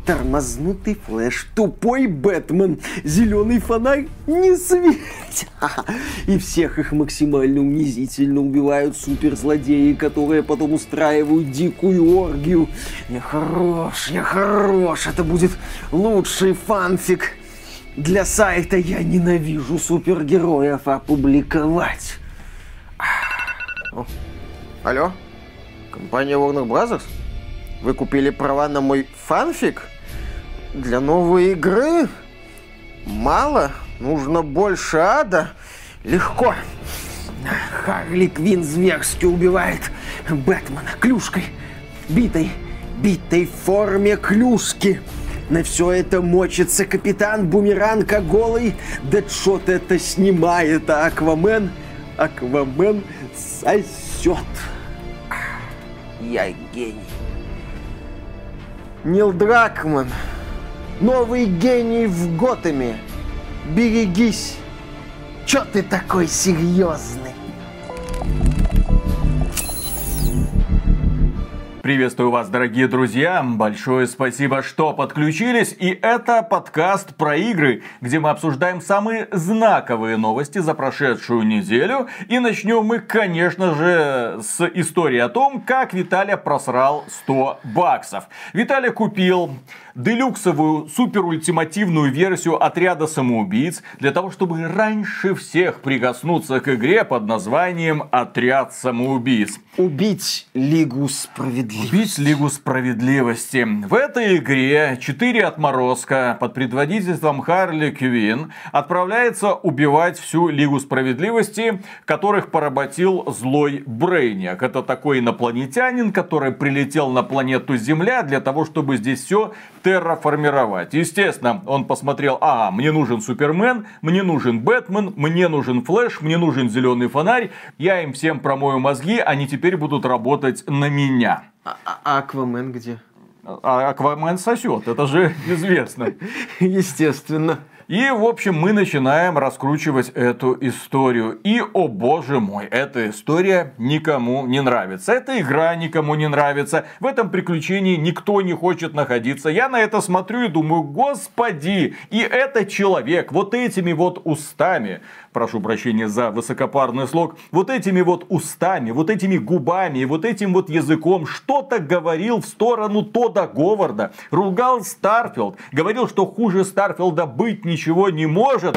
тормознутый Флэш, тупой Бэтмен, зеленый фонарь не светит. И всех их максимально унизительно убивают суперзлодеи, которые потом устраивают дикую оргию. Я хорош. Это будет лучший фанфик для сайта «Я ненавижу супергероев» опубликовать. Алло? Компания Warner Bros.? Вы купили права на мой фанфик? Для новой игры? Мало? Нужно больше ада? Легко. Харли Квинн зверски убивает Бэтмена клюшкой. Битой в форме клюшки. На все это мочится Капитан Бумеранг, а голый Дэдшот это снимает, а Аквамен сосет. Я гений. Нил Дракман. Новый гений в Готэме. Берегись. Чё ты такой серьезный? Приветствую вас, дорогие друзья. Большое спасибо, что подключились. И это подкаст про игры, где мы обсуждаем самые знаковые новости за прошедшую неделю. И начнем мы, конечно же, с истории о том, как Виталя просрал $100. Виталя купил делюксовую суперультимативную версию отряда самоубийц для того, чтобы раньше всех прикоснуться к игре под названием «Отряд самоубийц». Убить Лигу Справедливости. Убить Лигу Справедливости. В этой игре 4 отморозка под предводительством Харли Квинн отправляется убивать всю Лигу Справедливости, которых поработил злой Брейниак. Это такой инопланетянин, который прилетел на планету Земля для того, чтобы здесь все терраформировать. Естественно, он посмотрел: мне нужен Супермен, мне нужен Бэтмен, мне нужен Флэш, мне нужен зеленый фонарь, я им всем промою мозги, они теперь будут работать на меня. А Аквамен где? Аквамен сосет, это же известно. Естественно. И, в общем, мы начинаем раскручивать эту историю. И, о боже мой, эта история никому не нравится. Эта игра никому не нравится. В этом приключении никто не хочет находиться. Я на это смотрю и думаю: господи, и этот человек вот этими вот устами, прошу прощения за высокопарный слог, вот этими вот устами, вот этими губами, вот этим вот языком что-то говорил в сторону Тодда Говарда, ругал Старфилд, говорил, что хуже Старфилда быть ничего не может.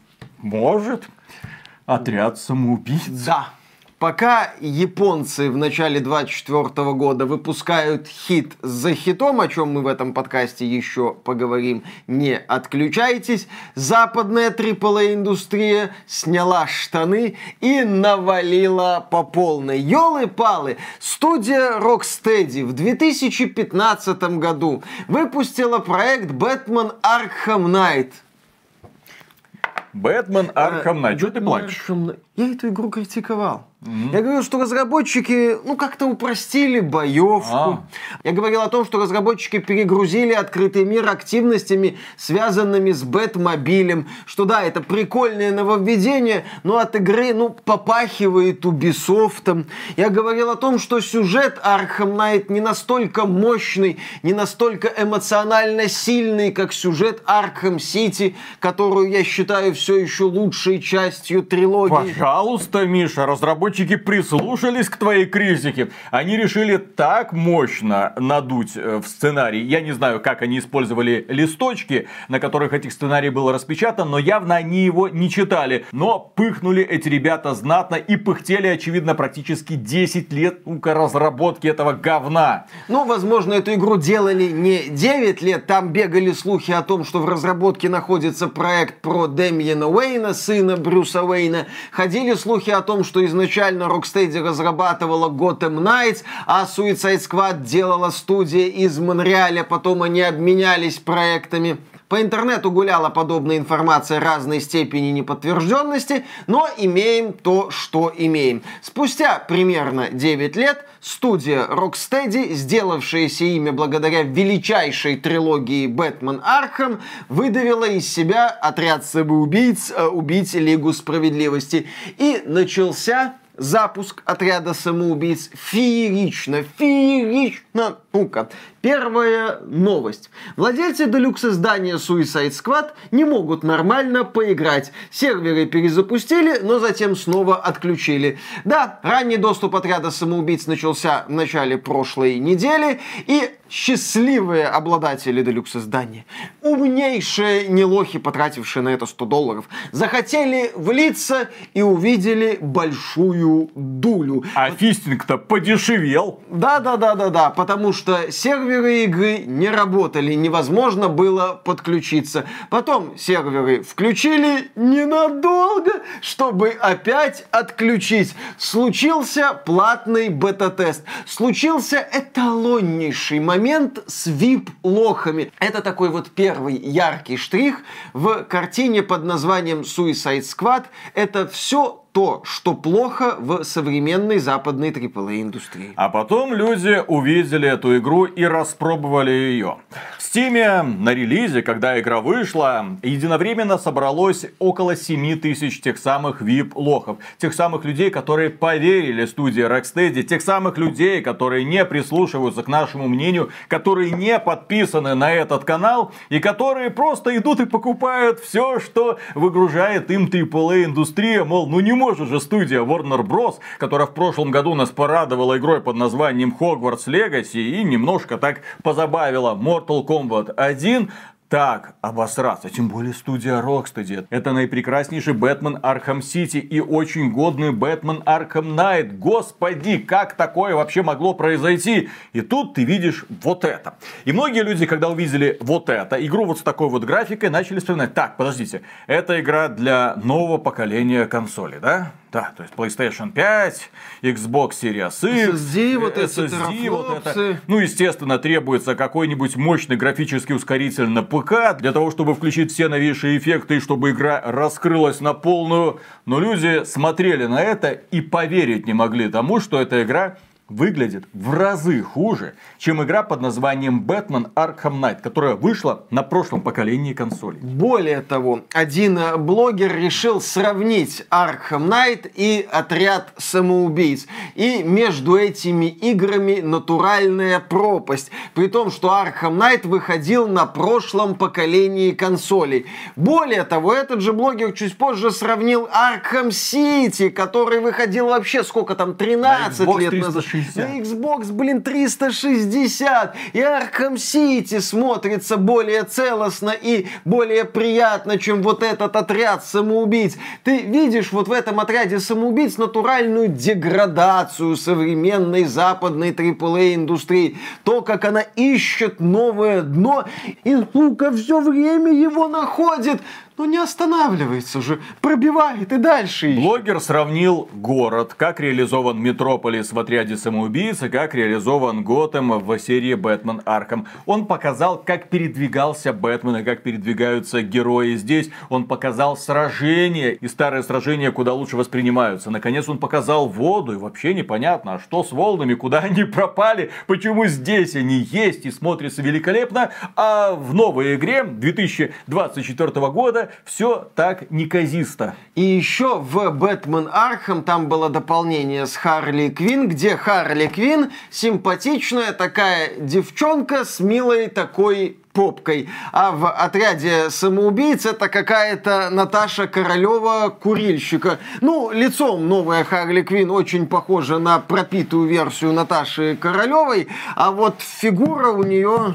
Может. Отряд самоубийц. Да. Пока японцы в начале 2024 года выпускают хит за хитом, о чем мы в этом подкасте еще поговорим, не отключайтесь, западная AAA-индустрия сняла штаны и навалила по полной. Ёлы-палы, студия Rocksteady в 2015 году выпустила проект Batman Arkham Knight. Бэтмен Архам Найт. Чего ты плачешь? Я эту игру критиковал. Я говорил, что разработчики, как-то упростили боевку. Я говорил о том, что разработчики перегрузили открытый мир активностями, связанными с Бэтмобилем. Что да, это прикольное нововведение, но от игры, попахивает Ubisoft. Я говорил о том, что сюжет Arkham Knight не настолько мощный, не настолько эмоционально сильный, как сюжет Arkham City, которую я считаю все еще лучшей частью трилогии. Пожалуйста, Миша, разработчики прислушались к твоей критике. Они решили так мощно надуть в сценарий. Я не знаю, как они использовали листочки, на которых этих сценарий был распечатан, но явно они его не читали. Но пыхнули эти ребята знатно и пыхтели, очевидно, практически 10 лет разработки этого говна. Возможно, эту игру делали не 9 лет. Там бегали слухи о том, что в разработке находится проект про Дэмиена Уэйна, сына Брюса Уэйна. Ходили слухи о том, что изначально Rocksteady разрабатывала Gotham Knights, а Suicide Squad делала студия из Монреаля, потом они обменялись проектами. По интернету гуляла подобная информация разной степени неподтвержденности, но имеем то, что имеем. Спустя примерно 9 лет студия Rocksteady, сделавшаяся имя благодаря величайшей трилогии Бэтмен Архам, выдавила из себя отряд самоубийц убить Лигу Справедливости. И начался запуск отряда самоубийц феерично. Первая новость. Владельцы делюкс-издания Suicide Squad не могут нормально поиграть. Серверы перезапустили, но затем снова отключили. Да, ранний доступ отряда самоубийц начался в начале прошлой недели, и счастливые обладатели делюкс-издания, умнейшие нелохи, потратившие на это $100, захотели влиться и увидели большую дулю. А фистинг-то подешевел. Да, потому что серверы игры не работали, невозможно было подключиться. Потом серверы включили ненадолго, чтобы опять отключить. Случился платный бета-тест. Случился эталоннейший момент с VIP-лохами. Это такой вот первый яркий штрих в картине под названием Suicide Squad. Это все то, что плохо в современной западной AAA-индустрии. А потом люди увидели эту игру и распробовали ее. В Стиме на релизе, когда игра вышла, единовременно собралось около 7000 тех самых VIP-лохов. Тех самых людей, которые поверили студии Rocksteady. Тех самых людей, которые не прислушиваются к нашему мнению, которые не подписаны на этот канал и которые просто идут и покупают все, что выгружает им AAA-индустрия. Мол, ну не может же студия Warner Bros., которая в прошлом году нас порадовала игрой под названием Hogwarts Legacy и немножко так позабавила Mortal Kombat 1, так обосраться, тем более студия Rocksteady. Это наипрекраснейший Бэтмен Arkham City и очень годный Бэтмен Arkham Knight. Господи, как такое вообще могло произойти? И тут ты видишь вот это. И многие люди, когда увидели вот это, игру вот с такой вот графикой, начали вспоминать: так, подождите, это игра для нового поколения консолей, да? Да, то есть PlayStation 5, Xbox Series X, SSD, вот SSD, вот это. Ну, естественно, требуется какой-нибудь мощный графический ускоритель на ПК, для того, чтобы включить все новейшие эффекты и чтобы игра раскрылась на полную. Но люди смотрели на это и поверить не могли тому, что эта игра выглядит в разы хуже, чем игра под названием Batman Arkham Knight, которая вышла на прошлом поколении консолей. Более того, один блогер решил сравнить Arkham Knight и Отряд самоубийц. И между этими играми натуральная пропасть. При том, что Arkham Knight выходил на прошлом поколении консолей. Более того, этот же блогер чуть позже сравнил Arkham City, который выходил вообще сколько там, 13 лет назад. На Xbox, 360. И Arkham City смотрится более целостно и более приятно, чем вот этот Отряд самоубийц. Ты видишь вот в этом Отряде самоубийц натуральную деградацию современной западной AAA-индустрии. То, как она ищет новое дно и, сука, все время его находит. Но не останавливается же, пробивает и дальше ищет. Блогер сравнил город, как реализован Метрополис в Отряде самоубийц, и как реализован Готэм в серии Бэтмен Арkham. Он показал, как передвигался Бэтмен и как передвигаются герои здесь. Он показал сражения, и старые сражения куда лучше воспринимаются. Наконец он показал воду, и вообще непонятно, а что с волнами, куда они пропали, почему здесь они есть и смотрятся великолепно, а в новой игре 2024 года все так неказисто. И еще в Бэтмен Архам там было дополнение с Харли Квинн, где Харли Квинн симпатичная такая девчонка с милой такой попкой. А в Отряде самоубийц это какая-то Наташа Королева курильщика. Ну, лицом новая Харли Квинн очень похожа на пропитую версию Наташи Королевой, а вот фигура у нее...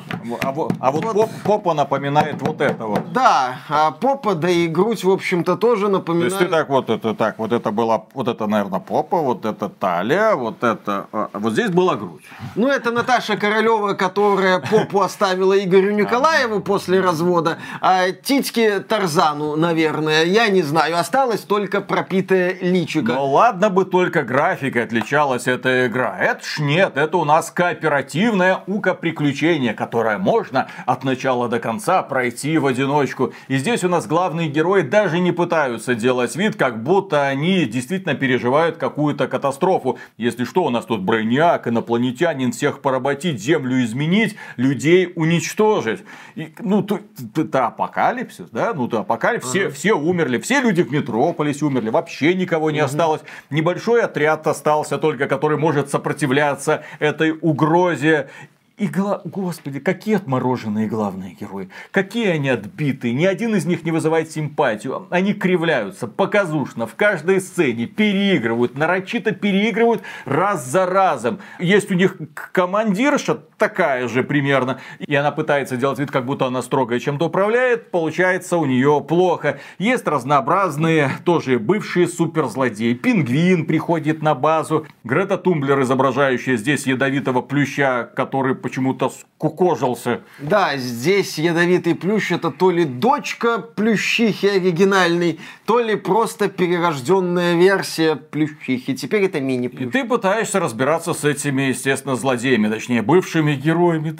Попа напоминает вот это вот. Да, а попа, да и грудь, в общем-то, тоже напоминает... То есть ты вот это была, вот это, наверное, попа, вот это талия, вот это... Вот здесь была грудь. Ну, это Наташа Королева, которая попу оставила Игорю Николаеву после развода, а титьки Тарзану, наверное, я не знаю. Осталось только пропитая личико. Ну ладно бы только графикой отличалась эта игра. Это ж нет, это у нас кооперативное УК-приключение, которое можно от начала до конца пройти в одиночку. И здесь у нас главные герои даже не пытаются делать вид, как будто они действительно переживают какую-то катастрофу. Если что, у нас тут броняк, инопланетянин, всех поработить, землю изменить, людей уничтожить. И, ну, это апокалипсис, да? Ну, это апокалипсис, все умерли, все люди в Метрополисе умерли, вообще никого не осталось. Небольшой отряд остался только, который может сопротивляться этой угрозе. Господи, какие отмороженные главные герои. Какие они отбитые. Ни один из них не вызывает симпатию. Они кривляются показушно в каждой сцене. Переигрывают, нарочито переигрывают раз за разом. Есть у них командирша такая же примерно. И она пытается делать вид, как будто она строго чем-то управляет. Получается у нее плохо. Есть разнообразные, тоже бывшие суперзлодеи. Пингвин приходит на базу. Грета Тумблер, изображающая здесь ядовитого плюща, который почему-то скукожился. Да, здесь ядовитый плющ — это то ли дочка плющихи оригинальной, то ли просто перерожденная версия плющихи. Теперь это мини-плющ. И ты пытаешься разбираться с этими, естественно, злодеями, точнее, бывшими героями.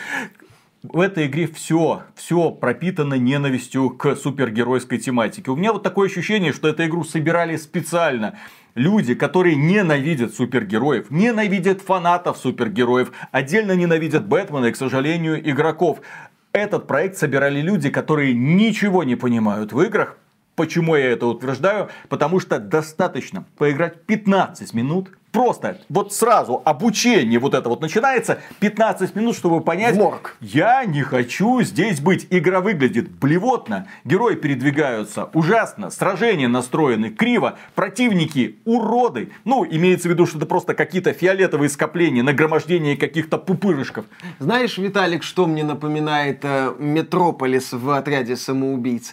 В этой игре все пропитано ненавистью к супергеройской тематике. У меня вот такое ощущение, что эту игру собирали специально. Люди, которые ненавидят супергероев, ненавидят фанатов супергероев, отдельно ненавидят Бэтмена и, к сожалению, игроков. Этот проект собирали люди, которые ничего не понимают в играх. Почему я это утверждаю? Потому что достаточно поиграть 15 минут. Просто вот сразу обучение вот это вот начинается. 15 минут, чтобы понять, я не хочу здесь быть. Игра выглядит блевотно. Герои передвигаются ужасно. Сражения настроены криво. Противники уроды. Ну, имеется в виду, что это просто какие-то фиолетовые скопления, нагромождение каких-то пупырышков. Знаешь, Виталик, что мне напоминает Метрополис в отряде самоубийц?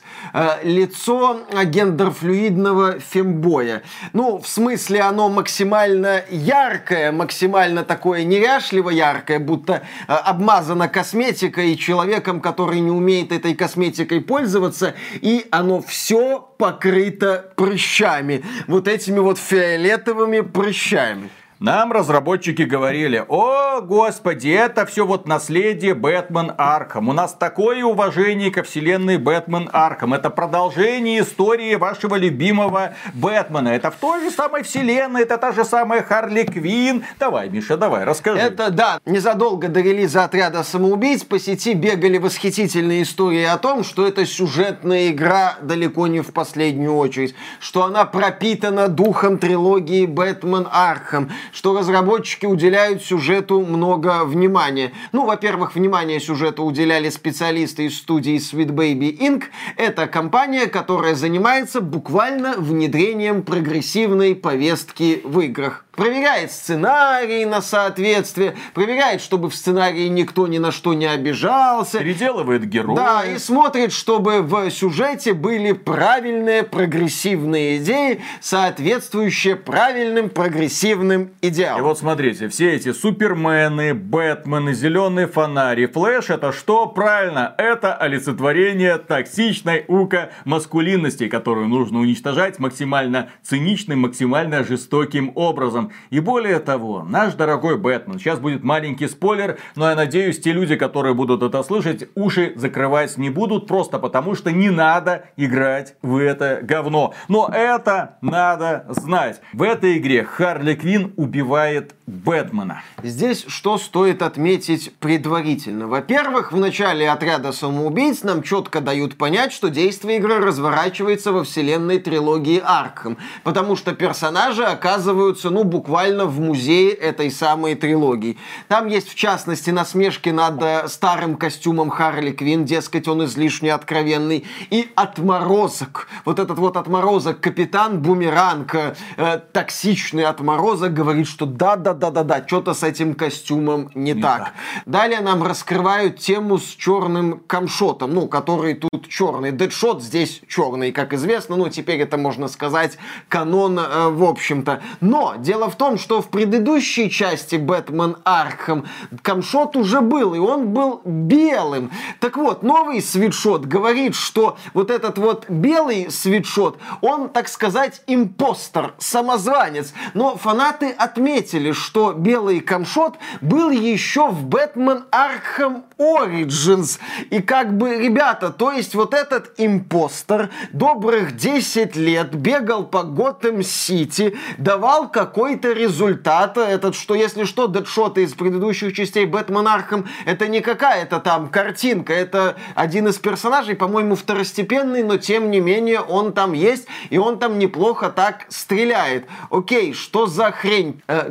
Лицо гендерфлюидного фембоя. Ну, в смысле, оно максимально яркое, максимально такое неряшливо яркое, будто обмазано косметикой и человеком, который не умеет этой косметикой пользоваться, и оно все покрыто прыщами. Вот этими вот фиолетовыми прыщами. Нам разработчики говорили: о, господи, это все вот наследие Бэтмен Аркхэм. У нас такое уважение ко вселенной Бэтмен Аркхэм. Это продолжение истории вашего любимого Бэтмена. Это в той же самой вселенной, это та же самая Харли Квинн. Давай, Миша, давай, расскажи. Это, да, незадолго до релиза отряда самоубийц по сети бегали восхитительные истории о том, что это сюжетная игра далеко не в последнюю очередь. Что она пропитана духом трилогии Бэтмен Аркхэм. Что разработчики уделяют сюжету много внимания. Ну, во-первых, внимание сюжету уделяли специалисты из студии Sweet Baby Inc. Это компания, которая занимается буквально внедрением прогрессивной повестки в играх. Проверяет сценарий на соответствие, проверяет, чтобы в сценарии никто ни на что не обижался. Переделывает героя. Да, и смотрит, чтобы в сюжете были правильные прогрессивные идеи, соответствующие правильным прогрессивным идеалам. И вот смотрите, все эти Супермены, Бэтмены, Зеленый фонарь и Флэш — это что? Правильно, это олицетворение токсичной маскулинности, которую нужно уничтожать максимально циничным, максимально жестоким образом. И более того, наш дорогой Бэтмен, сейчас будет маленький спойлер, но я надеюсь, те люди, которые будут это слышать, уши закрывать не будут, просто потому что не надо играть в это говно. Но это надо знать. В этой игре Харли Квинн убивает Бэтмена. Здесь что стоит отметить предварительно? Во-первых, в начале отряда самоубийц нам четко дают понять, что действие игры разворачивается во вселенной трилогии Аркхэм, потому что персонажи оказываются, буквально в музее этой самой трилогии. Там есть, в частности, насмешки над старым костюмом Харли Квинн, дескать, он излишне откровенный, и отморозок. Вот этот вот отморозок, капитан Бумеранг, токсичный отморозок, говорит, что да, что-то с этим костюмом не так. Далее нам раскрывают тему с черным камшотом, который тут черный. Дэдшот здесь черный, как известно, теперь это, можно сказать, канон, в общем-то. Но дело в том, что в предыдущей части Бэтмен Аркхэм камшот уже был, и он был белым. Так вот, новый свитшот говорит, что вот этот вот белый свитшот, он, так сказать, импостер, самозванец. Но фанаты отметили, что белый камшот был еще в Бэтмен Аркхэм Origins. И ребята, то есть вот этот импостер добрых 10 лет бегал по Готэм-Сити, давал какой-то результат. Этот, что если что, дэдшоты из предыдущих частей Бэтмен Аркхэм, это не какая-то там картинка, это один из персонажей, по-моему, второстепенный, но тем не менее он там есть, и он там неплохо так стреляет. Окей, что за хрень? Где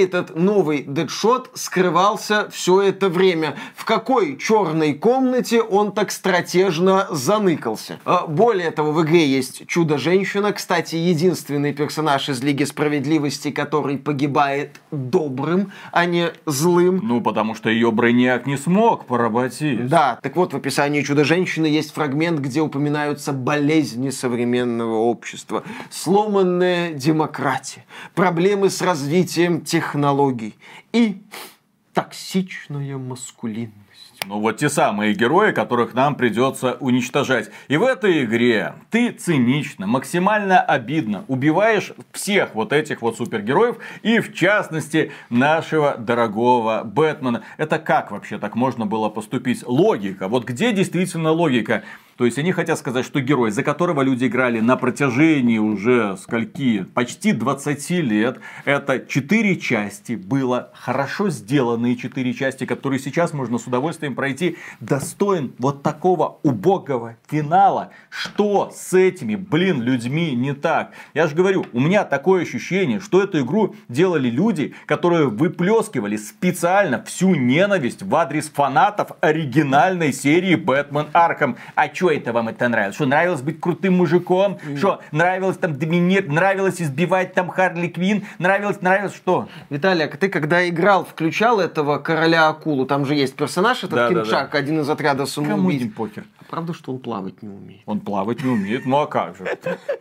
этот новый Дэдшот скрывался все это время? В какой черной комнате он так стратежно заныкался? Более того, в игре есть Чудо-женщина, кстати, единственный персонаж из Лиги Справедливости, который погибает добрым, а не злым. Ну, потому что ее Брейниак не смог поработить. Да, так вот, в описании Чудо-женщины есть фрагмент, где упоминаются болезни современного общества, сломанная демократия, проблемы с развитием технологий и токсичная маскулинность. Ну вот те самые герои, которых нам придется уничтожать. И в этой игре ты цинично, максимально обидно убиваешь всех вот этих вот супергероев. И в частности нашего дорогого Бэтмена. Это как вообще так можно было поступить? Логика. Вот где действительно логика? То есть они хотят сказать, что герой, за которого люди играли на протяжении уже скольки, почти 20 лет, это 4 части, было хорошо сделанные 4 части, которые сейчас можно с удовольствием пройти, достоин вот такого убогого финала. Что с этими, людьми не так? Я же говорю, у меня такое ощущение, что эту игру делали люди, которые выплескивали специально всю ненависть в адрес фанатов оригинальной серии Бэтмен Арkham. А чё это вам это нравилось? Что, нравилось быть крутым мужиком? Что, нравилось там доминировать? Нравилось избивать там Харли Квинн? Нравилось что? Виталик, ты когда играл, включал этого короля акулу? Там же есть персонаж, этот Кинчак, один из отряда самоубийц. Кому один покер? Правда, что он плавать не умеет? Он плавать не умеет, ну а как же?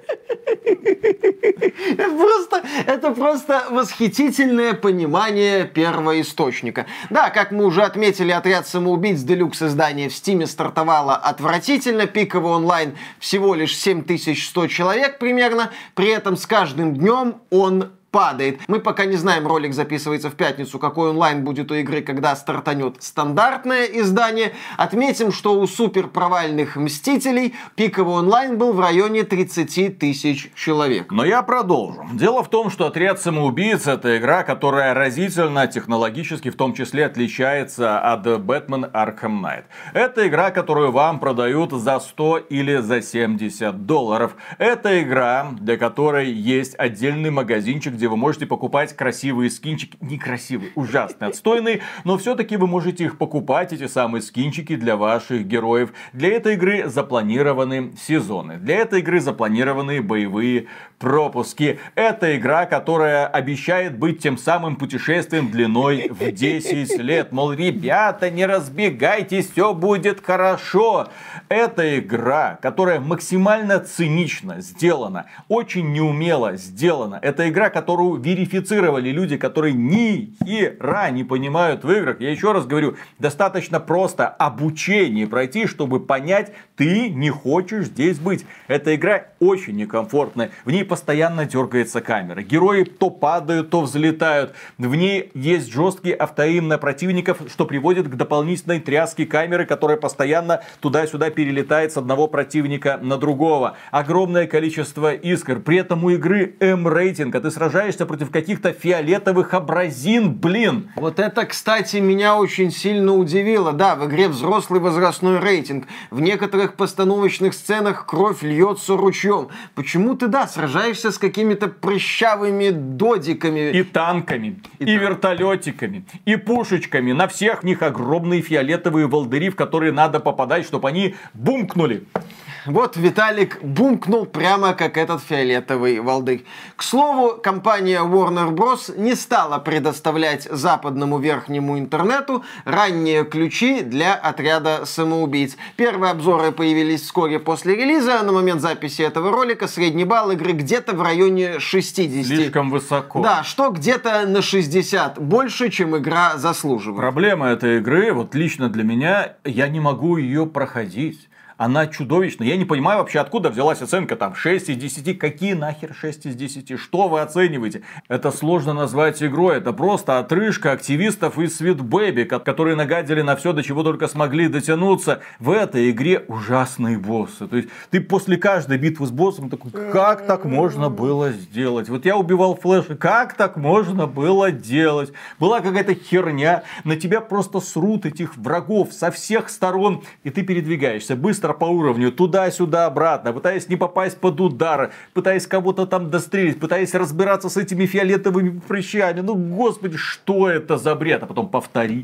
Это просто восхитительное понимание первоисточника. Да, как мы уже отметили, отряд самоубийц Deluxe издание в Стиме стартовало отвратительно. Пиковый онлайн всего лишь 7100 человек примерно. При этом с каждым днем он падает. Мы пока не знаем, ролик записывается в пятницу, какой онлайн будет у игры, когда стартанет стандартное издание. Отметим, что у супер провальных Мстителей пиковый онлайн был в районе 30 тысяч человек. Но я продолжу. Дело в том, что отряд самоубийц — это игра, которая разительно технологически в том числе отличается от Batman Arkham Knight. Это игра, которую вам продают за 100 или за $70. Это игра, для которой есть отдельный магазинчик, где вы можете покупать красивые скинчики. Некрасивые, ужасные, отстойные, но все-таки вы можете их покупать, эти самые скинчики, для ваших героев. Для этой игры запланированы сезоны. Для этой игры запланированы боевые пропуски. Это игра, которая обещает быть тем самым путешествием длиной в 10 лет. Мол, ребята, не разбегайтесь, все будет хорошо. Это игра, которая максимально цинично сделана, очень неумело сделана. Это игра, которую верифицировали люди, которые ни хера не понимают в играх. Я еще раз говорю, достаточно просто обучение пройти, чтобы понять, ты не хочешь здесь быть. Эта игра очень некомфортная. В ней постоянно дергается камера. Герои то падают, то взлетают. В ней есть жесткий автоим на противников, что приводит к дополнительной тряске камеры, которая постоянно туда-сюда перелетает с одного противника на другого. Огромное количество искр. При этом у игры М-рейтинг, а ты сражаешься против каких-то фиолетовых абразин, Вот это, кстати, меня очень сильно удивило. Да, в игре взрослый возрастной рейтинг. В некоторых постановочных сценах кровь льется ручьем. Почему ты, сражаешься с какими-то прыщавыми додиками? И танками, и вертолетиками, и пушечками. На всех них огромные фиолетовые волдыри, в которые надо попадать, чтобы они бумкнули. Вот Виталик бумкнул прямо как этот фиолетовый волдырь. К слову, компания Warner Bros. Не стала предоставлять западному верхнему интернету ранние ключи для отряда самоубийц. Первые обзоры появились вскоре после релиза. На момент записи этого ролика средний балл игры где-то в районе 60. Слишком высоко. Да, что где-то на 60 больше, чем игра заслуживает. Проблема этой игры, вот лично для меня, я не могу ее проходить. Она чудовищна. Я не понимаю вообще, откуда взялась оценка там 6 из 10. Какие нахер 6 из 10? Что вы оцениваете? Это сложно назвать игрой. Это просто отрыжка активистов из Sweet Baby, которые нагадили на все, до чего только смогли дотянуться. В этой игре ужасные боссы. То есть ты после каждой битвы с боссом такой, как так можно было сделать? Вот я убивал Флэша, как так можно было делать? Была какая-то херня, на тебя просто срут этих врагов со всех сторон, и ты передвигаешься быстро симулятор по уровню, туда-сюда, обратно, пытаясь не попасть под удар, пытаясь кого-то там дострелить, пытаясь разбираться с этими фиолетовыми прыщами. Ну, господи, что это за бред? А потом повтори.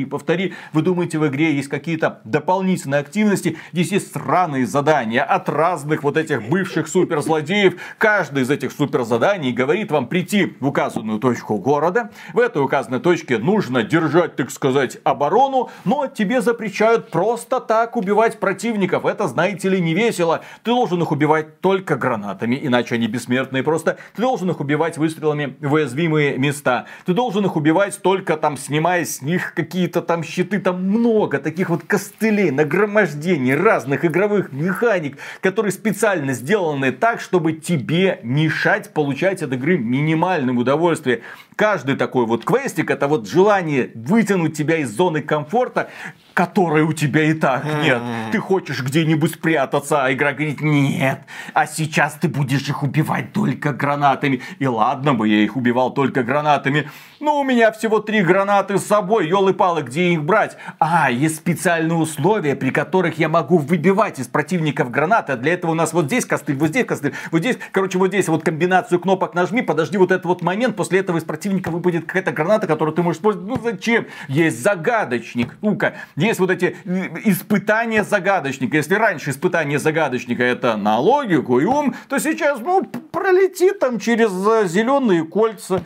Вы думаете, в игре есть какие-то дополнительные активности? Здесь есть сраные задания от разных вот этих бывших суперзлодеев. Каждый из этих суперзаданий говорит вам прийти в указанную точку города. В этой указанной точке нужно держать, так сказать, оборону, но тебе запрещают просто так убивать противников. Это, знаете ли, не весело. Ты должен их убивать только гранатами, иначе они бессмертные просто. Ты должен их убивать выстрелами в уязвимые места. Ты должен их убивать только там, снимая с них какие-то там щиты. Там много таких вот костылей, нагромождений, разных игровых механик, которые специально сделаны так, чтобы тебе мешать получать от игры минимальное удовольствие. Каждый такой вот квестик — это вот желание вытянуть тебя из зоны комфорта, которой у тебя и так нет. Ты хочешь где-нибудь спрятаться, а игра говорит: нет, а сейчас ты будешь их убивать только гранатами. И ладно бы я их убивал только гранатами, но у меня всего 3 гранаты с собой, ёлы-палы, где их брать? Есть специальные условия, при которых я могу выбивать из противников гранаты. А для этого у нас вот здесь костыль, вот здесь костыль, вот здесь, короче, вот здесь вот комбинацию кнопок нажми, подожди вот этот вот момент, после этого из противника выпадет какая-то граната, которую ты можешь использовать. Ну зачем? Есть загадочник, есть вот эти испытания загадочника. Если раньше испытание загадочника — это на логику и ум, то сейчас, пролети там через зеленые кольца.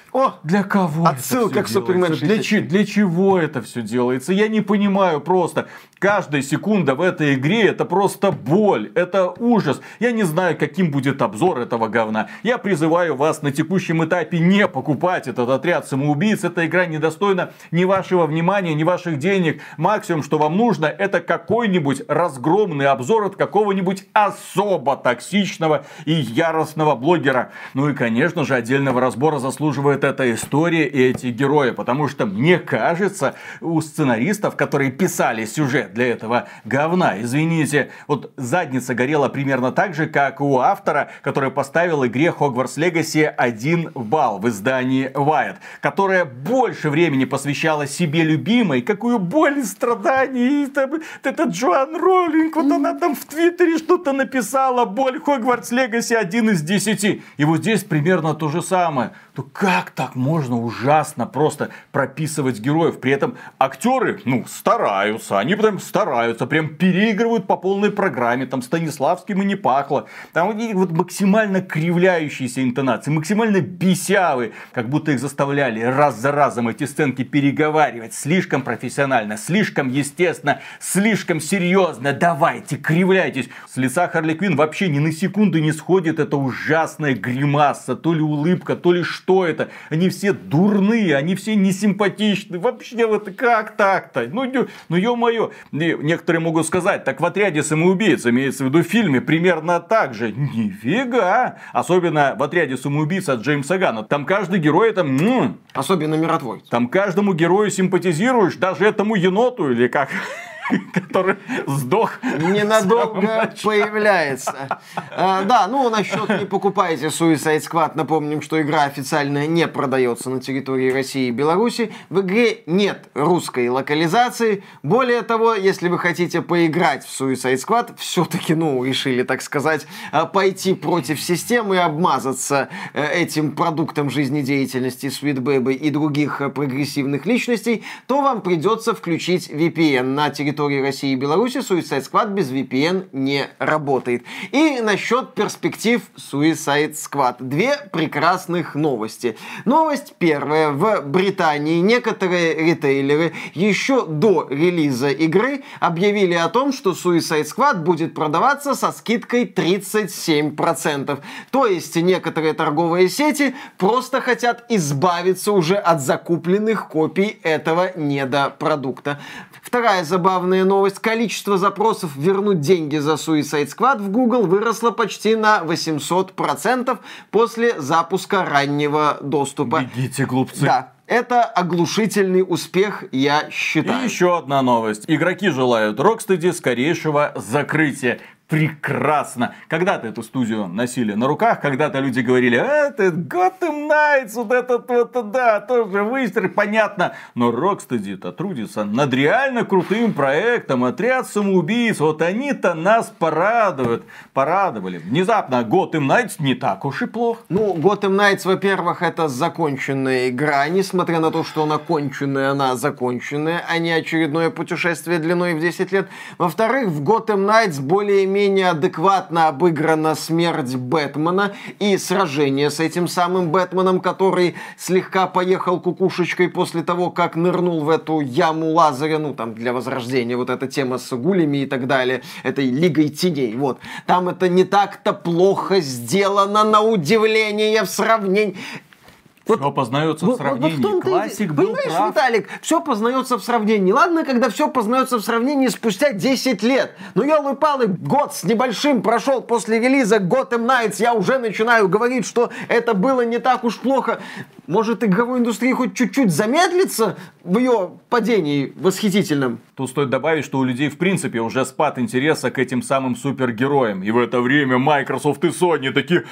Для кого отсылка это к Супермен 64. Для чего это все делается? Я не понимаю просто. Каждая секунда в этой игре — это просто боль, это ужас. Я не знаю, каким будет обзор этого говна. Я призываю вас на текущем этапе не покупать этот отряд самоубийц. Эта игра недостойна ни вашего внимания, ни ваших денег. Максимум, что вам нужно, это какой-нибудь разгромный обзор от какого-нибудь особо токсичного и яростного блогера. Ну и, конечно же, отдельного разбора заслуживает эта история и эти герои. Потому что, мне кажется, у сценаристов, которые писали сюжет для этого говна, извините, вот задница горела примерно так же, как у автора, который поставил игре Hogwarts Legacy 1 балл в издании Wired, которая больше времени посвящала себе любимой. Какую боль и страдания. И там, это Джоан Роулинг, вот она там в Твиттере что-то написала. Боль, Hogwarts Legacy 1 из 10. И вот здесь примерно то же самое. То как так можно ужасно просто прописывать героев? При этом актеры, стараются. Они прям стараются, прям переигрывают по полной программе. Там Станиславским и не пахло. Там вот максимально кривляющиеся интонации, максимально бесявые. Как будто их заставляли раз за разом эти сценки переговаривать. Слишком профессионально, слишком естественно, слишком серьезно. Давайте, кривляйтесь. С лица Харли Квинн вообще ни на секунду не сходит эта ужасная гримаса. То ли улыбка, то ли что это. Они все дурные, они все несимпатичны. Вообще, вот как так-то? Ну ё-моё. Некоторые могут сказать: так в отряде самоубийц, имеется в виду в фильме, примерно так же. Нифига. Особенно в отряде самоубийц от Джеймса Ганна. Там каждый герой там... Особенно миротворец. Там каждому герою симпатизируешь, даже этому еноту или как... который сдох. Ненадолго появляется. Насчет не покупайте Suicide Squad. Напомним, что игра официально не продается на территории России и Беларуси. В игре нет русской локализации. Более того, если вы хотите поиграть в Suicide Squad, все-таки, решили, так сказать, пойти против системы и обмазаться этим продуктом жизнедеятельности Sweet Baby и других прогрессивных личностей, то вам придется включить VPN на территории России и Беларуси. Suicide Squad без VPN не работает. И насчет перспектив Suicide Squad. 2 прекрасных новости. Новость первая. В Британии некоторые ритейлеры еще до релиза игры объявили о том, что Suicide Squad будет продаваться со скидкой 37%. То есть некоторые торговые сети просто хотят избавиться уже от закупленных копий этого недопродукта. Вторая забавная новость. Количество запросов вернуть деньги за Suicide Squad в Google выросло почти на 800% после запуска раннего доступа. Бегите, глупцы. Да. Это оглушительный успех, я считаю. И еще одна новость. Игроки желают Rocksteady скорейшего закрытия. прекрасно. Когда-то эту студию носили на руках, когда-то люди говорили, это Gotham Knights, вот этот вот, да, тоже выстрел, понятно. Но Rocksteady-то трудится над реально крутым проектом, Отряд самоубийц, вот они-то нас порадовали. Внезапно Gotham Knights не так уж и плохо. Ну, Gotham Knights, во-первых, это законченная игра, несмотря на то, что она конченная, она законченная, а не очередное путешествие длиной в 10 лет. Во-вторых, в Gotham Knights более-менее адекватно обыграна смерть Бэтмена и сражение с этим самым Бэтменом, который слегка поехал кукушечкой после того, как нырнул в эту яму Лазаря, ну, там, для возрождения, вот эта тема с гулями и так далее, этой Лигой Теней, вот. Там это не так-то плохо сделано, на удивление, в сравнении... Все познается в сравнении. Классик был понимаешь, прав. Виталик, все познается в сравнении. Ладно, когда все познается в сравнении спустя 10 лет. Но елы-палы, год с небольшим прошел после релиза Gotham Knights. Я уже начинаю говорить, что это было не так уж плохо. Может, игровой индустрия хоть чуть-чуть замедлится в ее падении восхитительном? Тут стоит добавить, что у людей в принципе уже спад интереса к этим самым супергероям. И в это время Microsoft и Sony такие: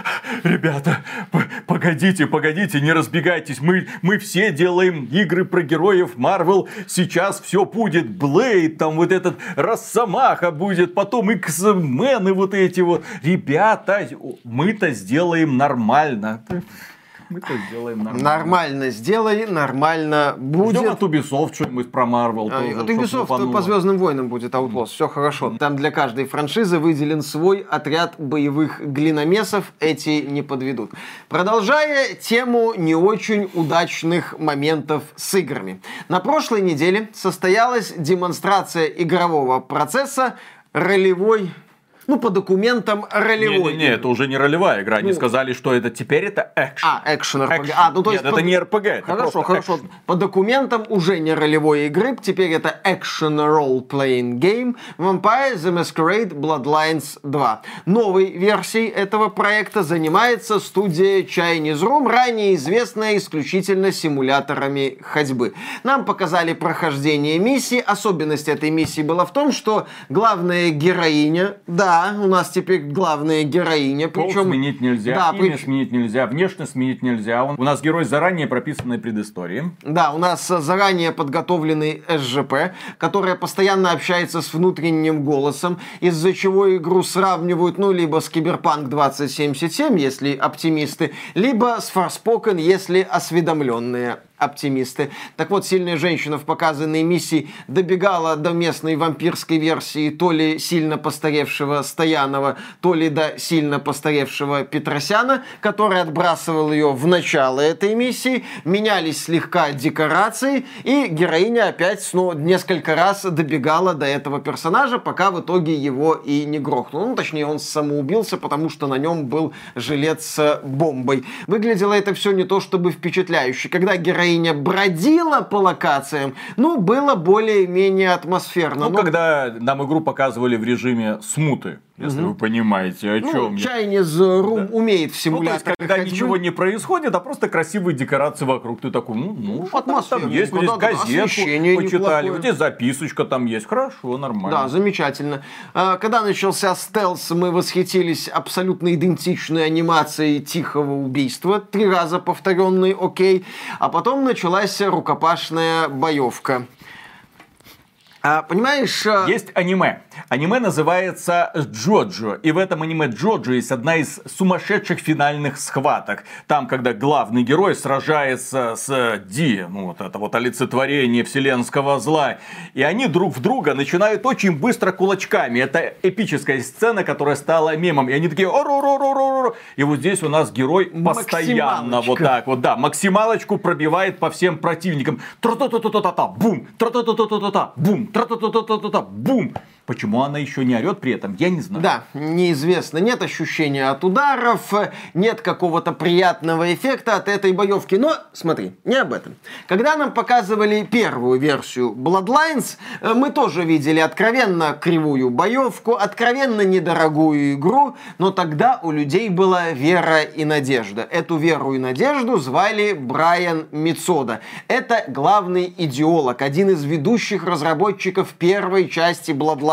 ребята, погодите, не разбегайтесь. Мы все делаем игры про героев Marvel. Сейчас все будет Blade, там вот этот Росомаха будет, потом X-мены вот эти вот. Ребята, мы-то сделаем нормально. Мы-то сделаем нормально. Нормально сделай, нормально будет. Ждем от Ubisoft что-нибудь про Marvel. От Ubisoft по Звездным войнам будет Outlaws. Все хорошо. Там для каждой франшизы выделен свой отряд боевых глиномесов. Эти не подведут. Продолжая тему не очень удачных моментов с играми. На прошлой неделе состоялась демонстрация игрового процесса ролевой. Ну, по документам ролевой. Не, это уже не ролевая игра. Они сказали, что это теперь это экшен. Экшен RPG. Ну, то есть это не RPG. Хорошо. По документам уже не ролевой игры. Теперь это Action Role Playing Game Vampire the Masquerade Bloodlines 2. Новой версией этого проекта занимается студия Chinese Room, ранее известная исключительно симуляторами ходьбы. Нам показали прохождение миссии. Особенность этой миссии была в том, что главная героиня, у нас теперь главная героиня. Причем сменить нельзя, имя сменить нельзя, внешность сменить нельзя. У нас герой заранее прописанной предыстории. Да, у нас заранее подготовленный СЖП, которая постоянно общается с внутренним голосом, из-за чего игру сравнивают, либо с Cyberpunk 2077, если оптимисты, либо с Forspoken, если осведомленные оптимисты. Так вот, сильная женщина в показанной миссии добегала до местной вампирской версии то ли сильно постаревшего Стоянова, то ли до сильно постаревшего Петросяна, который отбрасывал ее в начало этой миссии. Менялись слегка декорации, и героиня опять несколько раз добегала до этого персонажа, пока в итоге его и не грохнул. Точнее, он самоубился, потому что на нем был жилет с бомбой. Выглядело это все не то чтобы впечатляюще. Когда героиня бродила по локациям, было более-менее атмосферно. Когда нам игру показывали в режиме смуты, если вы понимаете, о чем я. Chinese Room умеет в симуляторах когда ничего не происходит, а просто красивые декорации вокруг. Ты такой, атмосфера там есть, вот здесь газетку почитали, вот здесь записочка там есть. Хорошо, нормально. Да, замечательно. Когда начался стелс, мы восхитились абсолютно идентичной анимацией тихого убийства. 3 раза повторенный, окей. А потом началась рукопашная боевка. Понимаешь... Есть аниме. Аниме называется Джоджо. И в этом аниме Джоджо есть одна из сумасшедших финальных схваток. Там, когда главный герой сражается с Ди, это вот олицетворение вселенского зла. И они друг в друга начинают очень быстро кулачками. Это эпическая сцена, которая стала мемом. И они такие... И вот здесь у нас герой постоянно вот так вот. Да, максималочку пробивает по всем противникам. Тра-та-та-та-та-та, бум! Тра-та-та-та-та-та, бум! Тра-та-та-та-та-та, бум! Почему она еще не орет при этом, я не знаю. Да, неизвестно. Нет ощущения от ударов, нет какого-то приятного эффекта от этой боевки. Но, смотри, не об этом. Когда нам показывали первую версию Bloodlines, мы тоже видели откровенно кривую боевку, откровенно недорогую игру, но тогда у людей была вера и надежда. Эту веру и надежду звали Брайан Мицода. Это главный идеолог, один из ведущих разработчиков первой части Bloodlines.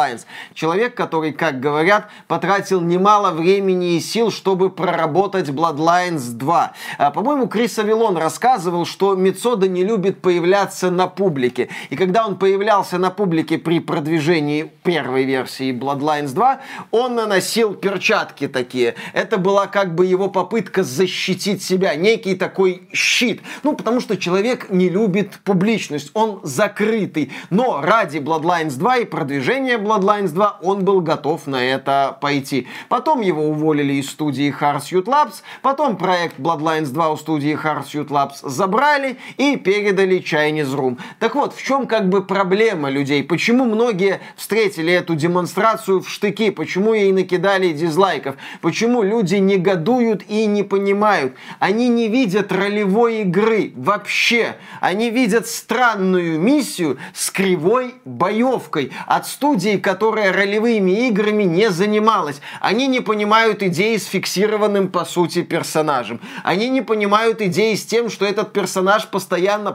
Bloodlines. Человек, который, как говорят, потратил немало времени и сил, чтобы проработать Bloodlines 2. По-моему, Крис Авилон рассказывал, что Мицода не любит появляться на публике. И когда он появлялся на публике при продвижении первой версии Bloodlines 2, он наносил перчатки такие. Это была как бы его попытка защитить себя, некий такой щит. Потому что человек не любит публичность, он закрытый. Но ради Bloodlines 2 и продвижения Bloodlines 2 он был готов на это пойти. Потом его уволили из студии Hardsuit Labs, потом проект Bloodlines 2 у студии Hardsuit Labs забрали и передали Chinese Room. Так вот, в чем как бы проблема людей? Почему многие встретили эту демонстрацию в штыки? Почему ей накидали дизлайков? Почему люди негодуют и не понимают? Они не видят ролевой игры вообще. Они видят странную миссию с кривой боевкой от студии, которая ролевыми играми не занималась. Они не понимают идеи с фиксированным, по сути, персонажем. Они не понимают идеи с тем, что этот персонаж постоянно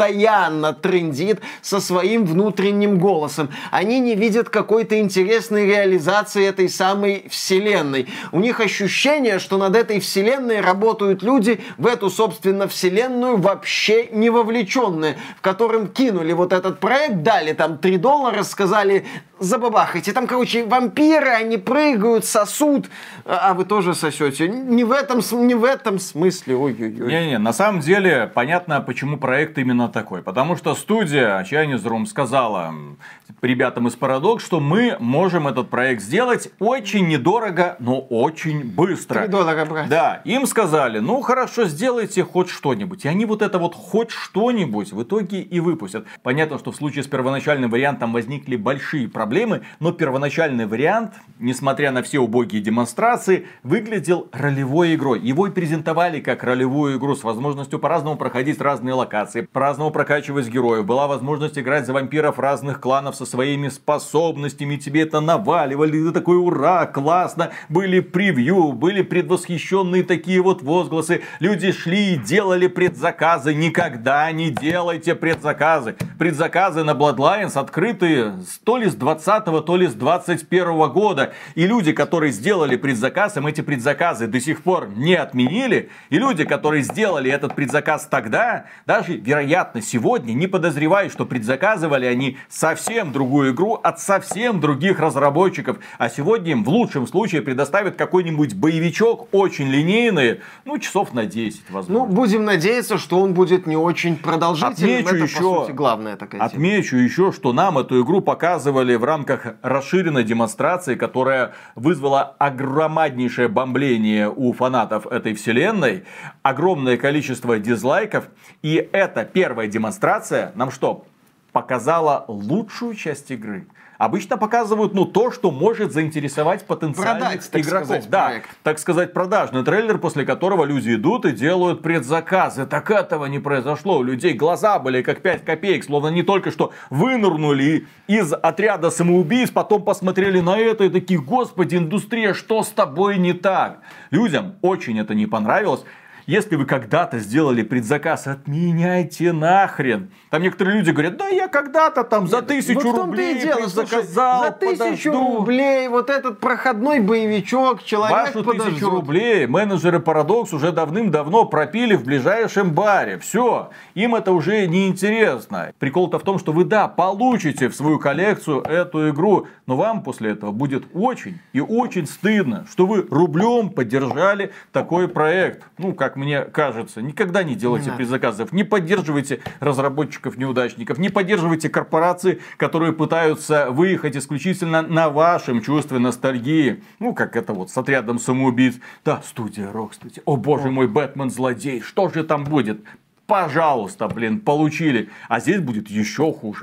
трендит со своим внутренним голосом. Они не видят какой-то интересной реализации этой самой вселенной. У них ощущение, что над этой вселенной работают люди, в эту, собственно, вселенную вообще не вовлеченные, в котором кинули вот этот проект, дали там $3, сказали: забабахайте. Там, короче, вампиры, они прыгают, сосут, а вы тоже сосете. Не в этом смысле. Ой-ой-ой. Не-не, на самом деле, понятно, почему проект именно такой. Потому что студия Chinese Room сказала ребятам из Paradox, что мы можем этот проект сделать очень недорого, но очень быстро. $3, брать. Да, им сказали: ну хорошо, сделайте хоть что-нибудь. И они вот это вот хоть что-нибудь в итоге и выпустят. Понятно, что в случае с первоначальным вариантом возникли большие проблемы, но первоначальный вариант, несмотря на все убогие демонстрации, выглядел ролевой игрой. Его и презентовали как ролевую игру с возможностью по-разному проходить разные локации, по-разному прокачивать героев. Была возможность играть за вампиров разных кланов со своими способностями, тебе это наваливали, ты такой: ура, классно. Были превью, были предвосхищенные такие вот возгласы. Люди шли и делали предзаказы. Никогда не делайте предзаказы. Предзаказы на Bloodlines открыты то ли с 20-го, то ли с 21-го года. И люди, которые сделали предзаказ, им эти предзаказы до сих пор не отменили. И люди, которые сделали этот предзаказ тогда, даже, вероятно, сегодня не подозревают, что предзаказывали они совсем другую игру от совсем других разработчиков. А сегодня им в лучшем случае предоставят какой-нибудь боевичок, очень линейный, часов на 10, возможно. Будем надеяться, что он будет не очень продолжительным. Это, по сути, главная такая тема. Отмечу еще, что нам эту игру показывали в рамках расширенной демонстрации, которая вызвала огромнейшее бомбление у фанатов этой вселенной, огромное количество дизлайков. И эта первая демонстрация нам что? Показала лучшую часть игры. Обычно показывают, то, что может заинтересовать потенциальных игроков. Так сказать, продажный трейлер, после которого люди идут и делают предзаказы. Так этого не произошло. У людей глаза были как 5 копеек, словно не только что вынырнули из отряда самоубийц, потом посмотрели на это и такие: господи, индустрия, что с тобой не так? Людям очень это не понравилось. Если вы когда-то сделали предзаказ, отменяйте нахрен. Там некоторые люди говорят: да я когда-то там за 1000 рублей заказал, за 1000 рублей вот этот проходной боевичок, человек подождет. Вашу 1000 рублей менеджеры Paradox уже давным-давно пропили в ближайшем баре. Все, им это уже не интересно. Прикол-то в том, что вы, получите в свою коллекцию эту игру, но вам после этого будет очень и очень стыдно, что вы рублем поддержали такой проект. Как мне кажется, никогда не делайте предзаказов, не поддерживайте разработчиков-неудачников, не поддерживайте корпорации, которые пытаются выехать исключительно на вашем чувстве ностальгии. Как это вот с отрядом самоубийц. Да, студия Rocksteady. О боже мой, Бэтмен злодей, что же там будет? Пожалуйста, получили. А здесь будет еще хуже.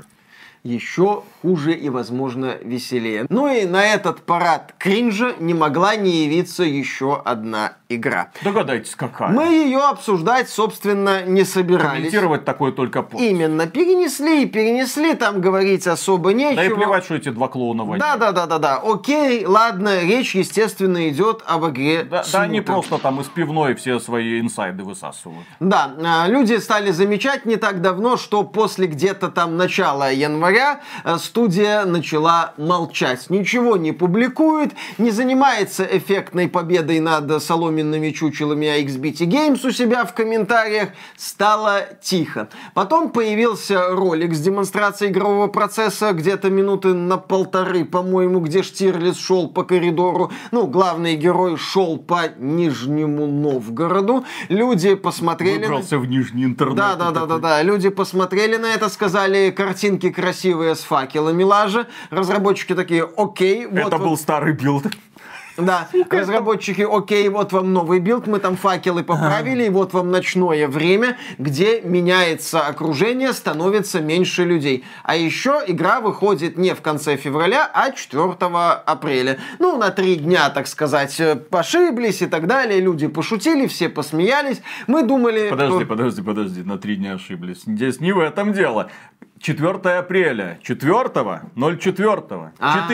Еще хуже и, возможно, веселее. И на этот парад кринжа не могла не явиться еще одна игра. Догадайтесь, какая. Мы ее обсуждать, собственно, не собирались. Комментировать такое только после. Именно. Перенесли, там говорить особо нечего. Да и плевать, что эти два клоуна воняют. Да. Окей, ладно, речь, естественно, идет об игре. Да, они просто там из пивной все свои инсайды высасывают. Да, люди стали замечать не так давно, что после где-то там начала января января студия начала молчать. Ничего не публикует, не занимается эффектной победой над соломенными чучелами XBT Games у себя в комментариях. Стало тихо. Потом появился ролик с демонстрацией игрового процесса, где-то минуты на полторы, по-моему, где Штирлиц шел по коридору. Главный герой шел по Нижнему Новгороду. Люди посмотрели... Выбрался в Нижний интернет. Да. Люди посмотрели на это, сказали, картинки красивые с факелами лажа. Разработчики такие, окей. Это был старый билд. Да, разработчики, окей, вот вам новый билд, мы там факелы поправили, и вот вам ночное время, где меняется окружение, становится меньше людей. А еще игра выходит не в конце февраля, а 4 апреля. На 3 дня, так сказать, ошиблись и так далее, люди пошутили, все посмеялись. Мы думали... Подожди, на 3 дня ошиблись. Здесь не в этом дело. 4 апреля, 4-го, 04-го,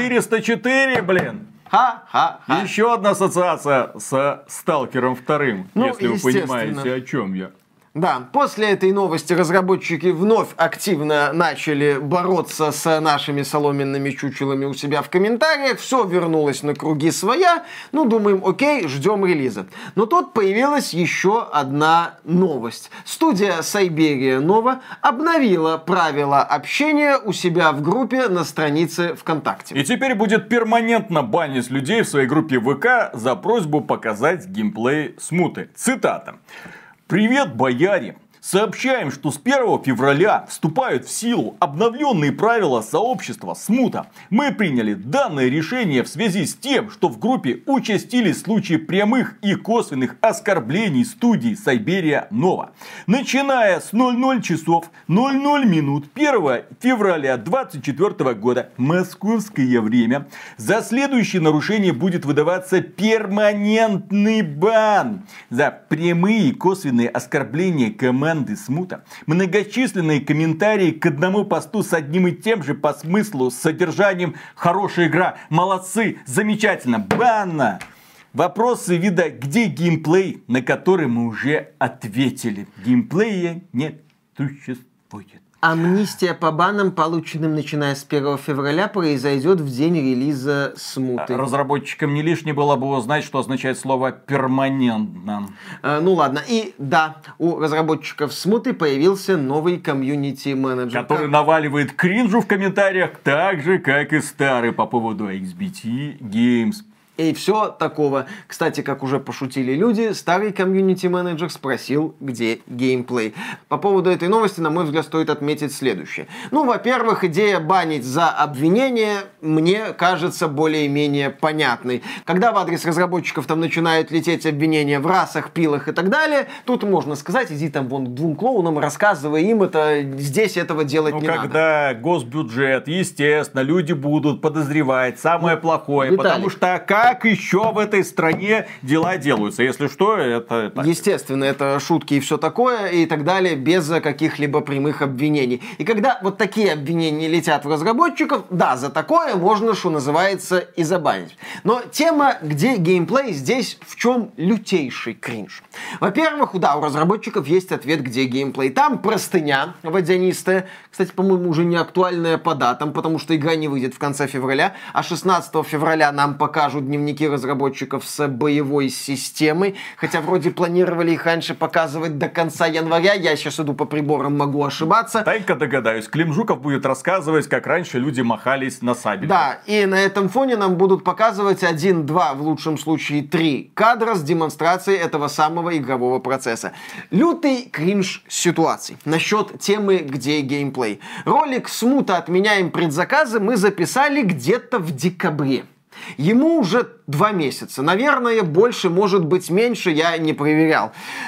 404, блин. Ха-ха-ха. Еще одна ассоциация со Сталкером 2, если вы понимаете, о чем я. Да, после этой новости разработчики вновь активно начали бороться с нашими соломенными чучелами у себя в комментариях. Все вернулось на круги своя. Думаем, окей, ждем релиза. Но тут появилась еще одна новость. Студия Сайберия Нова обновила правила общения у себя в группе на странице ВКонтакте. И теперь будет перманентно банить людей в своей группе ВК за просьбу показать геймплей смуты. Цитата. «Привет, бояре! Сообщаем, что с 1 февраля вступают в силу обновленные правила сообщества Смута. Мы приняли данное решение в связи с тем, что в группе участились случаи прямых и косвенных оскорблений студии Сайберия Нова. Начиная с 00 часов 00 минут 1 февраля 2024 года московское время за следующее нарушение будет выдаваться перманентный бан за прямые и косвенные оскорбления команды Смута, многочисленные комментарии к одному посту с одним и тем же по смыслу, с содержанием «хорошая игра», «молодцы», «замечательно», «банно». Вопросы вида «где геймплей?», на который мы уже ответили. Геймплея не существует. Амнистия по банам, полученным начиная с 1 февраля, произойдет в день релиза Смуты. Разработчикам не лишнее было бы узнать, что означает слово «перманентно». Ладно. И да, у разработчиков Смуты появился новый комьюнити-менеджер. Который наваливает кринжу в комментариях так же, как и старый по поводу XBT Games. И все такого. Кстати, как уже пошутили люди, старый комьюнити-менеджер спросил, где геймплей. По поводу этой новости, на мой взгляд, стоит отметить следующее. Во-первых, идея банить за обвинение мне кажется более-менее понятной. Когда в адрес разработчиков там начинают лететь обвинения в расах, пилах и так далее, тут можно сказать, иди там вон к 2 клоунам, рассказывай им это, здесь этого делать не надо. Когда госбюджет, естественно, люди будут подозревать самое плохое, Виталий, потому что как еще в этой стране дела делаются? Если что, это так. Естественно, это шутки и все такое, и так далее, без каких-либо прямых обвинений. И когда вот такие обвинения летят в разработчиков, да, за такое можно, что называется, и забанить. Но тема, где геймплей, здесь в чем лютейший кринж. Во-первых, да, у разработчиков есть ответ, где геймплей. Там простыня водянистая, кстати, по-моему, уже не актуальная по датам, потому что игра не выйдет в конце февраля, а 16 февраля нам покажут дневники разработчиков с боевой системой, хотя вроде планировали их раньше показывать до конца января, я сейчас иду по приборам, могу ошибаться. Дай-ка догадаюсь, Клим Жуков будет рассказывать, как раньше люди махались на сабельках. Да, и на этом фоне нам будут показывать 1, 2, в лучшем случае 3 кадра с демонстрацией этого самого игрового процесса. Лютый кринж ситуаций. Насчет темы, где геймплей. Ролик «Смута. Отменяем предзаказы» мы записали где-то в декабре. Ему уже 2 месяца. Наверное, больше, может быть, меньше, я не проверял.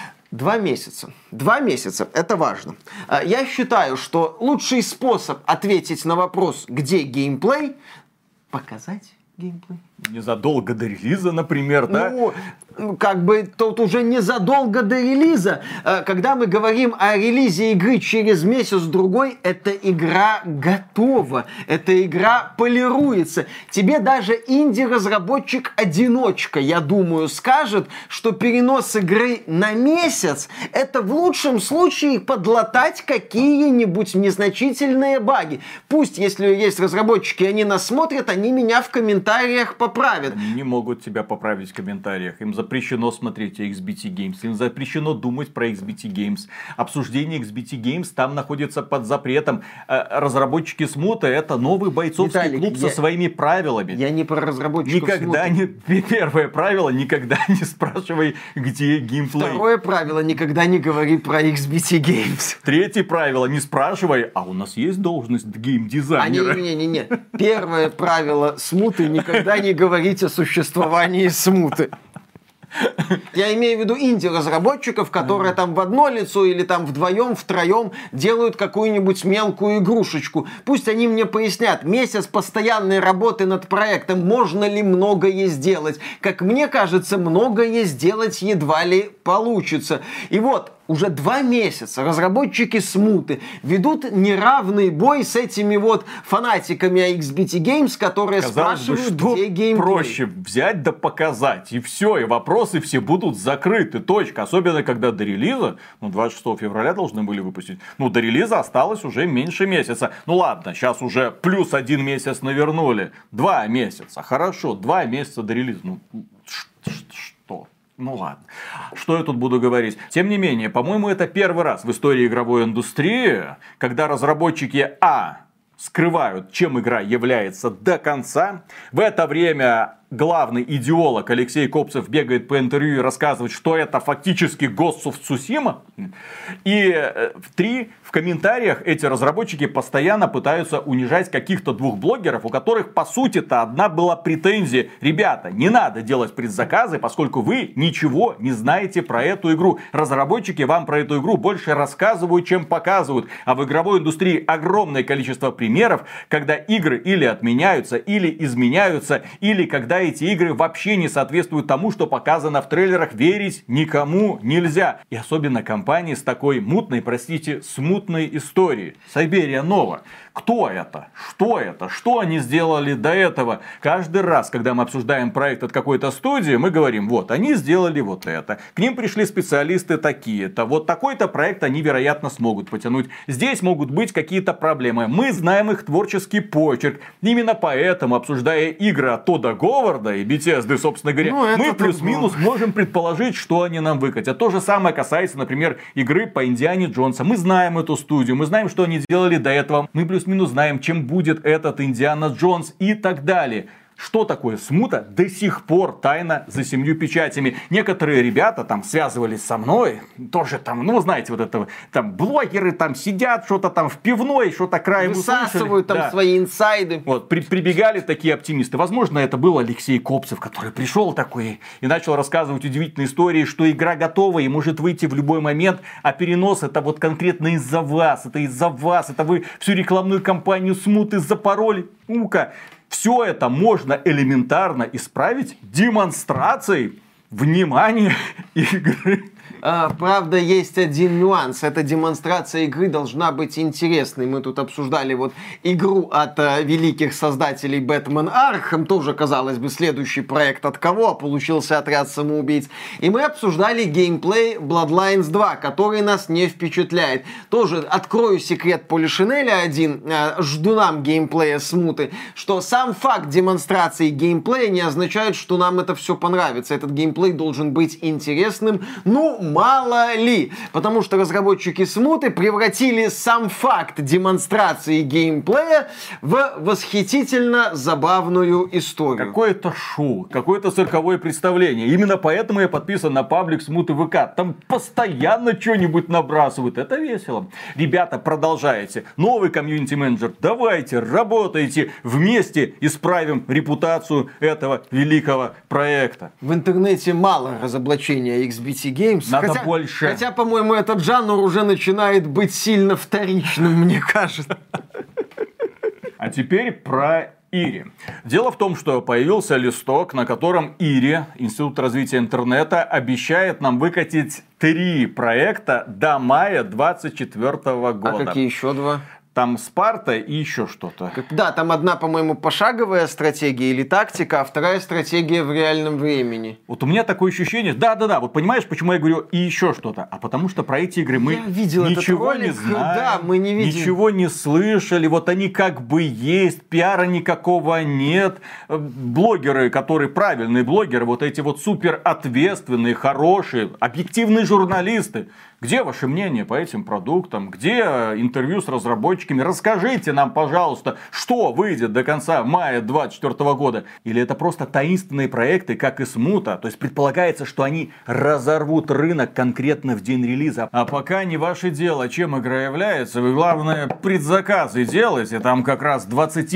2 месяца. 2 месяца. Это важно. Я считаю, что лучший способ ответить на вопрос, где геймплей, показать геймплей. Незадолго до релиза, например, да? Как бы тут уже незадолго до релиза. Когда мы говорим о релизе игры через месяц-другой, эта игра готова. Эта игра полируется. Тебе даже инди-разработчик-одиночка, я думаю, скажет, что перенос игры на месяц — это в лучшем случае подлатать какие-нибудь незначительные баги. Пусть, если есть разработчики, они нас смотрят, они меня в комментариях поправят. Они не могут тебя поправить в комментариях. Им запрещено смотреть XBT Games. Им запрещено думать про XBT Games. Обсуждение XBT Games там находится под запретом. Разработчики Смута — это новый бойцовский Виталик, клуб со своими правилами. Я не про разработчиков Никогда не... Первое правило — никогда не спрашивай, где геймплей. Второе правило — никогда не говори про XBT Games. Третье правило — не спрашивай, а у нас есть должность геймдизайнера? Не. Первое правило Смуты — никогда не говорить о существовании Смуты. Я имею в виду инди-разработчиков, которые там в одно лицо или там вдвоем, втроем делают какую-нибудь мелкую игрушечку. Пусть они мне пояснят, месяц постоянной работы над проектом, можно ли многое сделать. Как мне кажется, многое сделать едва ли получится. И вот, уже 2 месяца разработчики Смуты ведут неравный бой с этими вот фанатиками XBT Games, которые спрашивают, где геймплей. Проще взять да показать, и все, и вопросы все будут закрыты, точка. Особенно, когда до релиза, 26 февраля должны были выпустить, до релиза осталось уже меньше месяца. Ладно, сейчас уже плюс 1 месяц навернули, 2 месяца, хорошо, 2 месяца до релиза, что? Ладно. Что я тут буду говорить? Тем не менее, по-моему, это первый раз в истории игровой индустрии, когда разработчики скрывают, чем игра является до конца. В это время главный идеолог Алексей Копцев бегает по интервью и рассказывает, что это фактически Ghost of Tsushima. И в комментариях эти разработчики постоянно пытаются унижать каких-то 2 блогеров, у которых по сути-то одна была претензия. Ребята, не надо делать предзаказы, поскольку вы ничего не знаете про эту игру. Разработчики вам про эту игру больше рассказывают, чем показывают. А в игровой индустрии огромное количество примеров, когда игры или отменяются, или изменяются, или когда эти игры вообще не соответствуют тому, что показано в трейлерах. Верить никому нельзя. И особенно компании с такой мутной, смутной историей. Сайберия Нова. Кто это? Что это? Что они сделали до этого? Каждый раз, когда мы обсуждаем проект от какой-то студии, мы говорим, вот, они сделали вот это. К ним пришли специалисты такие-то. Вот такой-то проект они, вероятно, смогут потянуть. Здесь могут быть какие-то проблемы. Мы знаем их творческий почерк. Именно поэтому, обсуждая игры от Тодда Говарда и Bethesda, собственно говоря, мы плюс-минус можем предположить, что они нам выкатят. То же самое касается, например, игры по Индиане Джонса. Мы знаем эту студию, мы знаем, что они делали до этого. Мы плюс-минус знаем, чем будет этот Индиана Джонс и так далее. Что такое Смута, до сих пор тайна за 7 печатями. Некоторые ребята там связывались со мной, тоже там, знаете, вот это, там блогеры там сидят, что-то там в пивной, что-то краем высасывают там свои инсайды. Вот, прибегали такие оптимисты. Возможно, это был Алексей Копцев, который пришел такой и начал рассказывать удивительные истории, что игра готова и может выйти в любой момент, а перенос это вот конкретно из-за вас, это вы всю рекламную кампанию Смуты запороли. Все это можно элементарно исправить демонстрацией внимания игры. Правда, есть один нюанс. Эта демонстрация игры должна быть интересной. Мы тут обсуждали вот игру от великих создателей Batman Arkham. Тоже, казалось бы, следующий проект от кого? А получился Отряд самоубийц. И мы обсуждали геймплей Bloodlines 2, который нас не впечатляет. Тоже открою секрет Полишинеля один, ждунам геймплея Смуты, что сам факт демонстрации геймплея не означает, что нам это все понравится. Этот геймплей должен быть интересным. Мало ли. Потому что разработчики Смуты превратили сам факт демонстрации геймплея в восхитительно забавную историю. Какое-то шоу, какое-то цирковое представление. Именно поэтому я подписан на паблик Смуты ВК. Там постоянно что-нибудь набрасывают. Это весело. Ребята, продолжайте. Новый комьюнити-менеджер. Давайте, работайте. Вместе исправим репутацию этого великого проекта. В интернете мало разоблачения XBT Games. Надо больше. Хотя, по-моему, этот жанр уже начинает быть сильно вторичным, мне кажется. А теперь про Ири. Дело в том, что появился листок, на котором Ири, Институт развития интернета, обещает нам выкатить 3 проекта до мая 2024 года. А какие еще 2? Там Спарта и еще что-то. Да, там одна, по-моему, пошаговая стратегия или тактика, а вторая стратегия в реальном времени. Вот у меня такое ощущение, да, вот понимаешь, почему я говорю и еще что-то? А потому что про эти игры мы ничего не знаем, да, мы не видим. Ничего не слышали, вот они как бы есть, пиара никакого нет. Блогеры, которые правильные блогеры, вот эти вот супер ответственные, хорошие, объективные журналисты. Где ваше мнение по этим продуктам? Где интервью с разработчиками? Расскажите нам, пожалуйста, что выйдет до конца мая 2024 года? Или это просто таинственные проекты, как и Смута? То есть предполагается, что они разорвут рынок конкретно в день релиза. А пока не ваше дело, чем игра является. Вы, главное, предзаказы делаете. Там как раз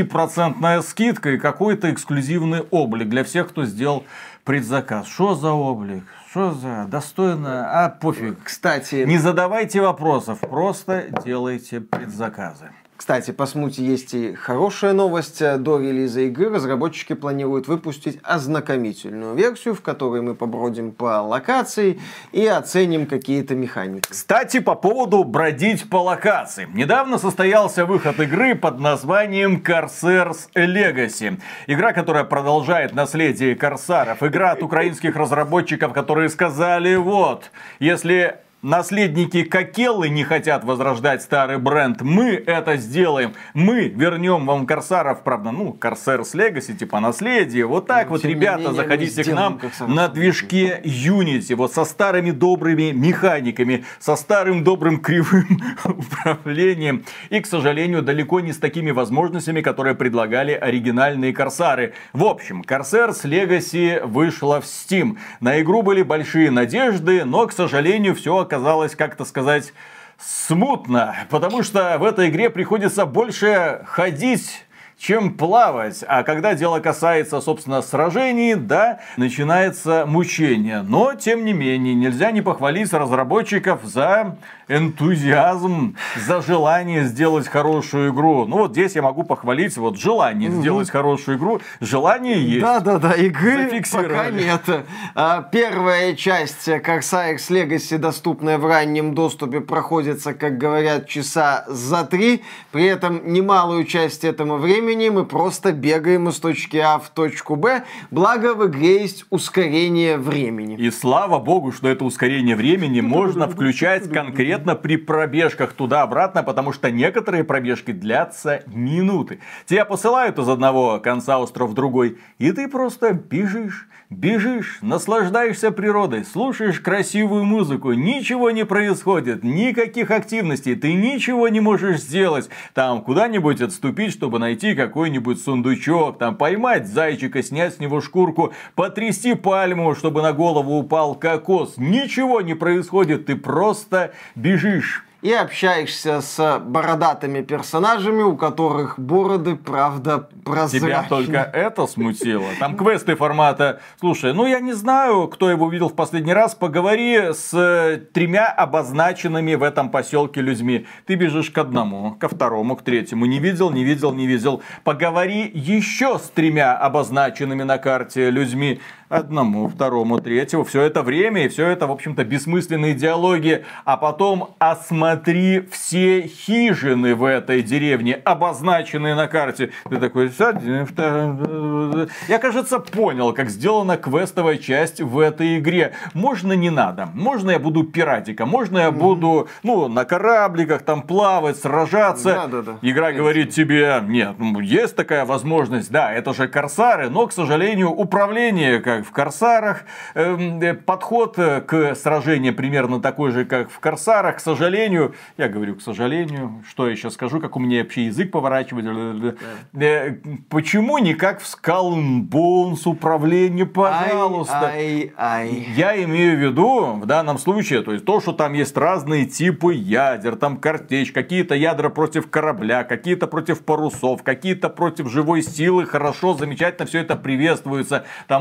20% скидка и какой-то эксклюзивный облик для всех, кто сделал предзаказ. Что за облик? Что за достойно? А пофиг. Кстати, не задавайте вопросов, просто делайте предзаказы. Кстати, по Смуте есть и хорошая новость. До релиза игры разработчики планируют выпустить ознакомительную версию, в которой мы побродим по локации и оценим какие-то механики. Кстати, по поводу бродить по локации. Недавно состоялся выход игры под названием Corsairs Legacy. Игра, которая продолжает наследие корсаров. Игра от украинских разработчиков, которые сказали, вот, если наследники Кокеллы не хотят возрождать старый бренд, мы это сделаем. Мы вернем вам корсаров, правда, Corsairs Legacy, типа наследие. Вот так вот, ребята, заходите к нам на движке Unity. Вот со старыми добрыми механиками, со старым добрым кривым управлением. И, к сожалению, далеко не с такими возможностями, которые предлагали оригинальные корсары. В общем, Corsairs Legacy вышла в Steam. На игру были большие надежды, но, к сожалению, все оказалось, как-то сказать, смутно, потому что в этой игре приходится больше ходить, чем плавать. А когда дело касается, собственно, сражений, да, начинается мучение. Но, тем не менее, нельзя не похвалить разработчиков за энтузиазм, за желание сделать хорошую игру. Ну, вот здесь я могу похвалить вот желание сделать хорошую игру. Желание есть. Да, игры пока нет. Первая часть Corsairs Legacy, доступная в раннем доступе, проходится, как говорят, часа за 3. При этом немалую часть этого времени мы просто бегаем из точки А в точку Б. Благо в игре есть ускорение времени. И слава богу, что это ускорение времени можно включать конкретно при пробежках туда-обратно, потому что некоторые пробежки длятся минуты. Тебя посылают из одного конца острова в другой, и ты просто бежишь, наслаждаешься природой, слушаешь красивую музыку, ничего не происходит, никаких активностей, ты ничего не можешь сделать. Там куда-нибудь отступить, чтобы найти какой-нибудь сундучок, там поймать зайчика, снять с него шкурку, потрясти пальму, чтобы на голову упал кокос. Ничего не происходит, ты просто бежишь. И общаешься с бородатыми персонажами, у которых бороды, правда, прозрачны. Тебя только это смутило? Там квесты формата: слушай, я не знаю, кто его видел в последний раз, поговори с 3 обозначенными в этом поселке людьми. Ты бежишь к одному, ко второму, к третьему. Не видел. Поговори еще с 3 обозначенными на карте людьми. Одному, второму, третьему. Все это время и все это, в общем-то, бессмысленные диалоги. А потом осмотри все хижины в этой деревне, обозначенные на карте. Ты такой: я, кажется, понял, как сделана квестовая часть в этой игре. Можно не надо. Можно я буду пиратиком. Можно я буду, на корабликах там плавать, сражаться. Да. Игра говорит тебе: нет, есть такая возможность. Да, это же корсары, но, к сожалению, управление, как в корсарах, подход к сражению примерно такой же, как в корсарах. К сожалению, я говорю к сожалению, что я сейчас скажу, как у меня вообще язык поворачивает. Почему не как в Skull and Bones управление, пожалуйста? Я имею в виду в данном случае, то есть то, что там есть разные типы ядер, там картечь, какие-то ядра против корабля, какие-то против парусов, какие-то против живой силы. Хорошо, замечательно, все это приветствуется. Там нужно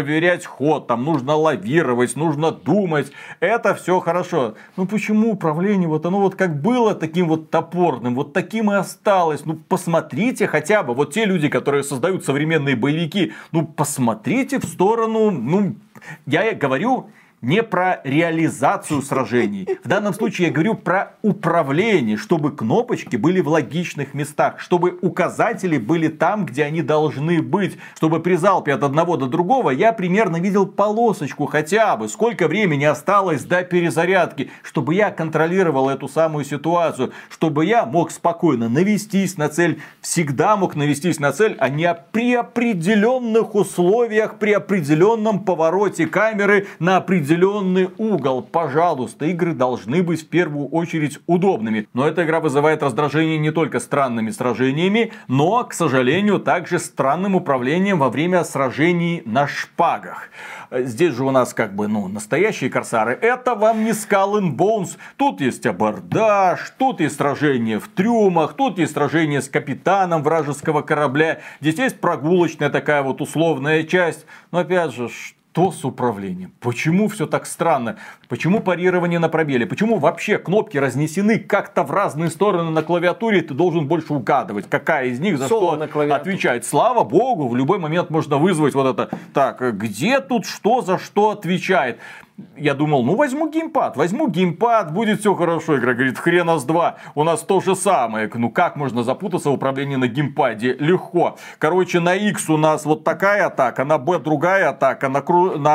проверять ход, там нужно лавировать, нужно думать. Это все хорошо. Ну почему управление, вот оно вот как было таким вот топорным, вот таким и осталось. Ну посмотрите хотя бы, вот те люди, которые создают современные боевики, ну посмотрите в сторону, ну я говорю не про реализацию сражений. В данном случае я говорю про управление, чтобы кнопочки были в логичных местах, чтобы указатели были там, где они должны быть, чтобы при залпе от одного до другого я примерно видел полосочку хотя бы, сколько времени осталось до перезарядки, чтобы я контролировал эту самую ситуацию, чтобы я мог спокойно навестись на цель, всегда мог навестись на цель, а не при определенных условиях, при определенном повороте камеры на определенный угол. Пожалуйста, игры должны быть в первую очередь удобными. Но эта игра вызывает раздражение не только странными сражениями, но, к сожалению, также странным управлением во время сражений на шпагах. Здесь же у нас как бы, настоящие корсары. Это вам не Skull and Bones. Тут есть абордаж, тут есть сражения в трюмах, тут есть сражения с капитаном вражеского корабля. Здесь есть прогулочная такая вот условная часть. Но опять же, что с управлением? Почему все так странно? Почему парирование на пробеле? Почему вообще кнопки разнесены как-то в разные стороны на клавиатуре? Ты должен больше угадывать, какая из них за что отвечает. Слава богу, в любой момент можно вызвать вот это. Так, где тут что за что отвечает? Я думал, возьму геймпад, будет все хорошо. Игра говорит, хрена с два, у нас то же самое. Ну как можно запутаться в управлении на геймпаде? Легко. Короче, на X у нас вот такая атака, на B другая атака, на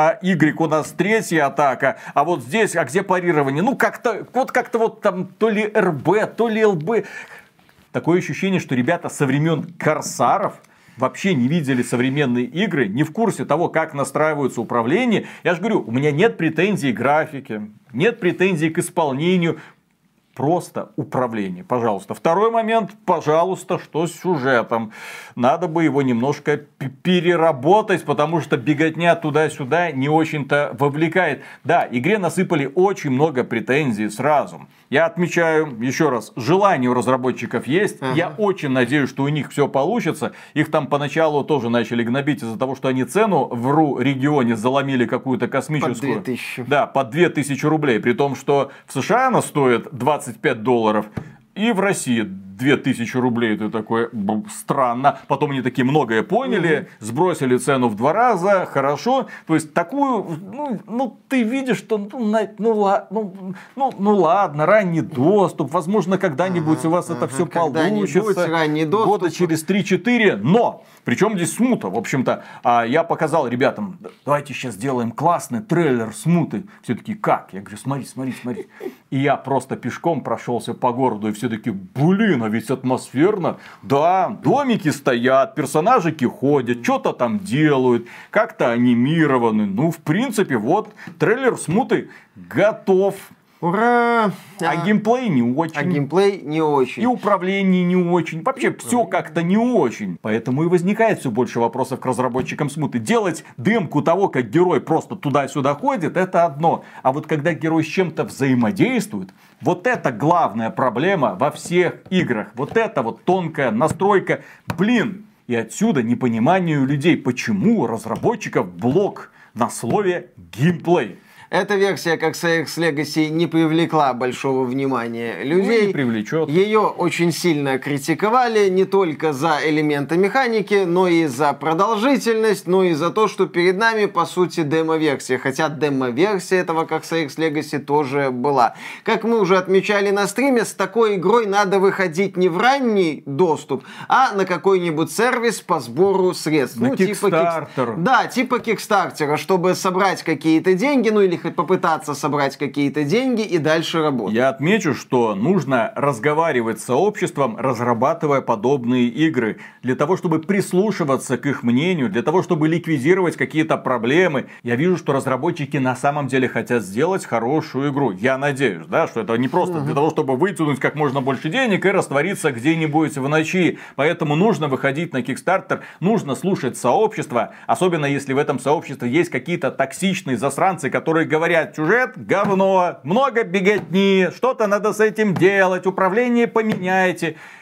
Y у нас третья атака, а вот здесь, а где парирование? Ну как-то вот там то ли РБ, то ли ЛБ. Такое ощущение, что ребята со времен Корсаров вообще не видели современные игры, не в курсе того, как настраивается управление. Я же говорю, у меня нет претензий к графике, нет претензий к исполнению. Просто управление, пожалуйста. Второй момент, пожалуйста, что с сюжетом. Надо бы его немножко переработать, потому что беготня туда-сюда не очень-то вовлекает. Да, игре насыпали очень много претензий сразу. Я отмечаю еще раз, желание у разработчиков есть. Я очень надеюсь, что у них все получится. Их там поначалу тоже начали гнобить из-за того, что они цену в регионе заломили какую-то космическую. Под 2000. Да, по 2000 рублей. При том, что в США она стоит $25. И в России 2000 рублей. Ты такой, странно. Потом они такие многое поняли, сбросили цену в 2 раза, хорошо. То есть такую, ты видишь, что ладно, ранний доступ, возможно, когда-нибудь у вас это все получится. Ранний доступ. Года через 3-4, но причем здесь смута, в общем-то. Я показал ребятам, давайте сейчас сделаем классный трейлер смуты. Все таки как? Я говорю, смотри. И я просто пешком прошелся по городу, и все таки, блин, а ведь атмосферно. Да, домики стоят, персонажики ходят, что-то там делают, как-то анимированы. В принципе, вот трейлер смуты готов. Ура! А геймплей не очень. И управление не очень. Вообще все как-то не очень. Поэтому и возникает все больше вопросов к разработчикам смуты. Делать демку того, как герой просто туда-сюда ходит, это одно. А вот когда герой с чем-то взаимодействует, вот это главная проблема во всех играх. Вот это вот тонкая настройка. Блин! И отсюда непонимание у людей, почему у разработчиков блок на слове геймплей. Эта версия, как Deus Ex Legacy, не привлекла большого внимания людей. Не привлечет. Ее очень сильно критиковали не только за элементы механики, но и за продолжительность, но и за то, что перед нами, по сути, демо-версия. Хотя демо-версия этого, как Deus Ex Legacy, тоже была. Как мы уже отмечали на стриме, с такой игрой надо выходить не в ранний доступ, а на какой-нибудь сервис по сбору средств. На Kickstarter. Да, типа Кикстартера, чтобы собрать какие-то деньги, или попытаться собрать какие-то деньги и дальше работать. Я отмечу, что нужно разговаривать с сообществом, разрабатывая подобные игры, для того, чтобы прислушиваться к их мнению, для того, чтобы ликвидировать какие-то проблемы. Я вижу, что разработчики на самом деле хотят сделать хорошую игру. Я надеюсь, что это не просто для того, чтобы вытянуть как можно больше денег и раствориться где-нибудь в ночи. Поэтому нужно выходить на Kickstarter, нужно слушать сообщество, особенно если в этом сообществе есть какие-то токсичные засранцы, которые говорят, сюжет говно, много беготни, что-то надо с этим делать, управление поменяйте.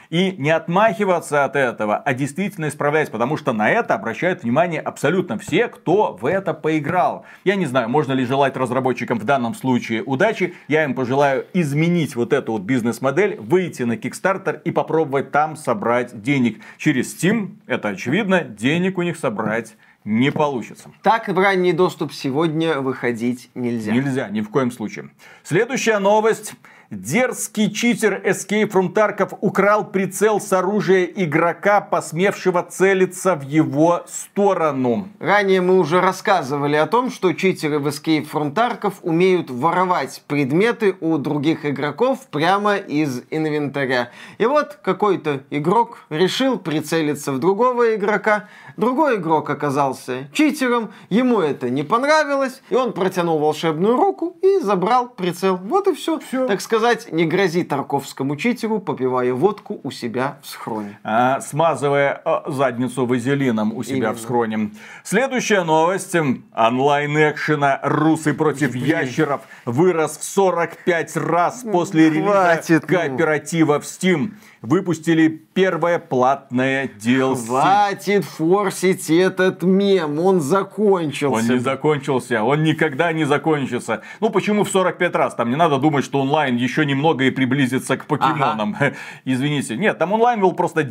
И не отмахиваться от этого, а действительно исправлять, потому что на это обращают внимание абсолютно все, кто в это поиграл. Я не знаю, можно ли желать разработчикам в данном случае удачи. Я им пожелаю изменить вот эту вот бизнес-модель, выйти на Kickstarter и попробовать там собрать денег. Через Steam, это очевидно, денег у них собрать не получится. Так в ранний доступ сегодня выходить нельзя. Нельзя, ни в коем случае. Следующая новость. Дерзкий читер Escape from Tarkov украл прицел с оружия игрока, посмевшего целиться в его сторону. Ранее мы уже рассказывали о том, что читеры в Escape from Tarkov умеют воровать предметы у других игроков прямо из инвентаря. И вот какой-то игрок решил прицелиться в другого игрока. Другой игрок оказался читером, ему это не понравилось, и он протянул волшебную руку и забрал прицел. Вот и все. Так сказать, не грози тарковскому читеру, попивая водку у себя в схроне. Смазывая задницу вазелином у себя в схроне. Следующая новость. Онлайн-экшена «Русы против ящеров» вырос в 45 раз после релиза кооператива в Steam. Выпустили первое платное DLC. Хватит форсить этот мем, он закончился. Он не закончился, он никогда не закончится. Ну почему в 45 раз? Там не надо думать, что онлайн еще немного и приблизится к покемонам. Ага. Извините. Нет, там онлайн был просто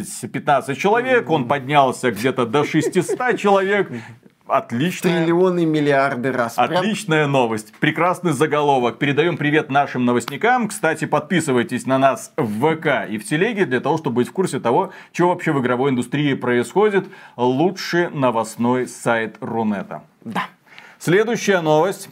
10-15 человек, он поднялся где-то до 600 человек. Отличная. Триллионы, миллиарды раз. Отличная новость. Прекрасный заголовок. Передаем привет нашим новостникам. Кстати, подписывайтесь на нас в ВК и в Телеге для того, чтобы быть в курсе того, что вообще в игровой индустрии происходит. Лучший новостной сайт Рунета. Да. Следующая новость.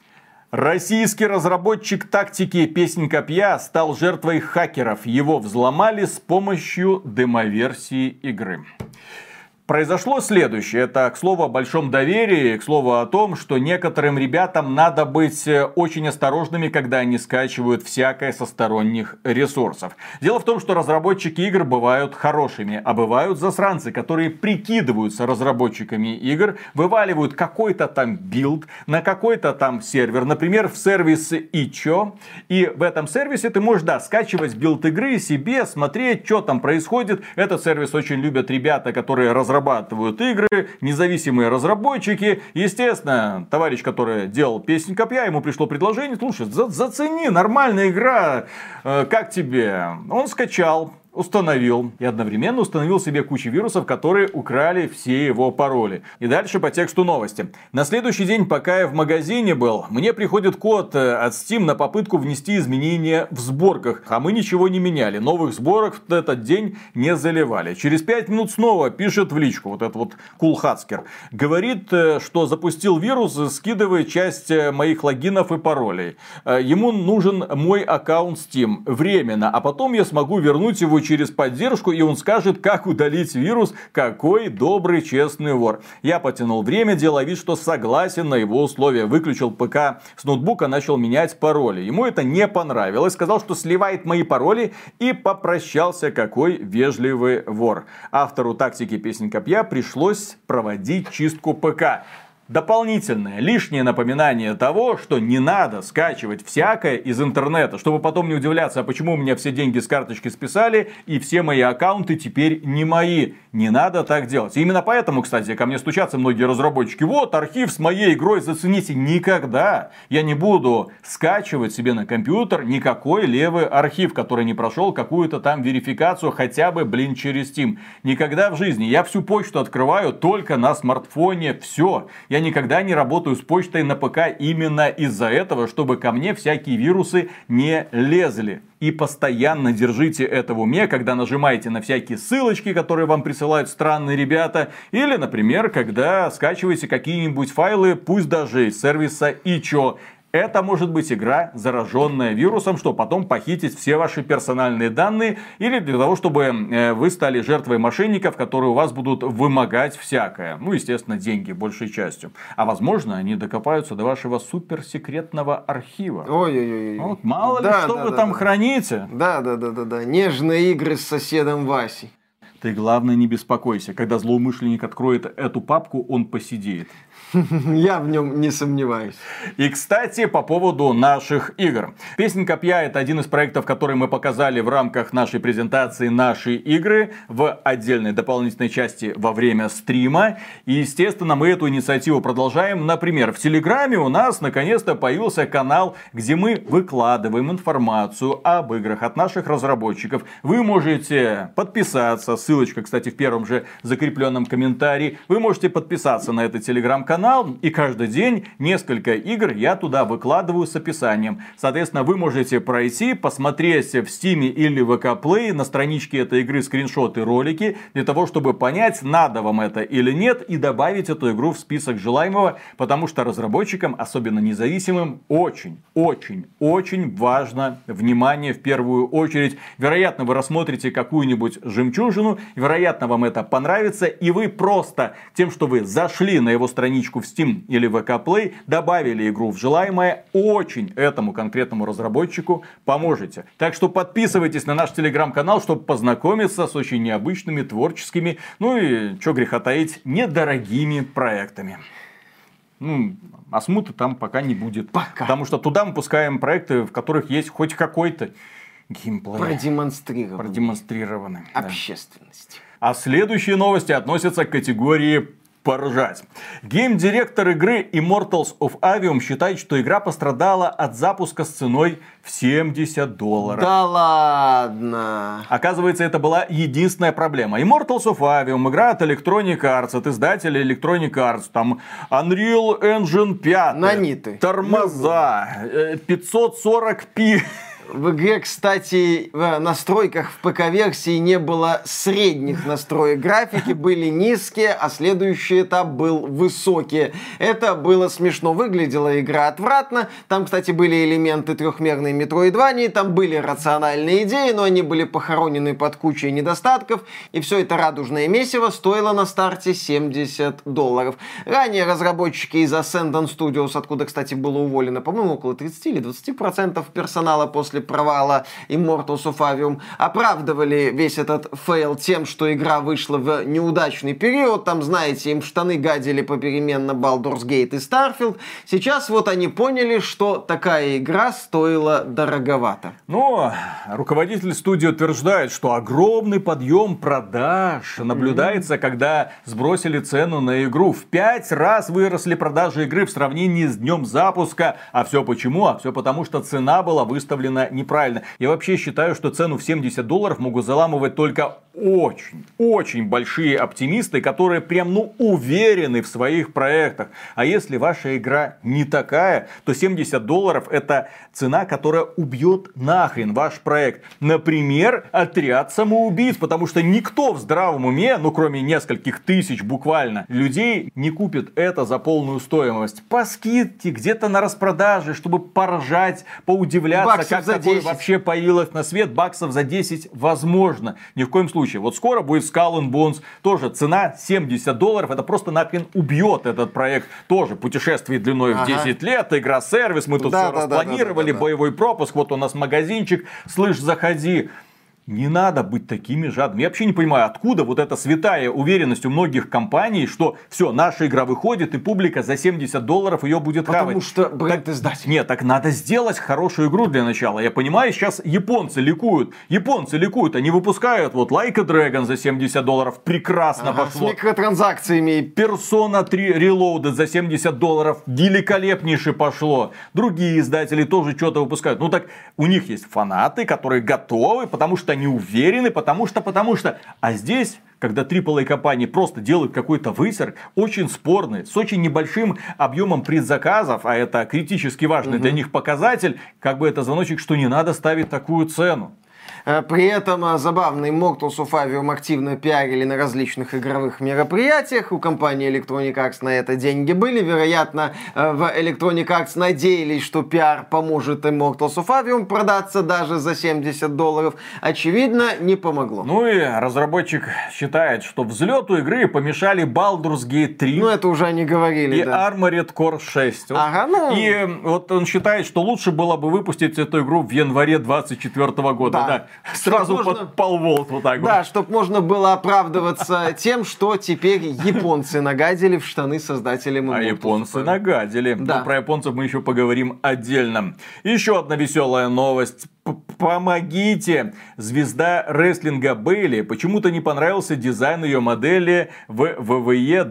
Российский разработчик тактики «Песнь копья» стал жертвой хакеров. Его взломали с помощью демоверсии игры. Произошло следующее. Это, к слову, о большом доверии, к слову о том, что некоторым ребятам надо быть очень осторожными, когда они скачивают всякое со сторонних ресурсов. Дело в том, что разработчики игр бывают хорошими, а бывают засранцы, которые прикидываются разработчиками игр, вываливают какой-то там билд на какой-то там сервер, например, в сервис itch.io, и в этом сервисе ты можешь, скачивать билд игры себе, смотреть, что там происходит. Этот сервис очень любят ребята, которые разрабатывают игры, независимые разработчики. Естественно, товарищ, который делал «Песнь копья», ему пришло предложение: слушай, зацени, нормальная игра, как тебе? Он скачал, установил и одновременно установил себе кучу вирусов, которые украли все его пароли. И дальше по тексту новости. На следующий день, пока я в магазине был, мне приходит код от Steam на попытку внести изменения в сборках. А мы ничего не меняли. Новых сборок в этот день не заливали. Через 5 минут снова пишет в личку вот этот вот Кулхацкер. Говорит, что запустил вирус, скидывает часть моих логинов и паролей. Ему нужен мой аккаунт Steam временно, а потом я смогу вернуть его через поддержку, и он скажет, как удалить вирус. Какой добрый, честный вор. Я потянул время, делая вид, что согласен на его условия. Выключил ПК с ноутбука, начал менять пароли. Ему это не понравилось. Сказал, что сливает мои пароли, и попрощался. Какой вежливый вор. Автору тактики «Песнь копья» пришлось проводить чистку ПК. Дополнительное, лишнее напоминание того, что не надо скачивать всякое из интернета, чтобы потом не удивляться, а почему у меня все деньги с карточки списали, и все мои аккаунты теперь не мои. Не надо так делать. И именно поэтому, кстати, ко мне стучатся многие разработчики. Вот архив с моей игрой, зацените. Никогда я не буду скачивать себе на компьютер никакой левый архив, который не прошел какую-то там верификацию, хотя бы, через Steam. Никогда в жизни. Я всю почту открываю только на смартфоне. Все. Я никогда не работаю с почтой на ПК именно из-за этого, чтобы ко мне всякие вирусы не лезли. И постоянно держите это в уме, когда нажимаете на всякие ссылочки, которые вам присылают странные ребята. Или, например, когда скачиваете какие-нибудь файлы, пусть даже из сервиса itch.io. Это может быть игра, зараженная вирусом, чтобы потом похитить все ваши персональные данные. Или для того, чтобы вы стали жертвой мошенников, которые у вас будут вымогать всякое. Ну, естественно, деньги большей частью. А возможно, они докопаются до вашего суперсекретного архива. Ой-ой-ой. Вот, мало ли, что вы там храните. Да. Нежные игры с соседом Васей. Ты, главное, не беспокойся. Когда злоумышленник откроет эту папку, он посидеет. Я в нем не сомневаюсь. И, кстати, по поводу наших игр. Песня Копья — это один из проектов, который мы показали в рамках нашей презентации «Наши игры» в отдельной дополнительной части во время стрима. И, естественно, мы эту инициативу продолжаем. Например, в Телеграме у нас наконец-то появился канал, где мы выкладываем информацию об играх от наших разработчиков. Вы можете подписаться. Ссылочка, кстати, в первом же закрепленном комментарии. Вы можете подписаться на этот Телеграм-канал. И каждый день несколько игр я туда выкладываю с описанием. Соответственно, вы можете пройти, посмотреть в Steam или в ВК Play на страничке этой игры скриншоты, ролики, для того, чтобы понять, надо вам это или нет, и добавить эту игру в список желаемого, потому что разработчикам, особенно независимым, очень важно внимание в первую очередь. Вероятно, вы рассмотрите какую-нибудь жемчужину, вероятно, вам это понравится, и вы просто тем, что вы зашли на его страничку в Steam или ВК Play, добавили игру в желаемое, очень этому конкретному разработчику поможете. Так что подписывайтесь на наш телеграм-канал, чтобы познакомиться с очень необычными, творческими, ну и, что греха таить, недорогими проектами. А смуты там пока не будет. Потому что туда мы пускаем проекты, в которых есть хоть какой-то геймплей. Продемонстрированный. Общественности. Да. А следующие новости относятся к категории поржать. Гейм-директор игры Immortals of Aveum считает, что игра пострадала от запуска с ценой в $70. Да ладно. Оказывается, это была единственная проблема. Immortals of Aveum, игра от Electronic Arts, от изделателя Electronic Arts, там Unreal Engine 5, наниты, тормоза, 540p. В игре, кстати, в настройках в ПК-версии не было средних настроек графики, были низкие, а следующий этап был высокие. Это было смешно, выглядела игра отвратно. Там, кстати, были элементы трехмерной метроидвании, там были рациональные идеи, но они были похоронены под кучей недостатков, и все это радужное месиво стоило на старте $70. Ранее разработчики из Ascendant Studios, откуда, кстати, было уволено, по-моему, около 30 или 20% персонала после провала Immortals of Aveum, оправдывали весь этот фейл тем, что игра вышла в неудачный период. Там, знаете, им в штаны гадили попеременно Baldur's Gate и Starfield. Сейчас вот они поняли, что такая игра стоила дороговато. Но руководитель студии утверждает, что огромный подъем продаж наблюдается, когда сбросили цену на игру. В 5 раз выросли продажи игры в сравнении с днем запуска. А все почему? А все потому, что цена была выставлена неправильно. Я вообще считаю, что цену в $70 могут заламывать только очень большие оптимисты, которые прям, уверены в своих проектах. А если ваша игра не такая, то $70 это цена, которая убьет нахрен ваш проект. Например, Отряд самоубийц, потому что никто в здравом уме, кроме нескольких тысяч буквально, людей не купит это за полную стоимость. По скидке, где-то на распродаже, чтобы поржать, поудивляться, баксов как такое вообще появилось на свет. Баксов за 10 возможно. Ни в коем случае. Вот скоро будет Skull and Bones. Тоже цена $70. Это просто нахрен убьет этот проект. Тоже путешествие длиной в 10 лет. Игра-сервис. Мы тут все распланировали. Боевой пропуск. Вот у нас магазинчик. Слышь, заходи. Не надо быть такими жадными. Я вообще не понимаю, откуда вот эта святая уверенность у многих компаний, что все, наша игра выходит, и публика за $70 ее будет хавать. Потому что бренд-издатель. Нет, так надо сделать хорошую игру для начала. Я понимаю, сейчас японцы ликуют. Они выпускают вот Like a Dragon за $70. Прекрасно пошло. С микротранзакциями. Persona 3 Reloaded за $70. Великолепнейше пошло. Другие издатели тоже что-то выпускают. Так у них есть фанаты, которые готовы, потому что они уверены, потому что. А здесь, когда AAA компании просто делают какой-то высер, очень спорный, с очень небольшим объемом предзаказов, а это критически важный для них показатель, это звоночек, что не надо ставить такую цену. При этом забавно, Immortals of Aveum активно пиарили на различных игровых мероприятиях. У компании Electronic Arts на это деньги были. Вероятно, в Electronic Arts надеялись, что пиар поможет Immortals of Aveum продаться даже за $70. Очевидно, не помогло. И разработчик считает, что взлету игры помешали Baldur's Gate 3. Это уже они говорили, и Armored Core 6. И вот он считает, что лучше было бы выпустить эту игру в январе 2024 года. Да. Сразу под полволт вот так вот. Да, чтобы можно было оправдываться тем, что теперь японцы нагадили в штаны создателям Immortals. А японцы нагадили. Да. Но про японцев мы еще поговорим отдельно. Еще одна веселая новость. Помогите! Звезда рестлинга Бейли почему-то не понравился дизайн ее модели в WWE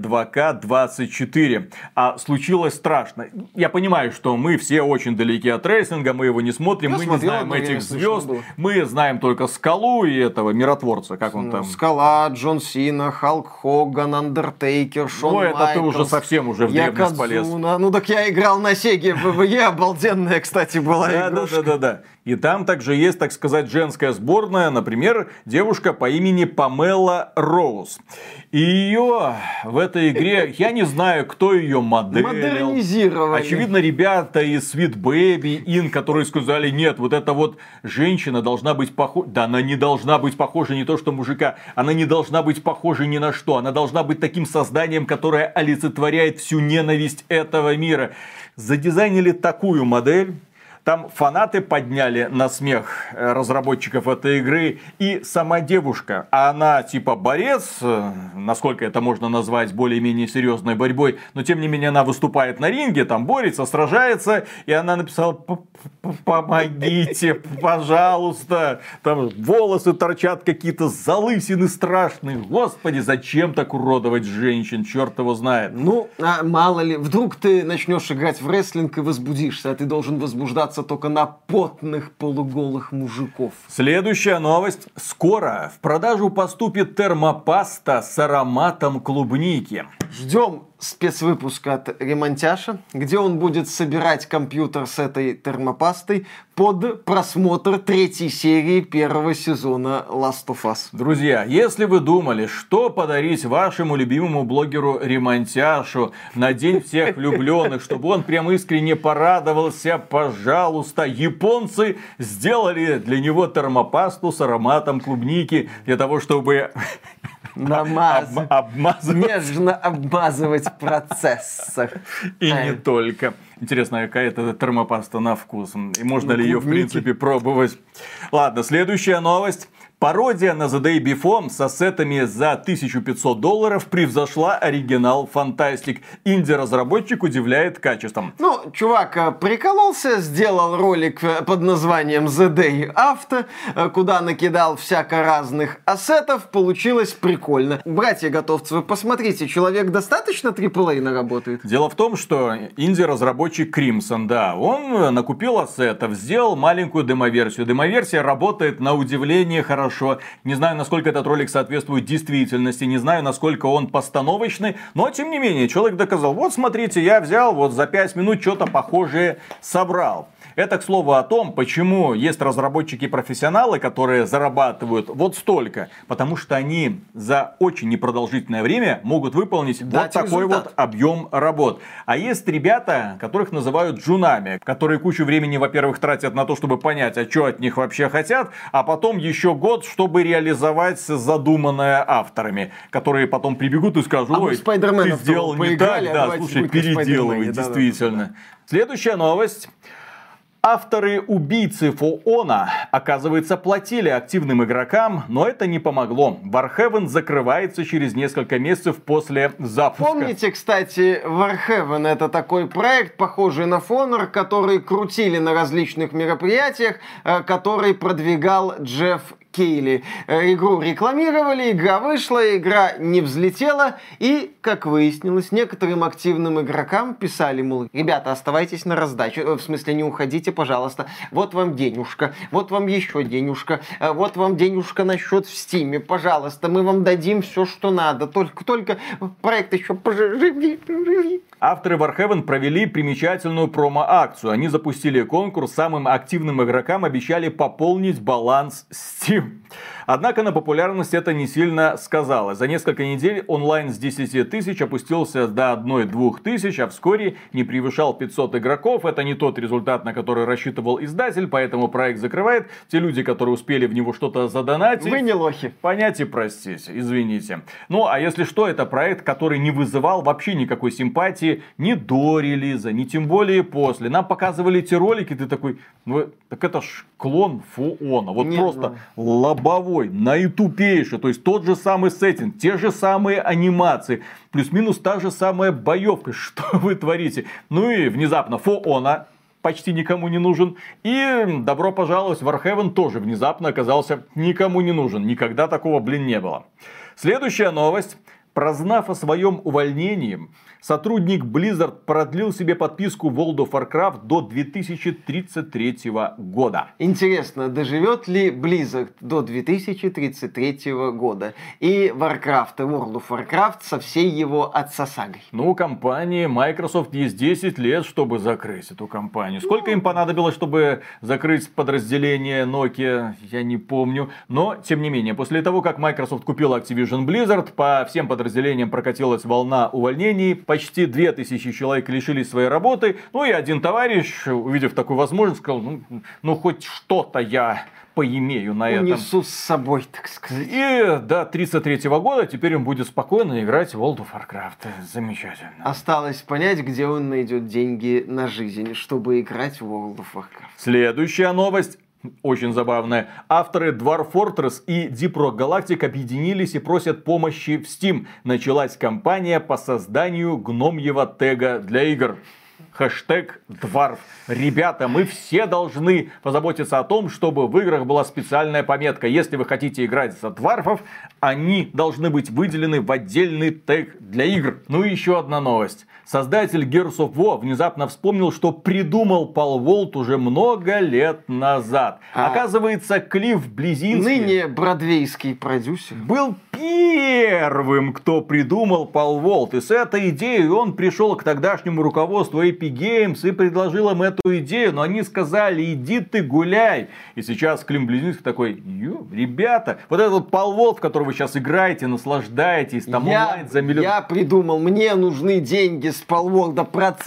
2K24. А случилось страшно. Я понимаю, что мы все очень далеки от рестлинга, мы его не смотрим, мы не знаем этих звезд. Мы знаем только Скалу и этого миротворца, как он там. Скала, Джон Сина, Халк Хоган, Андертейкер, Шон Майклс. Это ты уже совсем уже в древность полез. Ну так я играл на Сеге в WWE, обалденная, кстати, была игрушка. Да. И там также есть, так сказать, женская сборная, например, девушка по имени Памела Роуз. И ее в этой игре, я не знаю, кто ее моделил. Модернизировали. Очевидно, ребята из Sweet Baby Inc., которые сказали, нет, вот эта вот женщина должна быть похожа. Да, она не должна быть похожа не то что мужика, она не должна быть похожа ни на что. Она должна быть таким созданием, которое олицетворяет всю ненависть этого мира. Задизайнили такую модель. Там фанаты подняли на смех разработчиков этой игры. И сама девушка, она типа борец, насколько это можно назвать более-менее серьезной борьбой, но тем не менее она выступает на ринге, там борется, сражается, и она написала: помогите, пожалуйста. Там волосы торчат какие-то, залысины страшные. Господи, зачем так уродовать женщин, черт его знает. Ну, мало ли, вдруг ты начнешь играть в рестлинг и возбудишься, а ты должен возбуждаться только на потных полуголых мужиков. Следующая новость. Скоро в продажу поступит термопаста с ароматом клубники. Ждем спецвыпуска от Ремонтяша, где он будет собирать компьютер с этой термопастой под просмотр 3-й серии 1-го сезона Last of Us. Друзья, если вы думали, что подарить вашему любимому блогеру Ремонтяшу на День всех влюбленных, чтобы он прям искренне порадовался, пожалуйста, японцы сделали для него термопасту с ароматом клубники для того, чтобы нежно обмазывать процессор. И не только. Интересно, какая это термопаста на вкус. И можно ли ее, в принципе, пробовать. Ладно, следующая новость. Пародия на The Day Before с ассетами за $1500 превзошла оригинал Fantastic. Инди-разработчик удивляет качеством. Ну, чувак прикололся, сделал ролик под названием The Day After, куда накидал всяко разных ассетов. Получилось прикольно. Братья-готовцы, вы посмотрите, человек достаточно AAA наработает? Дело в том, что инди-разработчик Crimson, да, он накупил ассетов, сделал маленькую демоверсию. Демоверсия работает на удивление хорошо. Не знаю, насколько этот ролик соответствует действительности, не знаю, насколько он постановочный, но тем не менее, человек доказал: вот смотрите, я взял, вот за 5 минут что-то похожее собрал. Это, к слову, о том, почему есть разработчики-профессионалы, которые зарабатывают вот столько. Потому что они за очень непродолжительное время могут выполнить вот такой вот объем работ. А есть ребята, которых называют джунами, которые кучу времени, во-первых, тратят на то, чтобы понять, а что от них вообще хотят, а потом еще год, чтобы реализовать задуманное авторами, которые потом прибегут и скажут: ой, ты сделал не так, да, слушай, переделывай, действительно. Следующая новость. Авторы «Убийцы Фоона», оказывается, платили активным игрокам, но это не помогло. Warhaven закрывается через несколько месяцев после запуска. Помните, кстати, Warhaven — это такой проект, похожий на Honor, который крутили на различных мероприятиях, который продвигал Джефф Кейли. Игру рекламировали, игра вышла, игра не взлетела, и, как выяснилось, некоторым активным игрокам писали, мол, ребята, оставайтесь на раздаче, в смысле, не уходите, пожалуйста, вот вам денежка, вот вам еще денежка, вот вам денежка на счет в Стиме, пожалуйста, мы вам дадим все, что надо, только проект еще поживи. Авторы Warhaven провели примечательную промо-акцию. Они запустили конкурс, самым активным игрокам обещали пополнить баланс Steam. Однако на популярность это не сильно сказалось. За несколько недель онлайн с 10 тысяч опустился до 1-2 тысяч, а вскоре не превышал 500 игроков. Это не тот результат, на который рассчитывал издатель, поэтому проект закрывает. Те люди, которые успели в него что-то задонатить... Вы не лохи. Понять и простить, извините. Ну, а если что, это проект, который не вызывал вообще никакой симпатии ни до релиза, ни тем более после. Нам показывали эти ролики, ты такой, ну, так это ж клон Фуона. Вот просто лобовой, наитупейший. То есть тот же самый сеттинг, те же самые анимации, плюс-минус та же самая боевка. Что вы творите? Ну и внезапно Фуона почти никому не нужен. И добро пожаловать, Warhaven тоже внезапно оказался никому не нужен. Никогда такого, не было. Следующая новость. Прознав о своем увольнении, сотрудник Blizzard продлил себе подписку World of Warcraft до 2033 года. Интересно, доживет ли Blizzard до 2033 года? И Warcraft, и World of Warcraft со всей его отсосагой. Ну, у компании Microsoft есть 10 лет, чтобы закрыть эту компанию. Сколько им понадобилось, чтобы закрыть подразделение Nokia, я не помню. Но, тем не менее, после того, как Microsoft купила Activision Blizzard, по всем подразделениям прокатилась волна увольнений. Почти 2000 человек лишились своей работы. Ну и один товарищ, увидев такую возможность, сказал, ну хоть что-то я поимею на этом. Унесу с собой, так сказать. И до 1933 года теперь он будет спокойно играть в World of Warcraft. Замечательно. Осталось понять, где он найдет деньги на жизнь, чтобы играть в World of Warcraft. Следующая новость. Очень забавная. Авторы Dwarf Fortress и Deep Rock Galactic объединились и просят помощи в Steam. Началась кампания по созданию гномьего тега для игр. Хэштег Dwarf. Ребята, мы все должны позаботиться о том, чтобы в играх была специальная пометка. Если вы хотите играть за дварфов, они должны быть выделены в отдельный тег для игр. Ну и еще одна новость. Создатель Gears of War внезапно вспомнил, что придумал Palworld уже много лет назад. Оказывается, Клифф Близинский, ныне бродвейский продюсер, был первым, кто придумал Palworld. И с этой идеей он пришел к тогдашнему руководству Epic Games и предложил им эту идею. Но они сказали, иди ты гуляй. И сейчас Клифф Близинский такой, ребята, вот этот вот Palworld, в который вы сейчас играете, наслаждаетесь, там онлайн за миллион. Я придумал, мне нужны деньги с Palworld,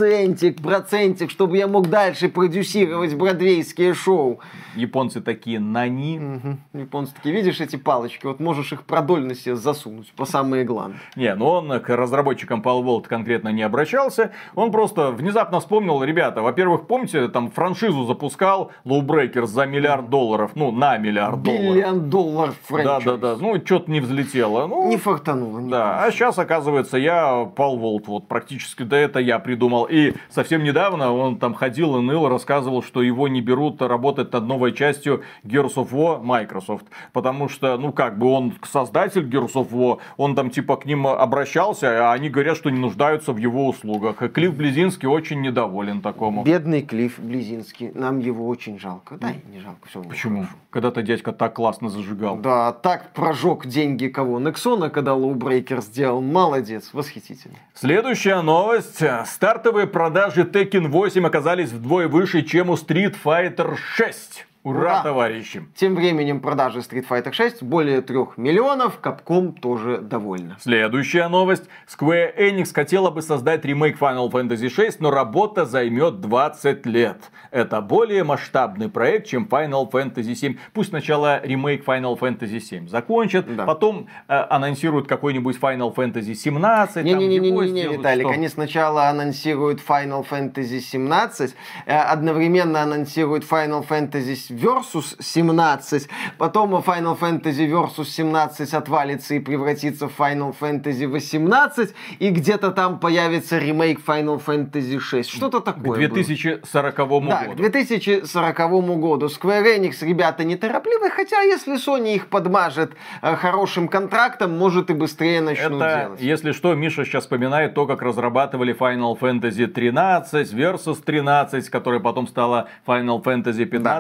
процентик, чтобы я мог дальше продюсировать бродвейские шоу. Японцы такие, нани. Японцы такие, видишь эти палочки, вот можешь их продольно себе засунуть, по самые главные. Не, ну он к разработчикам Palworld конкретно не обращался, он просто внезапно вспомнил, ребята, во-первых, помните, там франшизу запускал Lawbreakers за $1 миллиард, ну на $1 миллиард. $1 billion франчайз. Да, ну что-то не взлетело. Ну, не фартануло. Да, а сейчас, оказывается, я Palworld, вот практически да это я придумал. И совсем недавно он там ходил и ныл, рассказывал, что его не берут работать над новой частью Gears of War Microsoft. Потому что, ну как бы он создатель Gears of War, он там типа к ним обращался, а они говорят, что не нуждаются в его услугах. И Клифф Близинский очень недоволен такому. Бедный Клифф Близинский, нам его очень жалко. Да, не жалко, все. Почему? Когда-то дядька так классно зажигал. Да, так прожег деньги кого? Нексона, когда Lawbreaker сделал. Молодец, восхитительно. Следующая новость. Стартовые продажи Tekken 8 оказались вдвое выше, чем у Street Fighter 6. Ура, товарищи! Тем временем продажи Street Fighter 6 более 3 миллионов, Capcom тоже довольна. Следующая новость. Square Enix хотела бы создать ремейк Final Fantasy 6, но работа займет 20 лет. Это более масштабный проект, чем Final Fantasy 7. Пусть сначала ремейк Final Fantasy 7 закончат, потом анонсируют какой-нибудь Final Fantasy 17. Не, Виталик, они сначала анонсируют Final Fantasy 17, одновременно анонсируют Final Fantasy Versus 17, потом Final Fantasy Versus 17 отвалится и превратится в Final Fantasy 18, и где-то там появится ремейк Final Fantasy 6. Что-то такое. К 2040 году. Да, к 2040 году. Square Enix, ребята, неторопливы, хотя если Sony их подмажет хорошим контрактом, может и быстрее начнут делать. Если что, Миша сейчас вспоминает то, как разрабатывали Final Fantasy 13, Versus 13, которая потом стала Final Fantasy 15 и все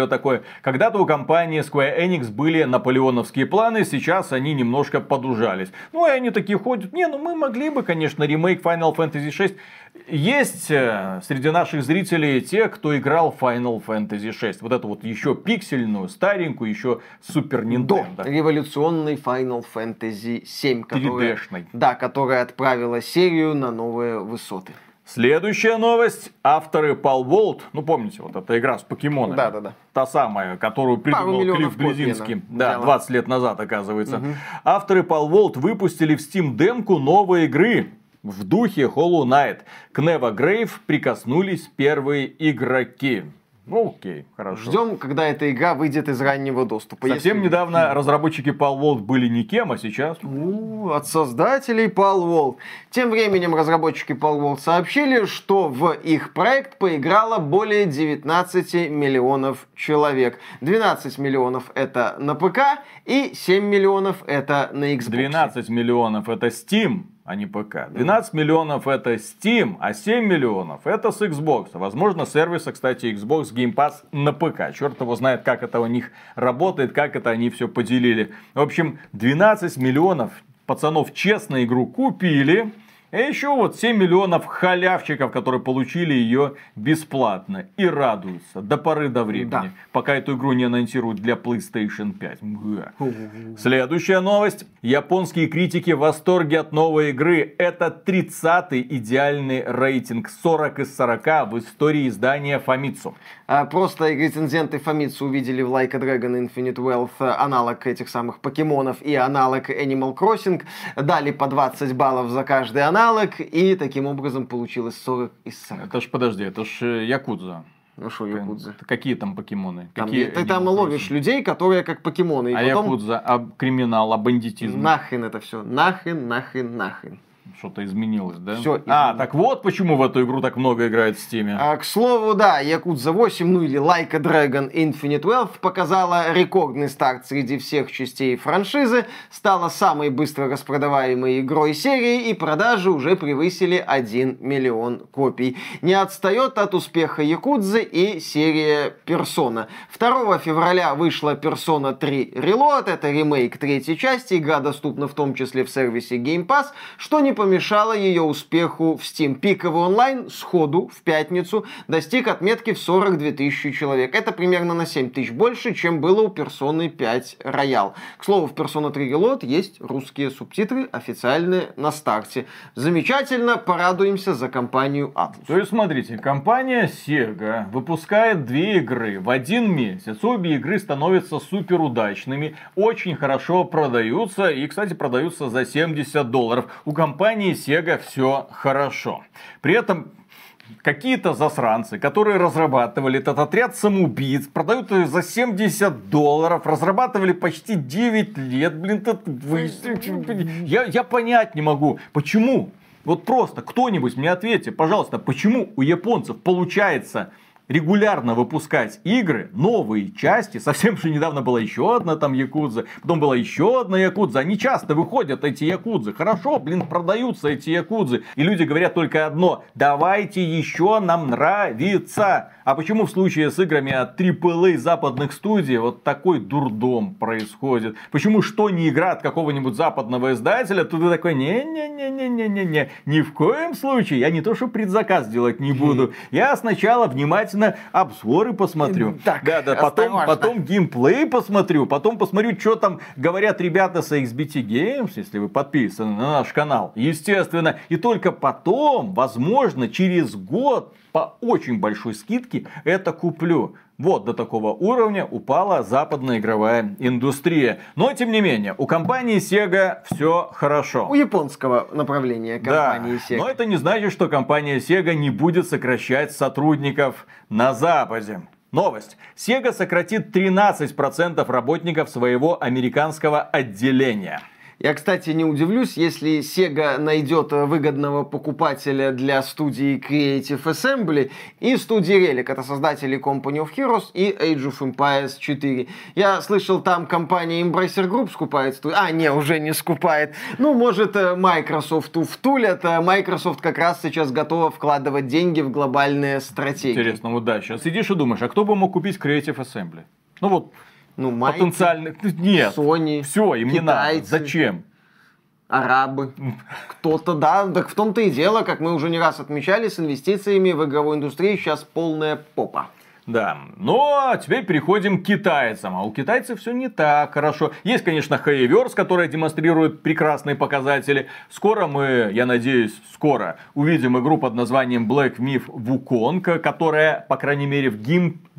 все такое. Когда-то у компании Square Enix были наполеоновские планы, сейчас они немножко подужались. Ну и они такие ходят, мы могли бы, конечно, ремейк Final Fantasy 6. Есть среди наших зрителей те, кто играл в Final Fantasy 6. Вот эту вот еще пиксельную, старенькую, еще Super Nintendo. Революционный Final Fantasy 7, которая, 3D-шный. Да, которая отправила серию на новые высоты. Следующая новость. Авторы Palworld, помните, вот эта игра с покемонами. Да. Та самая, которую придумал Клифф Близинский. Да, 20 лет назад, оказывается. Авторы Palworld выпустили в Steam демку новой игры в духе Hollow Knight. К Neva Grave прикоснулись первые игроки. Окей, хорошо. Ждем, когда эта игра выйдет из раннего доступа. Совсем недавно разработчики Palworld были никем, а сейчас... От создателей Palworld. Тем временем разработчики Palworld сообщили, что в их проект поиграло более 19 миллионов человек. 12 миллионов это на ПК и 7 миллионов это на Xbox. 12 миллионов это Steam, а не ПК. 12 миллионов это Steam, а 7 миллионов это с Xbox. Возможно, сервиса, кстати, Xbox Game Pass на ПК. Черт его знает, как это у них работает, как это они все поделили. В общем, 12 миллионов пацанов честно игру купили. И еще вот 7 миллионов халявщиков, которые получили ее бесплатно. И радуются до поры до времени. Пока эту игру не анонсируют для PlayStation 5. Следующая новость. Японские критики в восторге от новой игры. Это 30-й идеальный рейтинг. 40 из 40 в истории издания Famitsu. Просто рецензенты Famitsu увидели в Like a Dragon Infinite Wealth аналог этих самых покемонов и аналог Animal Crossing. Дали по 20 баллов за каждый аналог. И таким образом получилось 40 из 40. Это ж, подожди, это ж Якудза. Ну что Якудза? Какие там покемоны? Ты там ловишь людей, которые как покемоны. А потом... Якудза, а криминал, а бандитизм? Нахрен это все. Нахрен. Что-то изменилось, да? Все изменилось. Так вот почему в эту игру так много играет в Стиме. К слову, да, Якудза 8, или Like a Dragon Infinite Wealth показала рекордный старт среди всех частей франшизы, стала самой быстро распродаваемой игрой серии, и продажи уже превысили 1 миллион копий. Не отстает от успеха Якудзы и серия Persona. 2 февраля вышла Persona 3 Reload, это ремейк третьей части, игра доступна в том числе в сервисе Game Pass, что не помешало ее успеху в Steam. Пиковый онлайн сходу в пятницу достиг отметки в 42 тысячи человек. Это примерно на 7 тысяч больше, чем было у Persona 5 Royal. К слову, в Persona 3 Reload есть русские субтитры, официальные на старте. Замечательно, порадуемся за компанию Atlus. То есть, смотрите, компания Sega выпускает 2 игры в один месяц. Обе игры становятся супер удачными, очень хорошо продаются и, кстати, продаются за $70. У компании Sega все хорошо. При этом какие-то засранцы, которые разрабатывали этот отряд самоубийц, продают ее за $70, разрабатывали почти 9 лет. Я понять не могу, почему. Вот просто кто-нибудь мне ответьте, пожалуйста, почему у японцев получается регулярно выпускать игры, новые части. Совсем же недавно была еще одна там Якудза, потом была еще одна Якудза. Они часто выходят, эти Якудзы. Хорошо, продаются эти Якудзы. И люди говорят только одно: давайте еще, нам нравится. А почему в случае с играми от AAA западных студий вот такой дурдом происходит? Почему что не игра от какого-нибудь западного издателя, то ты такой: не-не-не-не-не-не, ни в коем случае, я не то что предзаказ делать не буду. Я сначала внимательно обзоры посмотрю. Потом геймплей посмотрю. Потом посмотрю, что там говорят ребята с XBT Games, если вы подписаны на наш канал. Естественно. И только потом, возможно, через год по очень большой скидке это куплю. Вот до такого уровня упала западная игровая индустрия. Но, тем не менее, у компании Sega все хорошо. У японского направления компании Sega. Но это не значит, что компания Sega не будет сокращать сотрудников на Западе. Новость. Sega сократит 13% работников своего американского отделения. Я, кстати, не удивлюсь, если Sega найдет выгодного покупателя для студии Creative Assembly и студии Relic. Это создатели Company of Heroes и Age of Empires 4. Я слышал, там компания Embracer Group скупает студию. Не, уже не скупает. Ну, может, Microsoft втулят. Microsoft как раз сейчас готова вкладывать деньги в глобальные стратегии. Интересно, вот да, сейчас сидишь и думаешь, а кто бы мог купить Creative Assembly? Ну вот, потенциально... Нет, Sony, все, им китайцы, не надо. Зачем? Арабы. Кто-то, да. Так в том-то и дело, как мы уже не раз отмечали, с инвестициями в игровую индустрию сейчас полная попа. Да, но теперь переходим к китайцам. А у китайцев все не так хорошо. Есть, конечно, Haveverse, которая демонстрирует прекрасные показатели. Скоро мы, я надеюсь, увидим игру под названием Black Myth Wukong, которая, по крайней мере, в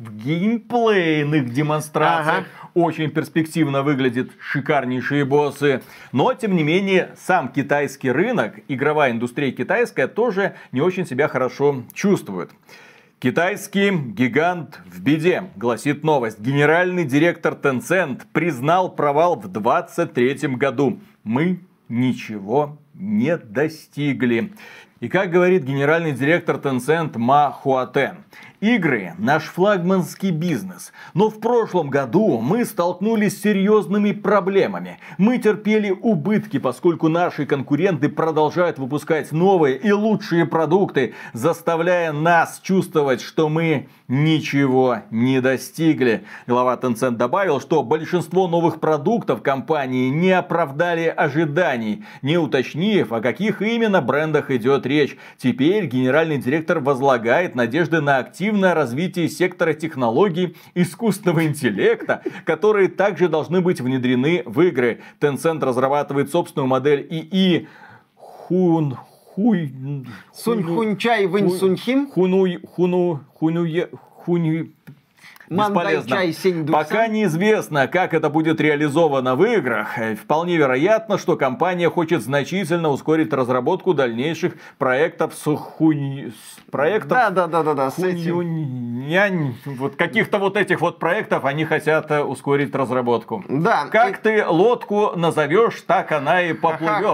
геймплейных демонстрациях очень перспективно выглядит, шикарнейшие боссы. Но, тем не менее, сам китайский рынок, игровая индустрия китайская, тоже не очень себя хорошо чувствует. Китайский гигант в беде, гласит новость. Генеральный директор Tencent признал провал в 2023 году. Мы ничего не достигли. И как говорит генеральный директор Tencent Ма Хуатен, игры – наш флагманский бизнес. Но в прошлом году мы столкнулись с серьезными проблемами. Мы терпели убытки, поскольку наши конкуренты продолжают выпускать новые и лучшие продукты, заставляя нас чувствовать, что мы ничего не достигли. Глава Tencent добавил, что большинство новых продуктов компании не оправдали ожиданий, не уточнив, о каких именно брендах идет речь. Теперь генеральный директор возлагает надежды на активное развитие сектора технологий искусственного интеллекта, которые также должны быть внедрены в игры. Tencent разрабатывает собственную модель ИИ Сунь-Хунчай Вэнь-Суньхим. Бесполезно. Пока неизвестно, как это будет реализовано в играх. Вполне вероятно, что компания хочет значительно ускорить разработку дальнейших проектов с вот каких-то вот этих вот проектов они хотят ускорить разработку. Да. Как ты лодку назовешь, так она и поплывет.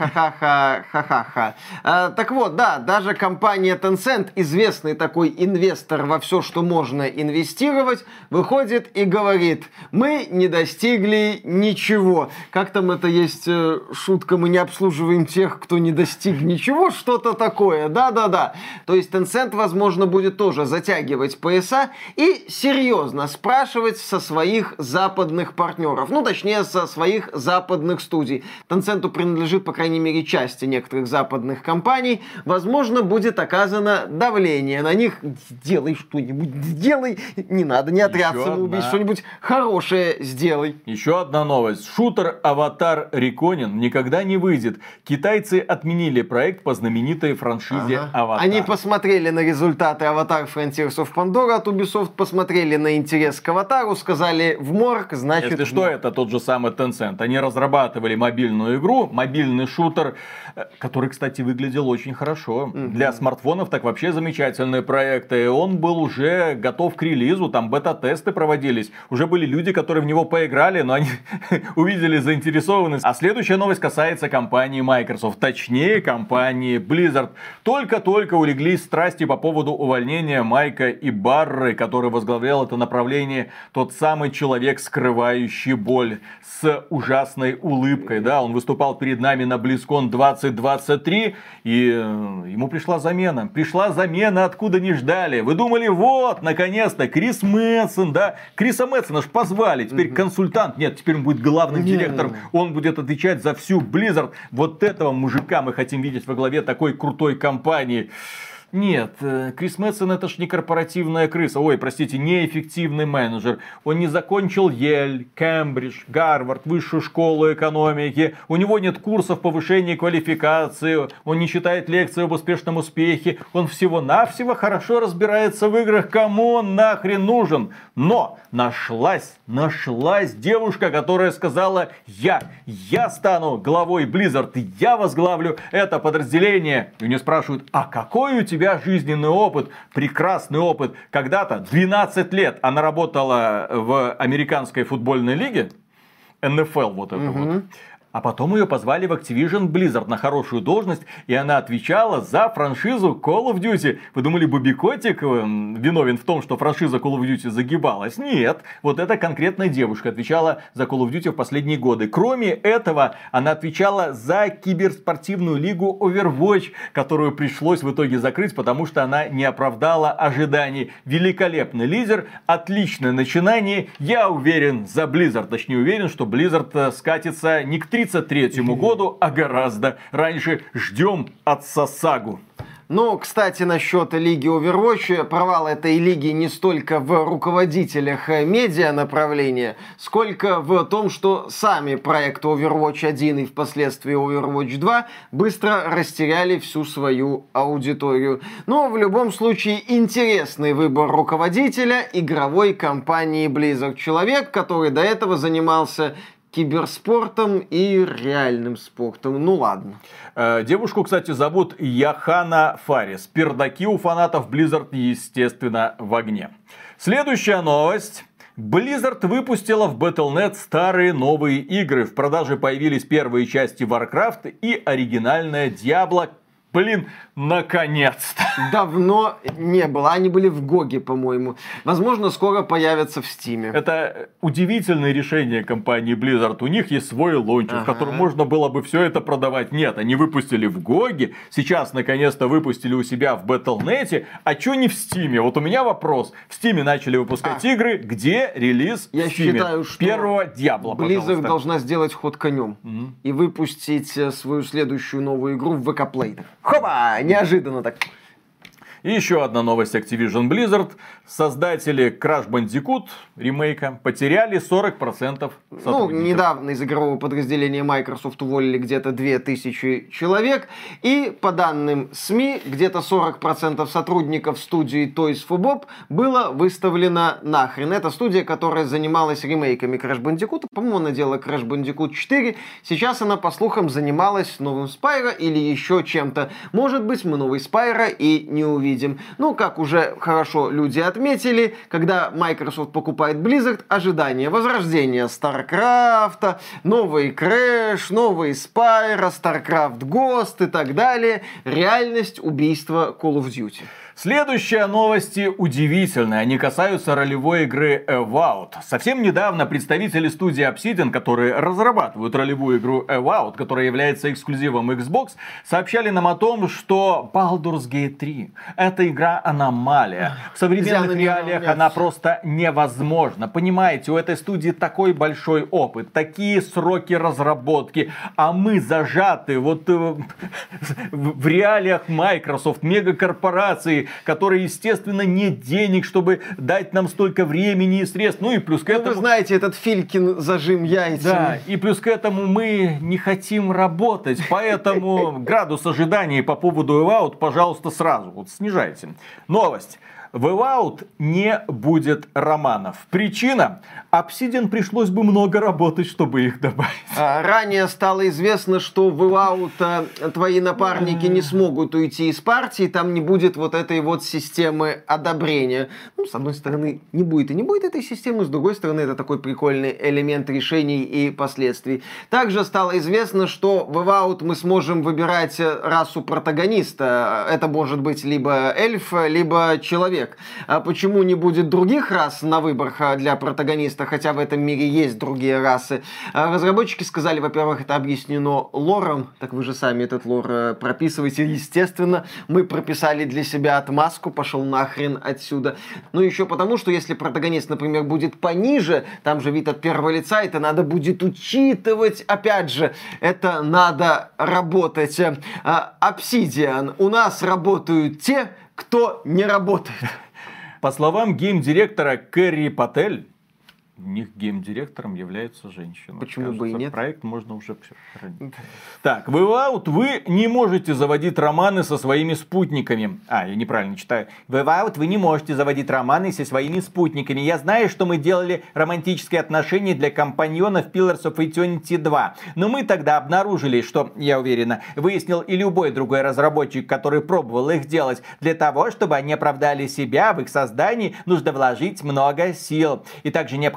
Так вот, да, даже компания Tencent, известный такой инвестор во все, что можно инвестировать, выходит и говорит: мы не достигли ничего. Как там это есть шутка, мы не обслуживаем тех, кто не достиг ничего, что-то такое. Да-да-да. То есть Tencent, возможно, будет тоже затягивать пояса и серьезно спрашивать со своих западных партнеров. Ну, точнее, со своих западных студий. Tencent принадлежит, по крайней мере, части некоторых западных компаний. Возможно, будет оказано давление на них. Сделай что-нибудь, сделай. Не надо, не отряд самоубийств, что-нибудь хорошее сделай. Еще одна новость. Шутер Аватар Реконин никогда не выйдет. Китайцы отменили проект по знаменитой франшизе Аватар. Они посмотрели на результаты Avatar Frontiers of Pandora от Ubisoft, посмотрели на интерес к Аватару, сказали в морг, значит... Если что, это тот же самый Tencent. Они разрабатывали мобильную игру, мобильный шутер, который, кстати, выглядел очень хорошо. Для смартфонов так вообще замечательные проекты. Он был уже готов к релизу, там бета-тесты проводились. Уже были люди, которые в него поиграли, но они увидели заинтересованность. А следующая новость касается компании Microsoft, точнее компании Blizzard. Только-только улеглись страсти по поводу увольнения Майка Ибарры, который возглавлял это направление, тот самый человек, скрывающий боль, с ужасной улыбкой. Да, он выступал перед нами на BlizzCon 2023, и ему пришла замена. Пришла замена, откуда не ждали. Вы думали, вот, наконец-то, Крис Мэтсон, да? Криса Мэтсона ж позвали, теперь консультант. Нет, теперь он будет главным директором. Он будет отвечать за всю Blizzard. Вот этого мужика мы хотим видеть во главе такой крутой компании. Нет, Крис Мэтсон это ж не корпоративная крыса. Ой, простите, неэффективный менеджер. Он не закончил Ель, Кембридж, Гарвард, высшую школу экономики. У него нет курсов повышения квалификации. Он не читает лекции об успешном успехе. Он всего-навсего хорошо разбирается в играх. Кому он нахрен нужен? Но нашлась девушка, которая сказала: я стану главой Blizzard, я возглавлю это подразделение. И у нее спрашивают: а какой у тебя жизненный опыт? Прекрасный опыт. Когда-то 12 лет она работала в американской футбольной лиге, НФЛ вот это вот. А потом ее позвали в Activision Blizzard на хорошую должность, и она отвечала за франшизу Call of Duty. Вы думали, Бобби Котик виновен в том, что франшиза Call of Duty загибалась? Нет, вот эта конкретная девушка отвечала за Call of Duty в последние годы. Кроме этого, она отвечала за киберспортивную лигу Overwatch, которую пришлось в итоге закрыть, потому что она не оправдала ожиданий. Великолепный лидер, отличное начинание. Я уверен за Blizzard, точнее уверен, что Blizzard скатится не к 33-му году, а гораздо раньше. Ждем от Сасагу. Ну, кстати, насчет лиги Overwatch, провал этой лиги не столько в руководителях медиа направления, сколько в том, что сами проекты Overwatch 1 и впоследствии Overwatch 2 быстро растеряли всю свою аудиторию. Но в любом случае интересный выбор руководителя игровой компании Blizzard. Человек, который до этого занимался киберспортом и реальным спортом. Ну ладно. Девушку, кстати, зовут Яхана Фарис. Пердаки у фанатов Blizzard, естественно, в огне. Следующая новость. Blizzard выпустила в Battle.net старые новые игры. В продаже появились первые части Warcraft и оригинальная Diablo. Блин, наконец-то. Давно не было. Они были в Гоге, по-моему. Возможно, скоро появятся в Стиме. Это удивительное решение компании Blizzard. У них есть свой лончер, в котором можно было бы все это продавать. Нет, они выпустили в Гоге. Сейчас, наконец-то, выпустили у себя в Battle.net. А чё не в Стиме? Вот у меня вопрос. В Стиме начали выпускать игры. Где релиз в Я Стиме? считаю, что Первого Diablo, Blizzard должна сделать ход конем и выпустить свою следующую новую игру в ВК Play. Хоба! Неожиданно так. И еще одна новость Activision Blizzard. Создатели Crash Bandicoot ремейка потеряли 40% сотрудников. Ну, недавно из игрового подразделения Microsoft уволили где-то 2000 человек. И по данным СМИ, где-то 40% сотрудников студии Toys for Bob было выставлено нахрен. Это студия, которая занималась ремейками Crash Bandicoot. По-моему, она делала Crash Bandicoot 4. Сейчас она, по слухам, занималась новым Spyro или еще чем-то. Может быть, мы новый Spyro и не увидим. Ну, как уже хорошо люди отметили, когда Microsoft покупает Blizzard, ожидание возрождения StarCraft, новый Crash, новый Spyro, StarCraft Ghost и так далее. Реальность убийства Call of Duty. Следующие новости удивительные. Они касаются ролевой игры Avowed. Совсем недавно представители студии Obsidian, которые разрабатывают ролевую игру Avowed, которая является эксклюзивом Xbox, сообщали нам о том, что Baldur's Gate 3 это игра аномалия. В современных реалиях она просто невозможна. Понимаете, у этой студии такой большой опыт, такие сроки разработки, а мы зажаты вот в реалиях Microsoft, мегакорпорации, которые, естественно, нет денег, чтобы дать нам столько времени и средств. Ну и плюс к этому... Вы знаете, этот Филькин зажим яйцами. Да, и плюс к этому мы не хотим работать, поэтому градус ожидания по поводу Avowed, пожалуйста, сразу вот снижайте. Новость. В Avowed не будет романов. Причина? Obsidian пришлось бы много работать, чтобы их добавить. Ранее стало известно, что в Avowed твои напарники не смогут уйти из партии, там не будет вот этой вот системы одобрения. Ну, с одной стороны, не будет и не будет этой системы, с другой стороны, это такой прикольный элемент решений и последствий. Также стало известно, что в Avowed мы сможем выбирать расу протагониста. Это может быть либо эльф, либо человек. А почему не будет других рас на выбор для протагониста, хотя в этом мире есть другие расы? Разработчики сказали, во-первых, это объяснено лором, так вы же сами этот лор прописываете. Естественно, мы прописали для себя отмазку, пошел нахрен отсюда. Ну, еще потому, что если протагонист, например, будет пониже, там же вид от первого лица, это надо будет учитывать. Опять же, это надо работать. Obsidian. У нас работают те, кто не работает. По словам гейм-директора Кэрри Патель, у них гейм-директором является женщина. Почему бы и нет? Проект можно уже хранить. Так, в Avowed вы не можете заводить романы со своими спутниками. Я неправильно читаю. В Avowed вы не можете заводить романы со своими спутниками. Я знаю, что мы делали романтические отношения для компаньонов Pillars of Eternity 2. Но мы тогда обнаружили, что, я уверена, выяснил и любой другой разработчик, который пробовал их делать. Для того, чтобы они оправдали себя в их создании, нужно вложить много сил. И также необходимо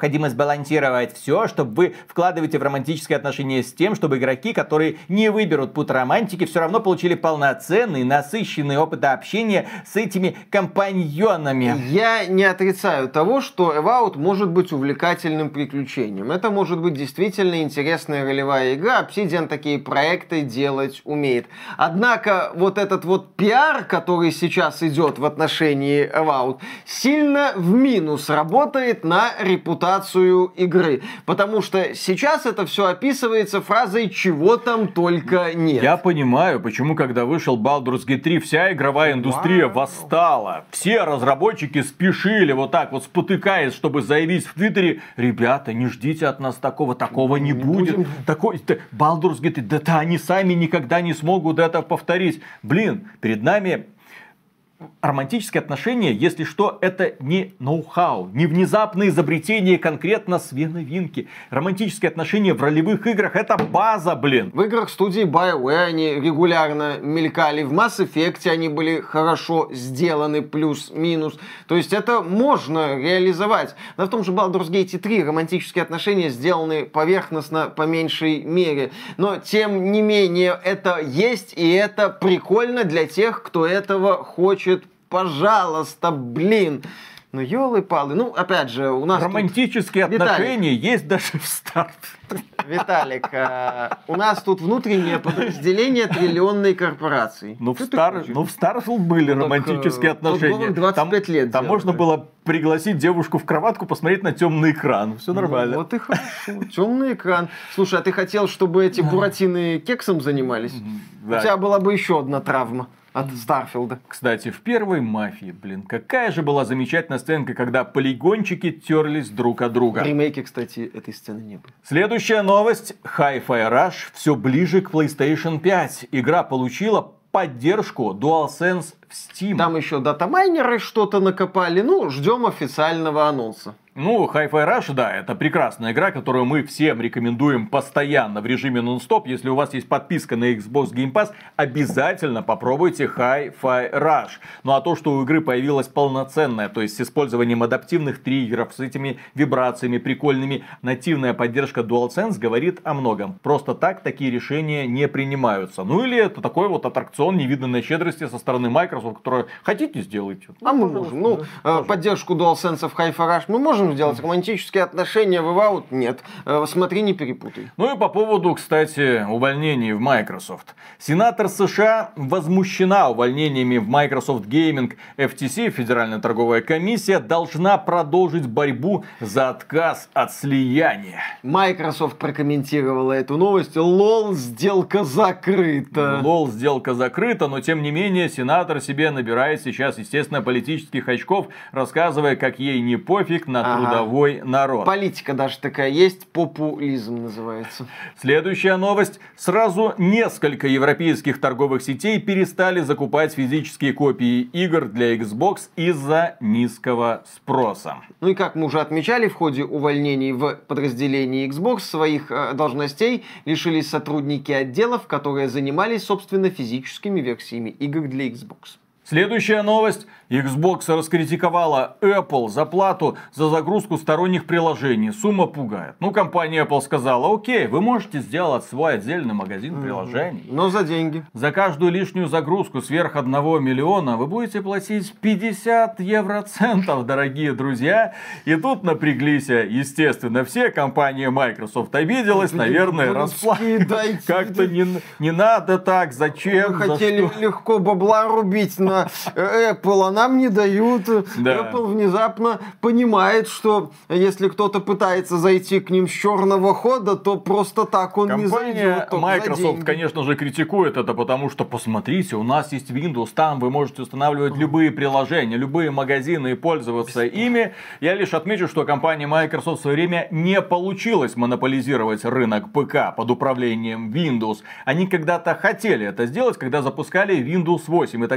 необходимо сбалансировать все, чтобы вы вкладываете в романтические отношения с тем, чтобы игроки, которые не выберут путь романтики, все равно получили полноценный, насыщенный опыт общения с этими компаньонами. Я не отрицаю того, что Evout может быть увлекательным приключением. Это может быть действительно интересная ролевая игра. Obsidian такие проекты делать умеет. Однако вот этот вот пиар, который сейчас идет в отношении Evout, сильно в минус работает на репутацию игры. Потому что сейчас это все описывается фразой «чего там только нет». Я понимаю, почему, когда вышел Baldur's Gate 3, вся игровая индустрия восстала. Все разработчики спешили вот так вот, спотыкаясь, чтобы заявить в Твиттере: ребята, не ждите от нас такого не будет. Baldur's Gate 3, да они сами никогда не смогут это повторить. Блин, перед нами... Романтические отношения, если что, это не ноу-хау, не внезапное изобретение конкретно Свена Винки. Романтические отношения в ролевых играх — это база, блин. В играх студии BioWare они регулярно мелькали. В Mass Effect они были хорошо сделаны, плюс-минус. То есть это можно реализовать. Но в том же Baldur's Gate 3 романтические отношения сделаны поверхностно, по меньшей мере. Но, тем не менее, это есть, и это прикольно для тех, кто этого хочет. Пожалуйста, блин. Ну, ёлы-палы. Ну, опять же, у нас романтические отношения есть даже в старт. Виталик, у нас тут внутреннее подразделение триллионной корпорации. Ну, в Starfield были романтические отношения. 25 лет. Там можно было пригласить девушку в кроватку, посмотреть на темный экран. Все нормально. Вот и хорошо. Темный экран. Слушай, а ты хотел, чтобы эти буратины кексом занимались? У тебя была бы еще одна травма от Старфилда. Кстати, в первой «Мафии», блин, какая же была замечательная сценка, когда полигончики терлись друг от друга. В ремейке, кстати, этой сцены не было. Следующая новость. Hi-Fi Rush все ближе к PlayStation 5. Игра получила поддержку DualSense в Steam. Там еще датамайнеры что-то накопали. Ну, ждем официального анонса. Ну, Hi-Fi Rush, да, это прекрасная игра, которую мы всем рекомендуем постоянно в режиме нон-стоп. Если у вас есть подписка на Xbox Game Pass, обязательно попробуйте Hi-Fi Rush. Ну, а то, что у игры появилась полноценная, то есть с использованием адаптивных триггеров, с этими вибрациями прикольными, нативная поддержка DualSense говорит о многом. Просто так такие решения не принимаются. Ну, или это такой вот аттракцион невиданной щедрости со стороны Microsoft, которую хотите сделать. А мы можем. Ну, поддержку DualSense в Hi-Fi Rush мы можем сделать. Романтические отношения в Evout нет. Смотри, не перепутай. Ну и по поводу, кстати, увольнений в Microsoft. Сенатор США возмущена увольнениями в Microsoft Gaming. FTC, Федеральная торговая комиссия, должна продолжить борьбу за отказ от слияния. Microsoft прокомментировала эту новость. Лол, сделка закрыта. Лол, сделка закрыта, но тем не менее сенатор себе набирает сейчас, естественно, политических очков, рассказывая, как ей не пофиг на трудовой народ. Политика даже такая есть, популизм называется. Следующая новость. Сразу несколько европейских торговых сетей перестали закупать физические копии игр для Xbox из-за низкого спроса. Ну и как мы уже отмечали, в ходе увольнений в подразделении Xbox своих должностей лишились сотрудники отделов, которые занимались, собственно, физическими версиями игр для Xbox. Следующая новость. Xbox раскритиковала Apple за плату за загрузку сторонних приложений. Сумма пугает. Ну, компания Apple сказала: окей, вы можете сделать свой отдельный магазин приложений. Но за деньги. За каждую лишнюю загрузку сверх 1 миллиона вы будете платить 50 евроцентов, дорогие друзья. И тут напряглись, естественно, все. Компания Microsoft обиделась, наверное, расплакалась. Как-то не надо так, зачем? Вы хотели легко бабла рубить на Apple, а нам не дают. Да. Apple внезапно понимает, что если кто-то пытается зайти к ним с черного хода, то просто так он не зайдет. Microsoft, конечно же, критикует это, потому что, посмотрите, у нас есть Windows, там вы можете устанавливать любые приложения, любые магазины и пользоваться ими. Я лишь отмечу, что компания Microsoft в свое время не получилось монополизировать рынок ПК под управлением Windows. Они когда-то хотели это сделать, когда запускали Windows 8, и тогда вся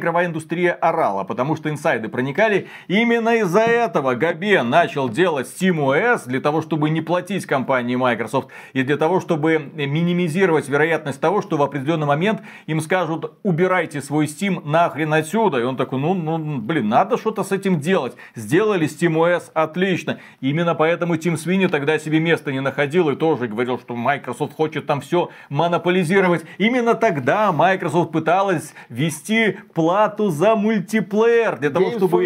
игровая индустрия орала, потому что инсайды проникали. Именно из-за этого Габен начал делать SteamOS для того, чтобы не платить компании Microsoft и для того, чтобы минимизировать вероятность того, что в определенный момент им скажут: убирайте свой Steam нахрен отсюда. И он такой: надо что-то с этим делать. Сделали SteamOS отлично. Именно поэтому Тим Свини тогда себе места не находил и тоже говорил, что Microsoft хочет там все монополизировать. Именно тогда Microsoft пыталась ввести плату за мультиплеер для того, чтобы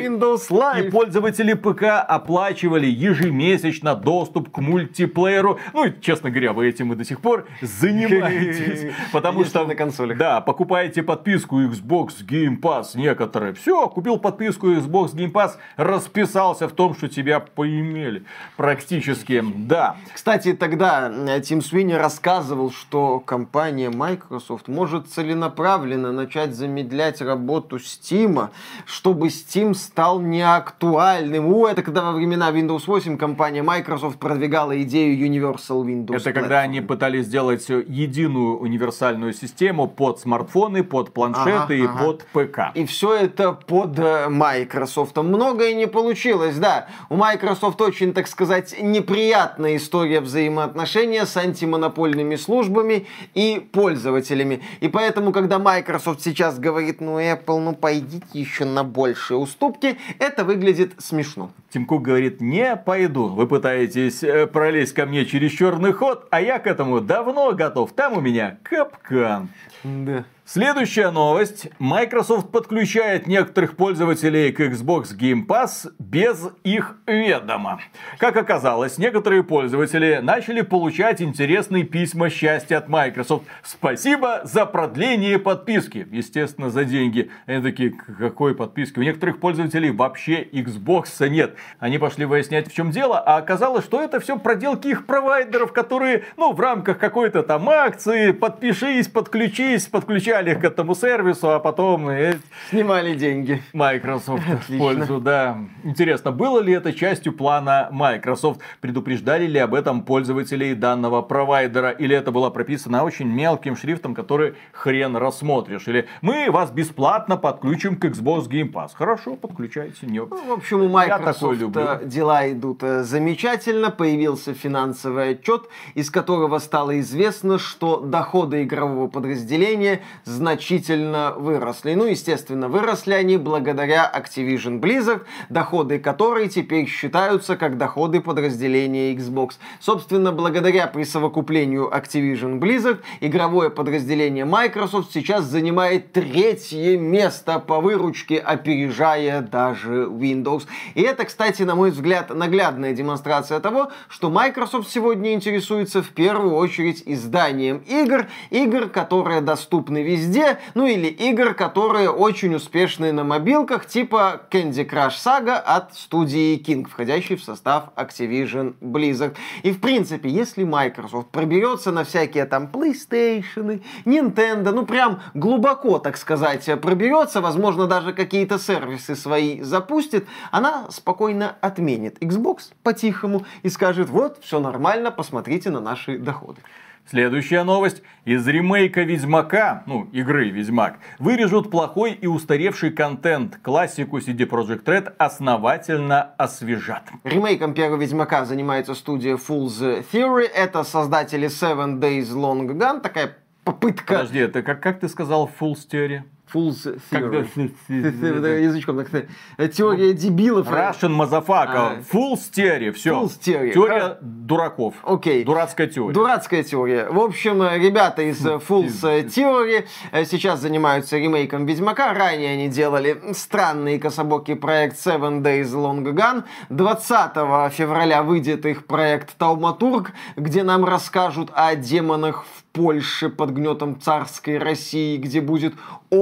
и пользователи ПК оплачивали ежемесячно доступ к мультиплееру. Ну и, честно говоря, вы этим и до сих пор занимаетесь. Потому что на консолях. Да, покупаете подписку Xbox Game Pass некоторые. Все, купил подписку Xbox Game Pass, расписался в том, что тебя поимели. Практически, да. Кстати, тогда Тим Свини рассказывал, что компания Microsoft может целенаправленно начать замедлять работу Steam, чтобы Steam стал неактуальным. Это когда во времена Windows 8 компания Microsoft продвигала идею Universal Windows. Это когда они пытались сделать единую универсальную систему под смартфоны, под планшеты и под ПК. И все это под Microsoft. Многое не получилось, да. У Microsoft очень, так сказать, неприятная история взаимоотношения с антимонопольными службами и пользователями. И поэтому, когда Microsoft сейчас говорит: Apple, пойдите еще на большие уступки, это выглядит смешно. Тим Кук говорит: не пойду. Вы пытаетесь пролезть ко мне через черный ход, а я к этому давно готов. Там у меня капкан. Да. Следующая новость. Microsoft подключает некоторых пользователей к Xbox Game Pass без их ведома. Как оказалось, некоторые пользователи начали получать интересные письма счастья от Microsoft. Спасибо за продление подписки. Естественно, за деньги. Они такие: какой подписки? У некоторых пользователей вообще Xbox нет. Они пошли выяснять, в чем дело, а оказалось, что это все проделки их провайдеров, которые, в рамках какой-то там акции, подпишись, подключись, подключали их к этому сервису, а потом снимали деньги. Microsoft в пользу, да. Интересно, было ли это частью плана Microsoft? Предупреждали ли об этом пользователей данного провайдера? Или это было прописано очень мелким шрифтом, который хрен рассмотришь? Или: мы вас бесплатно подключим к Xbox Game Pass. Хорошо, подключайте. Нет. В общем, у Microsoft дела идут замечательно. Появился финансовый отчет, из которого стало известно, что доходы игрового подразделения значительно выросли. Естественно, выросли они благодаря Activision Blizzard, доходы которой теперь считаются как доходы подразделения Xbox. Собственно, благодаря присовокуплению Activision Blizzard, игровое подразделение Microsoft сейчас занимает 3-е место по выручке, опережая даже Windows. И это, кстати, на мой взгляд, наглядная демонстрация того, что Microsoft сегодня интересуется в первую очередь изданием игр, которые доступны везде, или игр, которые очень успешные на мобилках, типа Candy Crush Saga от студии King, входящей в состав Activision Blizzard. И в принципе, если Microsoft проберется на всякие там PlayStation, Nintendo, прям глубоко, так сказать, проберется, возможно, даже какие-то сервисы свои запустит, она спокойно отменит Xbox по-тихому и скажет: вот, все нормально, посмотрите на наши доходы. Следующая новость. Из ремейка Ведьмака, игры Ведьмак, вырежут плохой и устаревший контент. Классику CD Projekt Red основательно освежат. Ремейком первого Ведьмака занимается студия Fool's Theory. Это создатели Seven Days Long Gone. Такая попытка... Подожди, это как ты сказал Fool's Theory? Fool's Theory. Язычком так. Теория дебилов. Russian motherfucker. Fool's Theory. Все. Fool's Theory. Теория дураков. Окей. Дурацкая теория. Дурацкая теория. В общем, ребята из Fool's Theory сейчас занимаются ремейком Ведьмака. Ранее они делали странный и кособокий проект Seven Days Long Gone. 20 февраля выйдет их проект Тауматург, где нам расскажут о демонах в Польше под гнетом царской России, где будет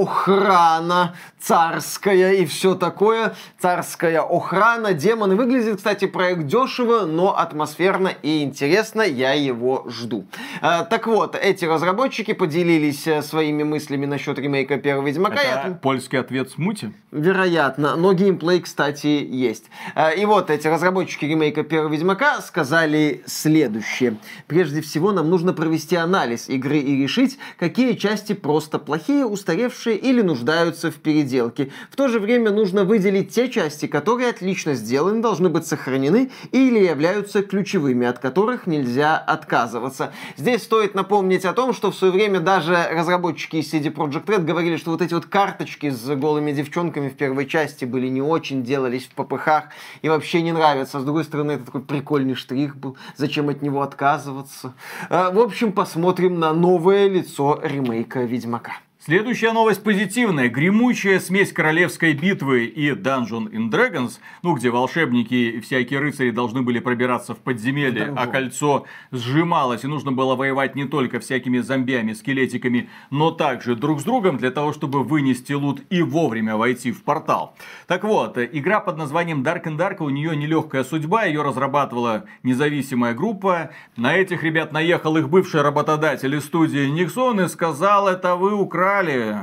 охрана царская и все такое. Царская охрана, демоны. Выглядит, кстати, проект дешево, но атмосферно и интересно. Я его жду. Так вот, эти разработчики поделились своими мыслями насчет ремейка первого Ведьмака. Это польский ответ смути? Вероятно, но геймплей, кстати, есть. И вот эти разработчики ремейка первого Ведьмака сказали следующее. Прежде всего, нам нужно провести анализ анализ игры и решить, какие части просто плохие, устаревшие или нуждаются в переделке. В то же время нужно выделить те части, которые отлично сделаны, должны быть сохранены или являются ключевыми, от которых нельзя отказываться. Здесь стоит напомнить о том, что в свое время даже разработчики из CD Projekt Red говорили, что вот эти вот карточки с голыми девчонками в первой части были не очень, делались в ППХ и вообще не нравятся. С другой стороны, это такой прикольный штрих был. Зачем от него отказываться? В общем, посмотрим на новое лицо ремейка Ведьмака. Следующая новость позитивная. Гремучая смесь королевской битвы и Dungeons and Dragons, где волшебники и всякие рыцари должны были пробираться в подземелье, а кольцо сжималось, и нужно было воевать не только всякими зомбями, скелетиками, но также друг с другом, для того, чтобы вынести лут и вовремя войти в портал. Так вот, игра под названием Dark and Dark, у нее нелегкая судьба, ее разрабатывала независимая группа. На этих ребят наехал их бывший работодатель из студии Nixon и сказал: это вы украли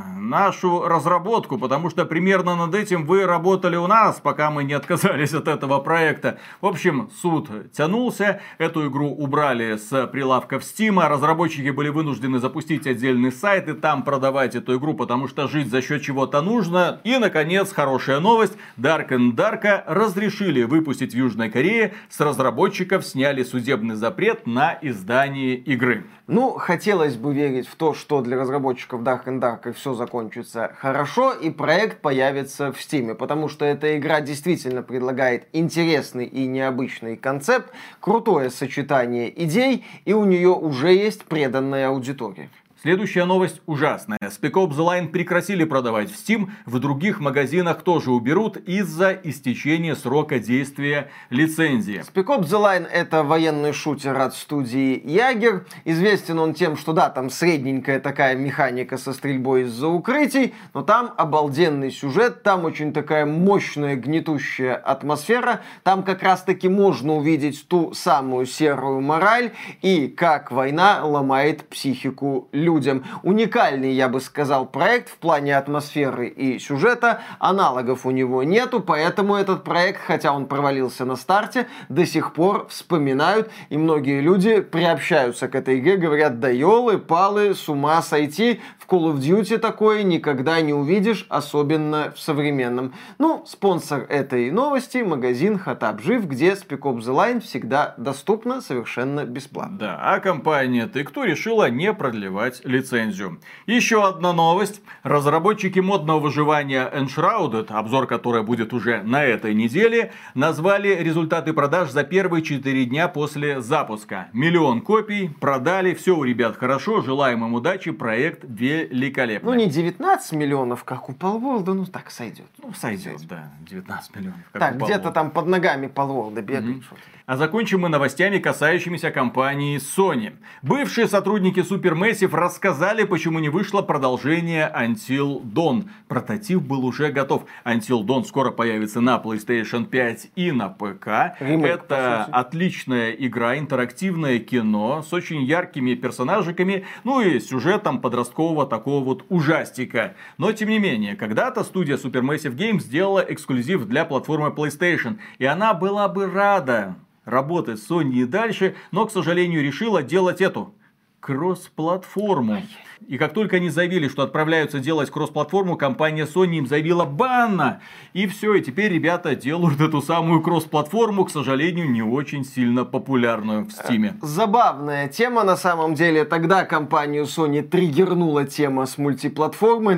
нашу разработку, потому что примерно над этим вы работали у нас, пока мы не отказались от этого проекта. В общем, суд тянулся, эту игру убрали с прилавков Steam, разработчики были вынуждены запустить отдельный сайт и там продавать эту игру, потому что жить за счет чего-то нужно. И, наконец, хорошая новость. Dark and Dark разрешили выпустить в Южной Корее, с разработчиков сняли судебный запрет на издание игры. Хотелось бы верить в то, что для разработчиков Dark and Dark все закончится хорошо, и проект появится в Steam, потому что эта игра действительно предлагает интересный и необычный концепт, крутое сочетание идей, и у нее уже есть преданная аудитория. Следующая новость ужасная. Spec Ops The Line прекратили продавать в Steam, в других магазинах тоже уберут из-за истечения срока действия лицензии. Spec Ops The Line — это военный шутер от студии Ягер. Известен он тем, что да, там средненькая такая механика со стрельбой из-за укрытий, но там обалденный сюжет, там очень такая мощная гнетущая атмосфера, там как раз-таки можно увидеть ту самую серую мораль и как война ломает психику людям. Уникальный, я бы сказал, проект в плане атмосферы и сюжета. Аналогов у него нету, поэтому этот проект, хотя он провалился на старте, до сих пор вспоминают, и многие люди приобщаются к этой игре, говорят: да елы-палы, с ума сойти, в Call of Duty такое никогда не увидишь, особенно в современном. Спонсор этой новости — магазин Хатаб Жив, где Spec Ops The Line всегда доступна совершенно бесплатно. Да, а компания Take-Two решила не продлевать лицензию. Еще одна новость. Разработчики модного выживания Enshrouded, обзор которой будет уже на этой неделе, назвали результаты продаж за первые 4 дня после запуска. 1 миллион копий продали, все у ребят хорошо, желаем им удачи, проект великолепный. Не 19 миллионов, как у Palworld, так сойдет. Сойдет, да, 19 миллионов. Так, где-то там под ногами Palworld бегает что-то. А закончим мы новостями, касающимися компании Sony. Бывшие сотрудники Supermassive рассказали, почему не вышло продолжение Until Dawn. Прототип был уже готов. Until Dawn скоро появится на PlayStation 5 и на ПК. Это отличная игра, интерактивное кино с очень яркими персонажиками, и сюжетом подросткового такого вот ужастика. Но тем не менее, когда-то студия Supermassive Games сделала эксклюзив для платформы PlayStation, и она была бы рада работать с Sony и дальше, но, к сожалению, решила делать эту кросс-платформу. И как только они заявили, что отправляются делать кросс-платформу, компания Sony им заявила: банно! И все, и теперь ребята делают эту самую кросс-платформу, к сожалению, не очень сильно популярную в Steam. Забавная тема, на самом деле. Тогда компанию Sony триггернула тема с мультиплатформой.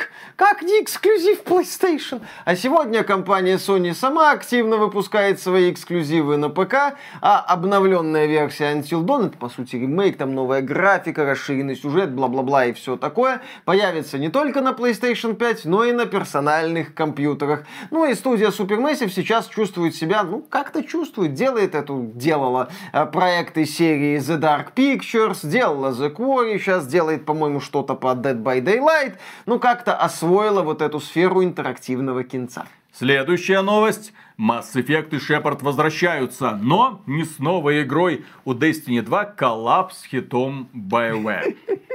Как не эксклюзив PlayStation? А сегодня компания Sony сама активно выпускает свои эксклюзивы на ПК, а обновленная версия Until Dawn, это по сути ремейк, там новая графика, расширенный сюжет, бла-бла-бла и все такое, появится не только на PlayStation 5, но и на персональных компьютерах. И студия Supermassive сейчас чувствует себя, как-то чувствует, делала проекты серии The Dark Pictures, делала The Quarry, сейчас делает, по-моему, что-то по Dead by Daylight, как-то освоила вот эту сферу интерактивного кинца. Следующая новость. Mass Effect и Shepard возвращаются, но не с новой игрой. У Destiny 2 коллапс с хитом BioWare.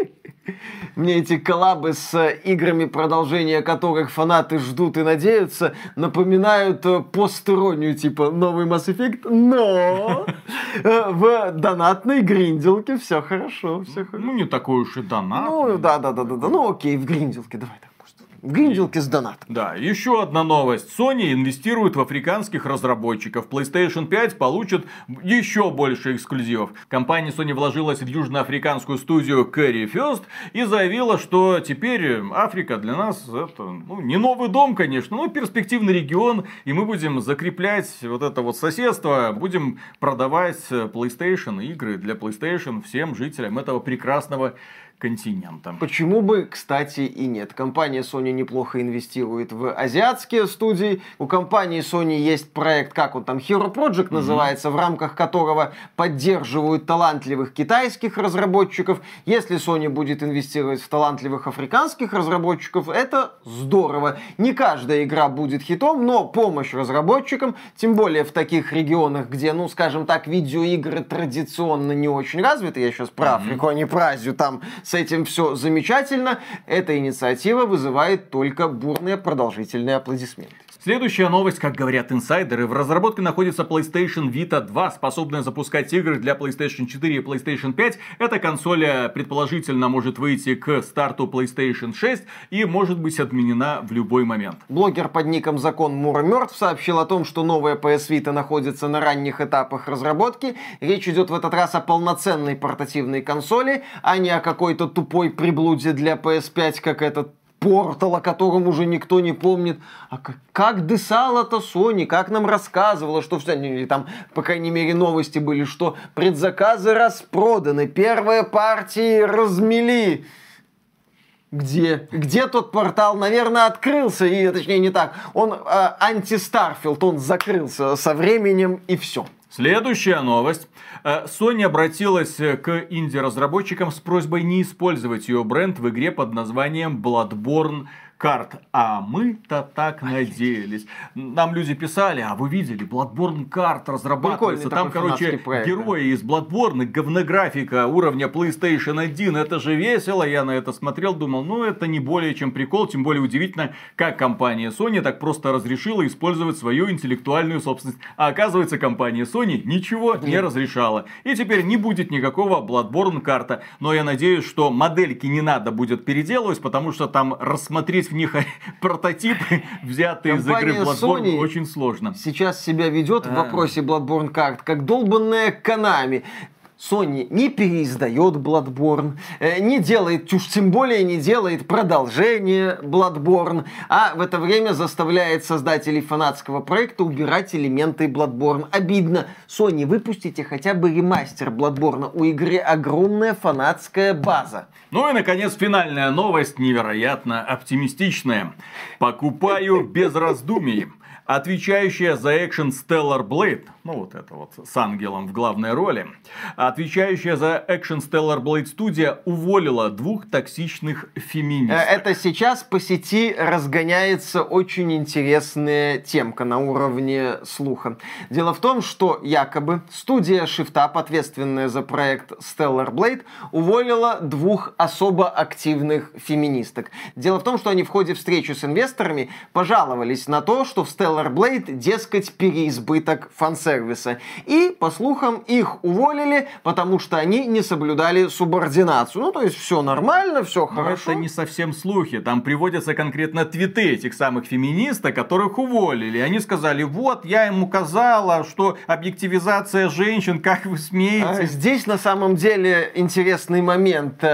Мне эти коллабы с играми, продолжение которых фанаты ждут и надеются, напоминают пост-иронию, типа новый Mass Effect, но в донатной гринделке все хорошо, все хорошо. Ну, не такой уж и донат. Ну, да. Ну, окей, в гринделке, давай так. В гринделке с донатом. Да, еще одна новость. Sony инвестирует в африканских разработчиков. PlayStation 5 получит еще больше эксклюзивов. Компания Sony вложилась в южноафриканскую студию Carry First и заявила, что теперь Африка для нас это не новый дом, конечно, но перспективный регион. И мы будем закреплять вот это вот соседство. Будем продавать PlayStation, игры для PlayStation всем жителям этого прекрасного континента. Почему бы, кстати, и нет. Компания Sony неплохо инвестирует в азиатские студии. У компании Sony есть проект, как он там, Hero Project называется, в рамках которого поддерживают талантливых китайских разработчиков. Если Sony будет инвестировать в талантливых африканских разработчиков, это здорово. Не каждая игра будет хитом, но помощь разработчикам, тем более в таких регионах, где, ну, скажем так, видеоигры традиционно не очень развиты, я сейчас про Африку, а не про Азию, там с этим все замечательно. Эта инициатива вызывает только бурные продолжительные аплодисменты. Следующая новость, как говорят инсайдеры, в разработке находится PlayStation Vita 2, способная запускать игры для PlayStation 4 и PlayStation 5. Эта консоль предположительно может выйти к старту PlayStation 6 и может быть отменена в любой момент. Блогер под ником Закон Мура Мертв сообщил о том, что новая PS Vita находится на ранних этапах разработки. Речь идет в этот раз о полноценной портативной консоли, а не о какой-то тупой приблуде для PS5, как этот Портал, о котором уже никто не помнит. А как десала-то Sony, как нам рассказывала, что все, или там, по крайней мере, новости были, что предзаказы распроданы, первые партии размели. Где тот портал? Наверное, открылся, и, точнее, не так. Он анти-Старфилд, он закрылся со временем, и все. Следующая новость. Sony обратилась к инди-разработчикам с просьбой не использовать ее бренд в игре под названием Bloodborne Kart. А мы-то так надеялись. Нам люди писали, а вы видели, Bloodborne Kart разрабатывается. Там, короче, герои из Bloodborne, говнографика уровня PlayStation 1. Это же весело. Я на это смотрел, думал, ну это не более чем прикол. Тем более удивительно, как компания Sony так просто разрешила использовать свою интеллектуальную собственность. А оказывается, компания Sony ничего не разрешала. И теперь не будет никакого Bloodborne Kart. Но я надеюсь, что модельки не надо будет переделывать, потому что там рассмотреть в них прототипы, взятые из игры Bloodborne, Sony очень сложно. Сейчас себя ведет в вопросе Bloodborne Kart как долбанная Konami. Sony не переиздает Bloodborne, не делает, уж тем более не делает продолжение Bloodborne, а в это время заставляет создателей фанатского проекта убирать элементы Bloodborne. Обидно. Sony, выпустите хотя бы ремастер Bloodborne. У игры огромная фанатская база. Ну и, наконец, финальная новость, невероятно оптимистичная. Покупаю без раздумий. Отвечающая за экшен Stellar Blade, ну вот это вот с ангелом в главной роли, отвечающая за экшен Stellar Blade студия уволила 2 токсичных феминисток. Это сейчас по сети разгоняется очень интересная темка на уровне слуха. Дело в том, что якобы студия Shift Up, ответственная за проект Stellar Blade, уволила 2 особо активных феминисток. Дело в том, что они в ходе встречи с инвесторами пожаловались на то, что в Stellar Blade, дескать, переизбыток фан-сервиса. И, по слухам, их уволили, потому что они не соблюдали субординацию. Ну, то есть, все нормально, все хорошо. Это не совсем слухи. Там приводятся конкретно твиты этих самых феминисток, которых уволили. Они сказали, вот, я им указала, что объективизация женщин, как вы смеете. Здесь, на самом деле, интересный момент.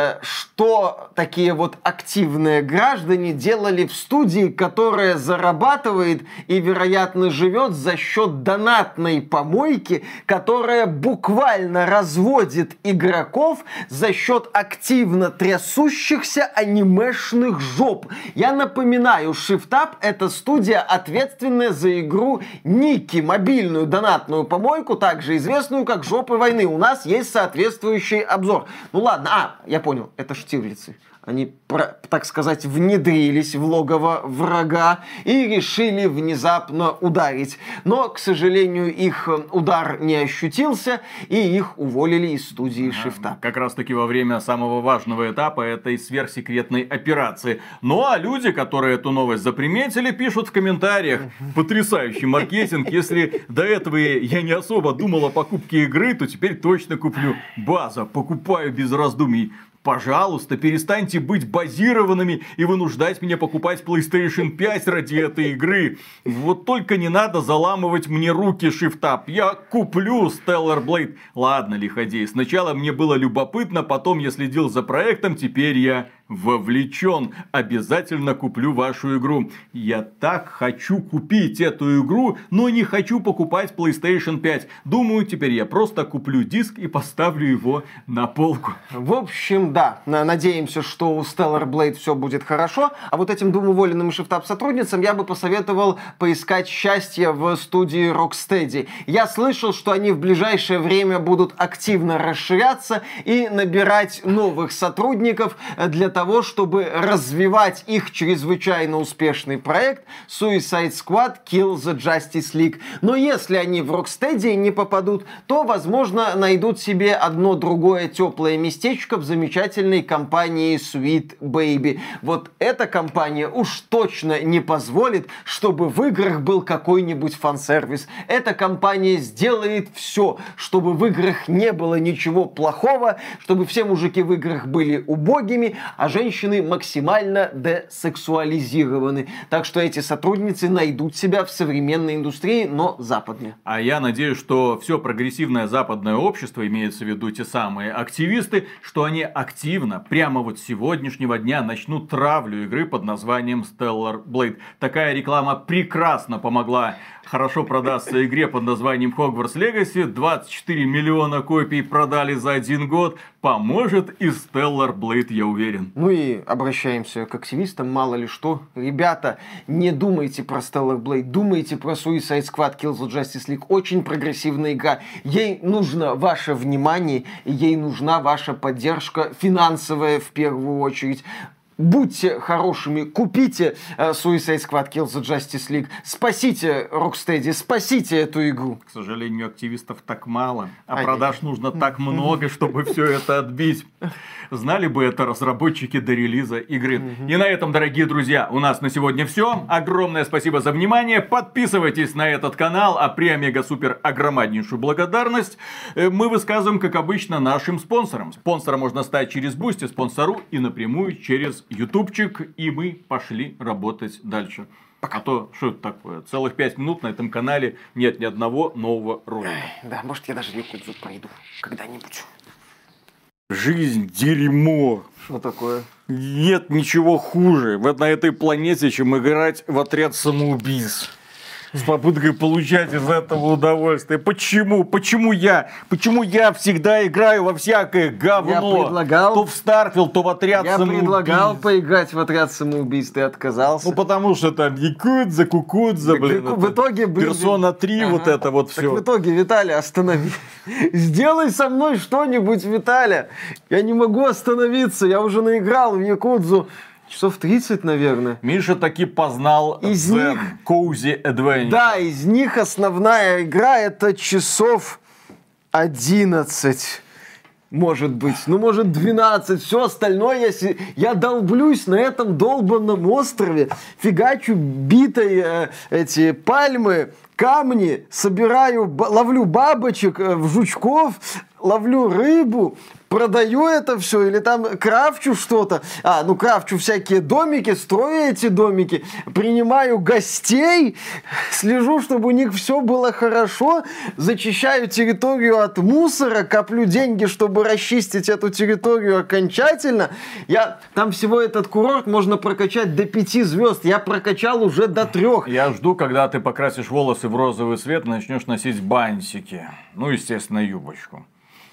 Что такие вот активные граждане делали в студии, которая зарабатывает и, вероятно, живет за счет донатной помойки, которая буквально разводит игроков за счет активно трясущихся анимешных жоп. Я напоминаю, Shift Up — это студия, ответственная за игру Ники, мобильную донатную помойку, также известную как Жопы войны. У нас есть соответствующий обзор. Ну ладно, я понял, это Штирлицы. Они, так сказать, внедрились в логово врага и решили внезапно ударить. Но, к сожалению, их удар не ощутился, и их уволили из студии Шифта. Как раз таки во время самого важного этапа этой сверхсекретной операции. Ну а люди, которые эту новость заприметили, пишут в комментариях: потрясающий маркетинг, если до этого я не особо думал о покупке игры, то теперь точно куплю. База, покупаю без раздумий. Пожалуйста, перестаньте быть базированными и вынуждать меня покупать PlayStation 5 ради этой игры. Вот только не надо заламывать мне руки, Шифтап. Я куплю Stellar Blade. Ладно, лиходей, сначала мне было любопытно, потом я следил за проектом, теперь я вовлечен. Обязательно куплю вашу игру. Я так хочу купить эту игру, но не хочу покупать PlayStation 5. Думаю, теперь я просто куплю диск и поставлю его на полку. В общем, да, надеемся, что у Stellar Blade все будет хорошо. А вот этим двум уволенным Шифтап сотрудницам я бы посоветовал поискать счастье в студии Rocksteady. Я слышал, что они в ближайшее время будут активно расширяться и набирать новых сотрудников для того, чтобы развивать их чрезвычайно успешный проект Suicide Squad Kill the Justice League. Но если они в Rocksteady не попадут, то, возможно, найдут себе одно другое теплое местечко в замечательной компании Sweet Baby. Вот эта компания уж точно не позволит, чтобы в играх был какой-нибудь фан-сервис. Эта компания сделает все, чтобы в играх не было ничего плохого, чтобы все мужики в играх были убогими, а женщины максимально десексуализированы. Так что эти сотрудницы найдут себя в современной индустрии, но западной. А я надеюсь, что все прогрессивное западное общество, имеется в виду те самые активисты, что они активно, прямо вот с сегодняшнего дня начнут травлю игры под названием Stellar Blade. Такая реклама прекрасно помогла хорошо продастся игре под названием Hogwarts Legacy. 24 миллиона копий продали за 1 год. Поможет и Stellar Blade, я уверен. Ну и обращаемся к активистам, мало ли что. Ребята, не думайте про Stellar Blade, думайте про Suicide Squad Kill the Justice League. Очень прогрессивная игра. Ей нужно ваше внимание, и ей нужна ваша поддержка финансовая в первую очередь. Будьте хорошими, купите Suicide Squad Kill the Justice League, спасите Rocksteady, спасите эту игру. К сожалению, активистов так мало, а продаж нужно так много, чтобы все это отбить. Знали бы это разработчики до релиза игры. И на этом, дорогие друзья, у нас на сегодня все. Огромное спасибо за внимание. Подписывайтесь на этот канал, а при омега-супер огромнейшую благодарность мы высказываем, как обычно, нашим спонсорам. Спонсором можно стать через Boosty, спонсору и напрямую через ютубчик. И мы пошли работать дальше. А то, что это такое? Целых 5 минут на этом канале нет ни одного нового ролика. Да, может, я даже Якудзу пройду когда-нибудь. Жизнь дерьмо. Что такое? Нет ничего хуже на этой планете, чем играть в отряд самоубийц. С попыткой получать из этого удовольствие. Почему? Почему я всегда играю во всякое говно? Я предлагал... То в Starfield, то в отряд самоубийц. Я предлагал поиграть в отряд самоубийц, ты отказался. Ну потому что там Якудза, Кукудза, блин. В итоге... Persona 3, вот это вот все. В итоге, Виталий, останови. Сделай со мной что-нибудь, Виталя. Я не могу остановиться. Я уже наиграл в Якудзу. Часов 30, наверное. Миша таки познал из Zen них... Cozy Adventure. Да, из них основная игра это часов 11. Может быть. Ну, может, 12. Все остальное я долблюсь на этом долбанном острове. Фигачу битой эти пальмы, камни, собираю, ловлю бабочек, жучков, ловлю рыбу, продаю это все, или там крафчу что-то. Крафчу всякие домики, строю эти домики, принимаю гостей, слежу, чтобы у них все было хорошо, зачищаю территорию от мусора, коплю деньги, чтобы расчистить эту территорию окончательно. Там всего этот курорт можно прокачать до 5 звезд. Я прокачал уже до 3. Я жду, когда ты покрасишь волосы в розовый цвет и начнешь носить бантики. Ну, естественно, юбочку.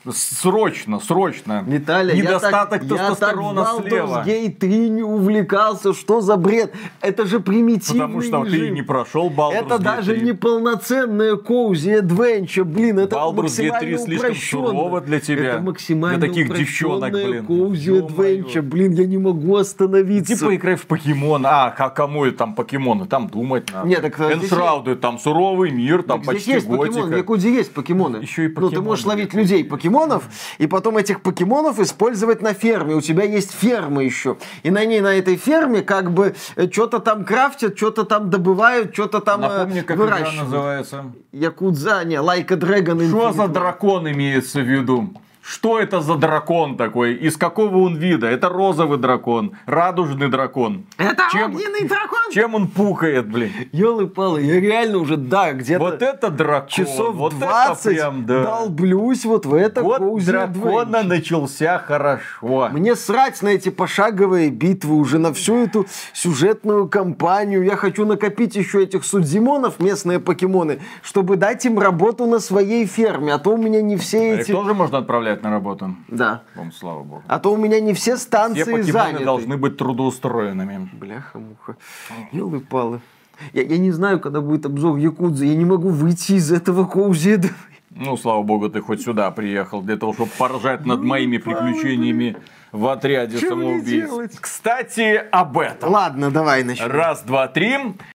Срочно. Виталий, Недостаток я так тестостерона слева. Baldur's Gate 3 не увлекался, что за бред? Это же примитивный Потому что режим. ты не прошел Baldur's Gate 3. Это даже не полноценная cozy adventure, блин, это Baldur's Gate максимально 3 слишком упрощенная. сурово для тебя. Это максимально Для таких девчонок, упрощенная блин. cozy adventure, блин, я не могу остановиться. Иди поиграй в покемон. Кому это там покемоны? Там думать надо. Нет, так здесь Эншрауды, там суровый мир, там Так почти здесь есть покемоны, в готика. Якудзе есть покемоны. Еще и Ну, ты покемоны можешь ловить есть. людей покемонов, и потом этих покемонов использовать на ферме. У тебя есть ферма еще. И на этой ферме как бы что-то там крафтят, что-то там добывают, что-то там Напомни, как игра выращивают. называется. Якудза, не, Like a Dragon Что Infinite за Wealth. дракон имеется в виду? Что это за дракон такой? Из какого он вида? Это розовый дракон, радужный дракон. Это Чем- огненный дракон! Чем он пукает, блин? Ёлы-палы, я реально уже, да, где-то Вот это дракон. часов вот 20 это прям, да. долблюсь вот в это Вот cozy дракона adventure. начался хорошо. Мне срать на эти пошаговые битвы, уже на всю эту сюжетную кампанию. Я хочу накопить еще этих судзимонов, местные покемоны, чтобы дать им работу на своей ферме. А то у меня не все Их эти... тоже можно отправлять на работу. Да. Вам слава богу. А то у меня не все станции Все покемоны заняты. должны быть трудоустроенными. Бляха-муха. Ёлы-палы. Я не знаю, когда будет обзор Якудзы. Я не могу выйти из этого коузи. Ну, слава богу, ты хоть сюда приехал, для того, чтобы поржать над моими приключениями в отряде Чё мне самоубийц. делать? Кстати, об этом. Ладно, давай начнем. Раз, два, три.